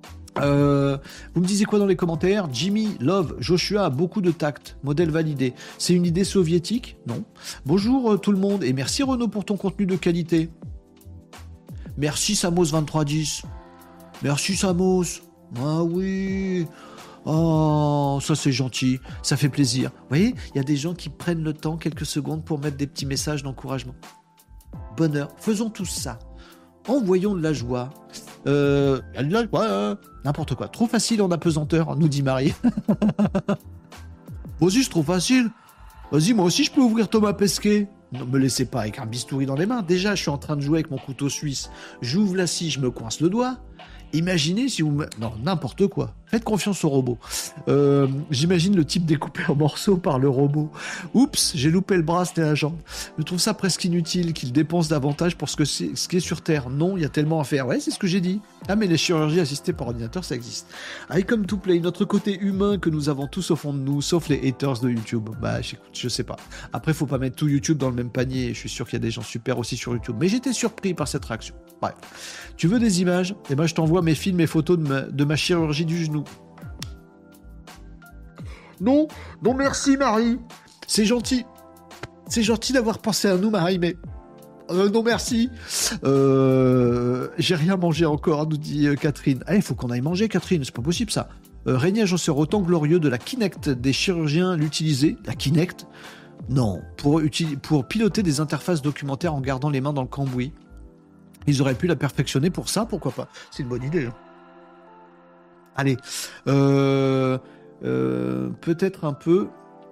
Vous me disiez quoi dans les commentaires? Jimmy, Love, Joshua a beaucoup de tact, modèle validé. C'est une idée soviétique? Non. Bonjour tout le monde, et merci Renaud pour ton contenu de qualité. Merci Samos2310. Merci Samos. Ah oui. Oh, ça c'est gentil, ça fait plaisir. Vous voyez, il y a des gens qui prennent le temps, quelques secondes, pour mettre des petits messages d'encouragement. Bonheur, faisons tous ça. Envoyons de la joie. N'importe quoi. Trop facile en apesanteur, nous dit Marie. Vas-y, c'est trop facile. Vas-y, moi aussi, je peux ouvrir Thomas Pesquet. Ne me laissez pas avec un bistouri dans les mains. Déjà, je suis en train de jouer avec mon couteau suisse. J'ouvre la scie, je me coince le doigt. Imaginez si vous me... Non, n'importe quoi. Faites confiance au robot. J'imagine le type découpé en morceaux par le robot. Oups, j'ai loupé le bras, c'était la jambe. Je trouve ça presque inutile qu'il dépense davantage pour ce qui est sur Terre. Non, il y a tellement à faire. Ouais, c'est ce que j'ai dit. Ah, mais les chirurgies assistées par ordinateur, ça existe. I come to play, notre côté humain que nous avons tous au fond de nous, sauf les haters de YouTube. Bah, je sais pas. Après, faut pas mettre tout YouTube dans le même panier. Je suis sûr qu'il y a des gens super aussi sur YouTube. Mais j'étais surpris par cette réaction. Bref. Tu veux des images? Eh ben, je t'envoie mes films et photos de ma chirurgie du genou. Non, non merci Marie. C'est gentil. C'est gentil d'avoir pensé à nous Marie, mais... non merci. J'ai rien mangé encore, nous dit Catherine. Il faut qu'on aille manger Catherine, c'est pas possible ça. Régnier Agenceur autant glorieux de la Kinect des chirurgiens l'utiliser. La Kinect? Non, pour piloter des interfaces documentaires en gardant les mains dans le cambouis. Ils auraient pu la perfectionner pour ça, pourquoi pas? C'est une bonne idée. Hein. Allez. Peut-être un peu...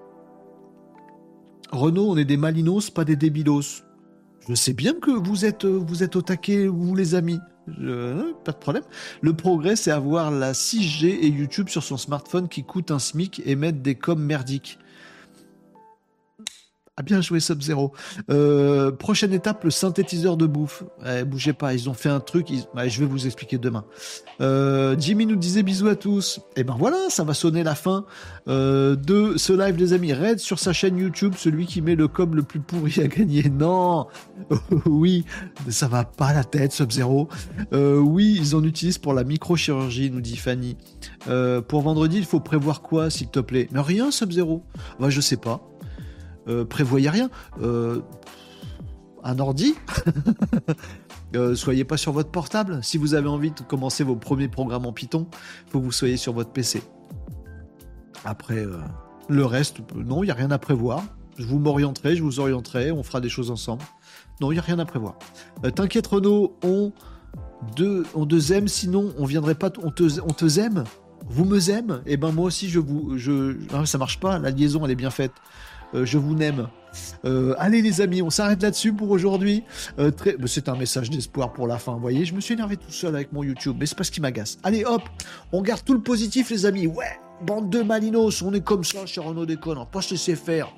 Renaud, on est des malinos, pas des débilos. Je sais bien que vous êtes au taquet, vous les amis. Pas de problème. Le progrès, c'est avoir la 6G et YouTube sur son smartphone qui coûte un SMIC et mettre des coms merdiques. Ah, bien joué Sub-Zero. Prochaine étape, le synthétiseur de bouffe. Bougez pas, ils ont fait un truc, je vais vous expliquer demain. Jimmy nous disait bisous à tous. Et ben voilà, ça va sonner la fin de ce live, les amis. Raid sur sa chaîne YouTube, celui qui met le com le plus pourri à gagner. Non. Oui, ça va pas la tête, Sub-Zero. Oui, ils en utilisent pour la microchirurgie, nous dit Fanny. Pour vendredi, il faut prévoir quoi, s'il te plaît? Mais rien, Sub-Zero. Bah, je sais pas. Prévoyez rien. Un ordi. Soyez pas sur votre portable. Si vous avez envie de commencer vos premiers programmes en Python, il faut que vous soyez sur votre PC. Après, le reste, non, il n'y a rien à prévoir. Vous m'orienterez, je vous orienterai, on fera des choses ensemble. Non, il n'y a rien à prévoir. T'inquiète Renaud, on deux aime, sinon on viendrait pas, on te aime. Vous me aime. Et ben moi aussi ça marche pas, la liaison elle est bien faite. Je vous aime. Allez les amis, on s'arrête là-dessus pour aujourd'hui. C'est un message d'espoir pour la fin. Vous voyez, je me suis énervé tout seul avec mon YouTube, mais c'est pas ce qui m'agace. Allez hop, on garde tout le positif les amis. Ouais, bande de malinos, on est comme ça chez Renaud Déconne. On va pas se laisser faire.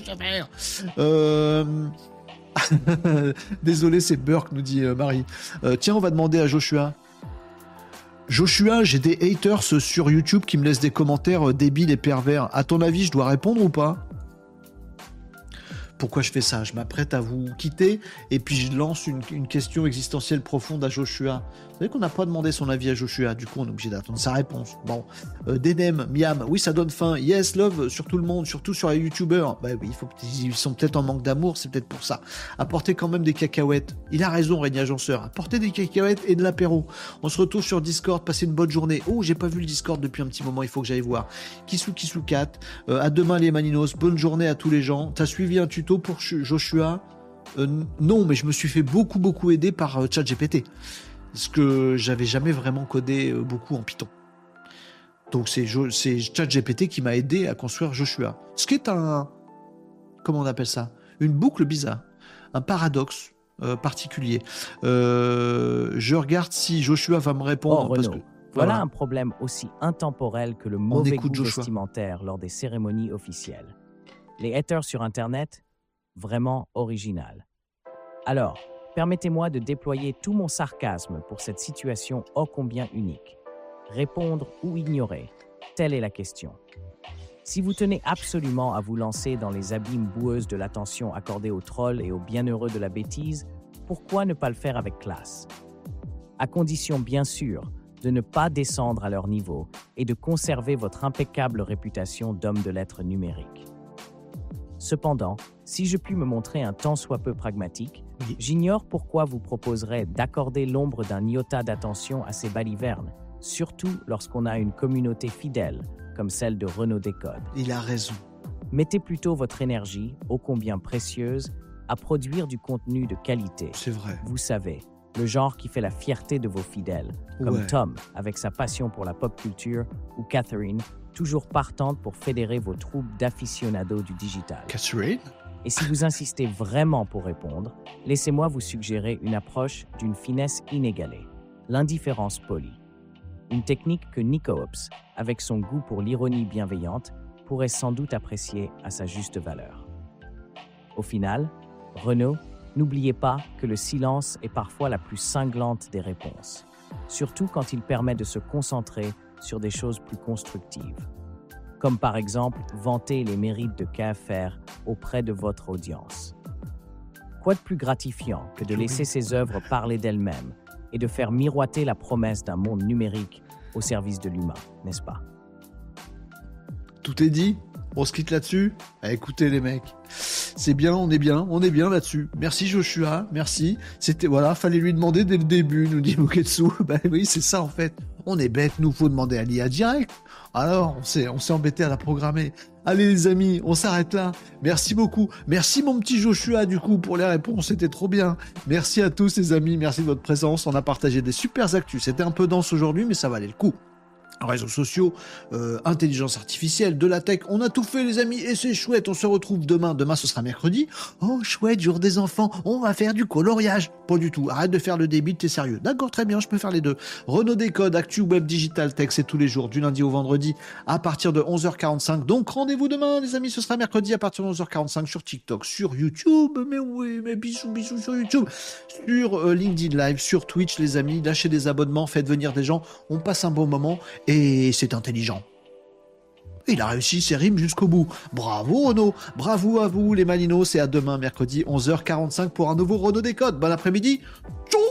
Désolé, c'est Burke, nous dit Marie. Tiens, on va demander à Joshua. Joshua, j'ai des haters sur YouTube qui me laissent des commentaires débiles et pervers. À ton avis, je dois répondre ou pas ? Pourquoi je fais ça ? Je m'apprête à vous quitter et puis je lance une question existentielle profonde à Joshua. Vous savez qu'on n'a pas demandé son avis à Joshua, du coup on est obligé d'attendre sa réponse. Bon, Denem, Miam, oui ça donne faim. Yes, love sur tout le monde, surtout sur les youtubeurs. Bah oui, ils sont peut-être en manque d'amour, c'est peut-être pour ça. Apportez quand même des cacahuètes. Il a raison, Régnier Agenceur. Apportez des cacahuètes et de l'apéro. On se retrouve sur Discord, passez une bonne journée. Oh, j'ai pas vu le Discord depuis un petit moment, il faut que j'aille voir. Kissou 4. À demain les Maninos, bonne journée à tous les gens. T'as suivi un tuto pour Joshua ? Non, mais je me suis fait beaucoup aider par ChatGPT. Parce que j'avais jamais vraiment codé beaucoup en Python. Donc c'est ChatGPT qui m'a aidé à construire Joshua. Ce qui est comment on appelle ça ? Une boucle bizarre. Un paradoxe particulier. Je regarde si Joshua va me répondre. Renaud, voilà un problème aussi intemporel que le mauvais goût vestimentaire lors des cérémonies officielles. Les haters sur Internet, vraiment original. Alors, permettez-moi de déployer tout mon sarcasme pour cette situation ô combien unique. Répondre ou ignorer, telle est la question. Si vous tenez absolument à vous lancer dans les abîmes boueuses de l'attention accordée aux trolls et aux bienheureux de la bêtise, pourquoi ne pas le faire avec classe ? À condition, bien sûr, de ne pas descendre à leur niveau et de conserver votre impeccable réputation d'homme de lettres numérique. Cependant, si je puis me montrer un tant soit peu pragmatique, j'ignore pourquoi vous proposerez d'accorder l'ombre d'un iota d'attention à ces balivernes, surtout lorsqu'on a une communauté fidèle, comme celle de Renaud Décode. Il a raison. Mettez plutôt votre énergie, ô combien précieuse, à produire du contenu de qualité. C'est vrai. Vous savez, le genre qui fait la fierté de vos fidèles, comme Tom, avec sa passion pour la pop culture, ou Catherine, toujours partante pour fédérer vos troupes d'aficionados du digital. Catherine ? Et si vous insistez vraiment pour répondre, laissez-moi vous suggérer une approche d'une finesse inégalée, l'indifférence polie. Une technique que Nico Ops, avec son goût pour l'ironie bienveillante, pourrait sans doute apprécier à sa juste valeur. Au final, Renaud, n'oubliez pas que le silence est parfois la plus cinglante des réponses, surtout quand il permet de se concentrer sur des choses plus constructives, comme par exemple vanter les mérites de KFR auprès de votre audience. Quoi de plus gratifiant que de laisser ces œuvres parler d'elles-mêmes et de faire miroiter la promesse d'un monde numérique au service de l'humain, n'est-ce pas ? Tout est dit. On se quitte là-dessus. Écoutez les mecs, c'est bien, on est bien là-dessus. Merci Joshua, merci. C'était fallait lui demander dès le début, nous dit Muketsu. Ben oui, c'est ça en fait. On est bêtes, nous faut demander à l'IA direct. Alors, on s'est embêté à la programmer. Allez les amis, on s'arrête là. Merci beaucoup. Merci mon petit Joshua du coup pour les réponses, c'était trop bien. Merci à tous les amis, merci de votre présence. On a partagé des super actus. C'était un peu dense aujourd'hui, mais ça valait le coup. Réseaux sociaux, intelligence artificielle, de la tech, on a tout fait les amis et c'est chouette, on se retrouve demain ce sera mercredi, oh chouette, jour des enfants, on va faire du coloriage, pas du tout, arrête de faire le débile, t'es sérieux, d'accord très bien, je peux faire les deux, Renaud Décode, actu web digital tech, c'est tous les jours, du lundi au vendredi à partir de 11h45, donc rendez-vous demain les amis, ce sera mercredi à partir de 11h45 sur TikTok, sur YouTube, mais oui, mais bisous sur YouTube, sur LinkedIn Live, sur Twitch les amis, lâchez des abonnements, faites venir des gens, on passe un bon moment. Et c'est intelligent. Il a réussi ses rimes jusqu'au bout. Bravo Renaud, bravo à vous les Malinos et à demain mercredi 11h45 pour un nouveau Renaud Décode. Bon après-midi. Tchou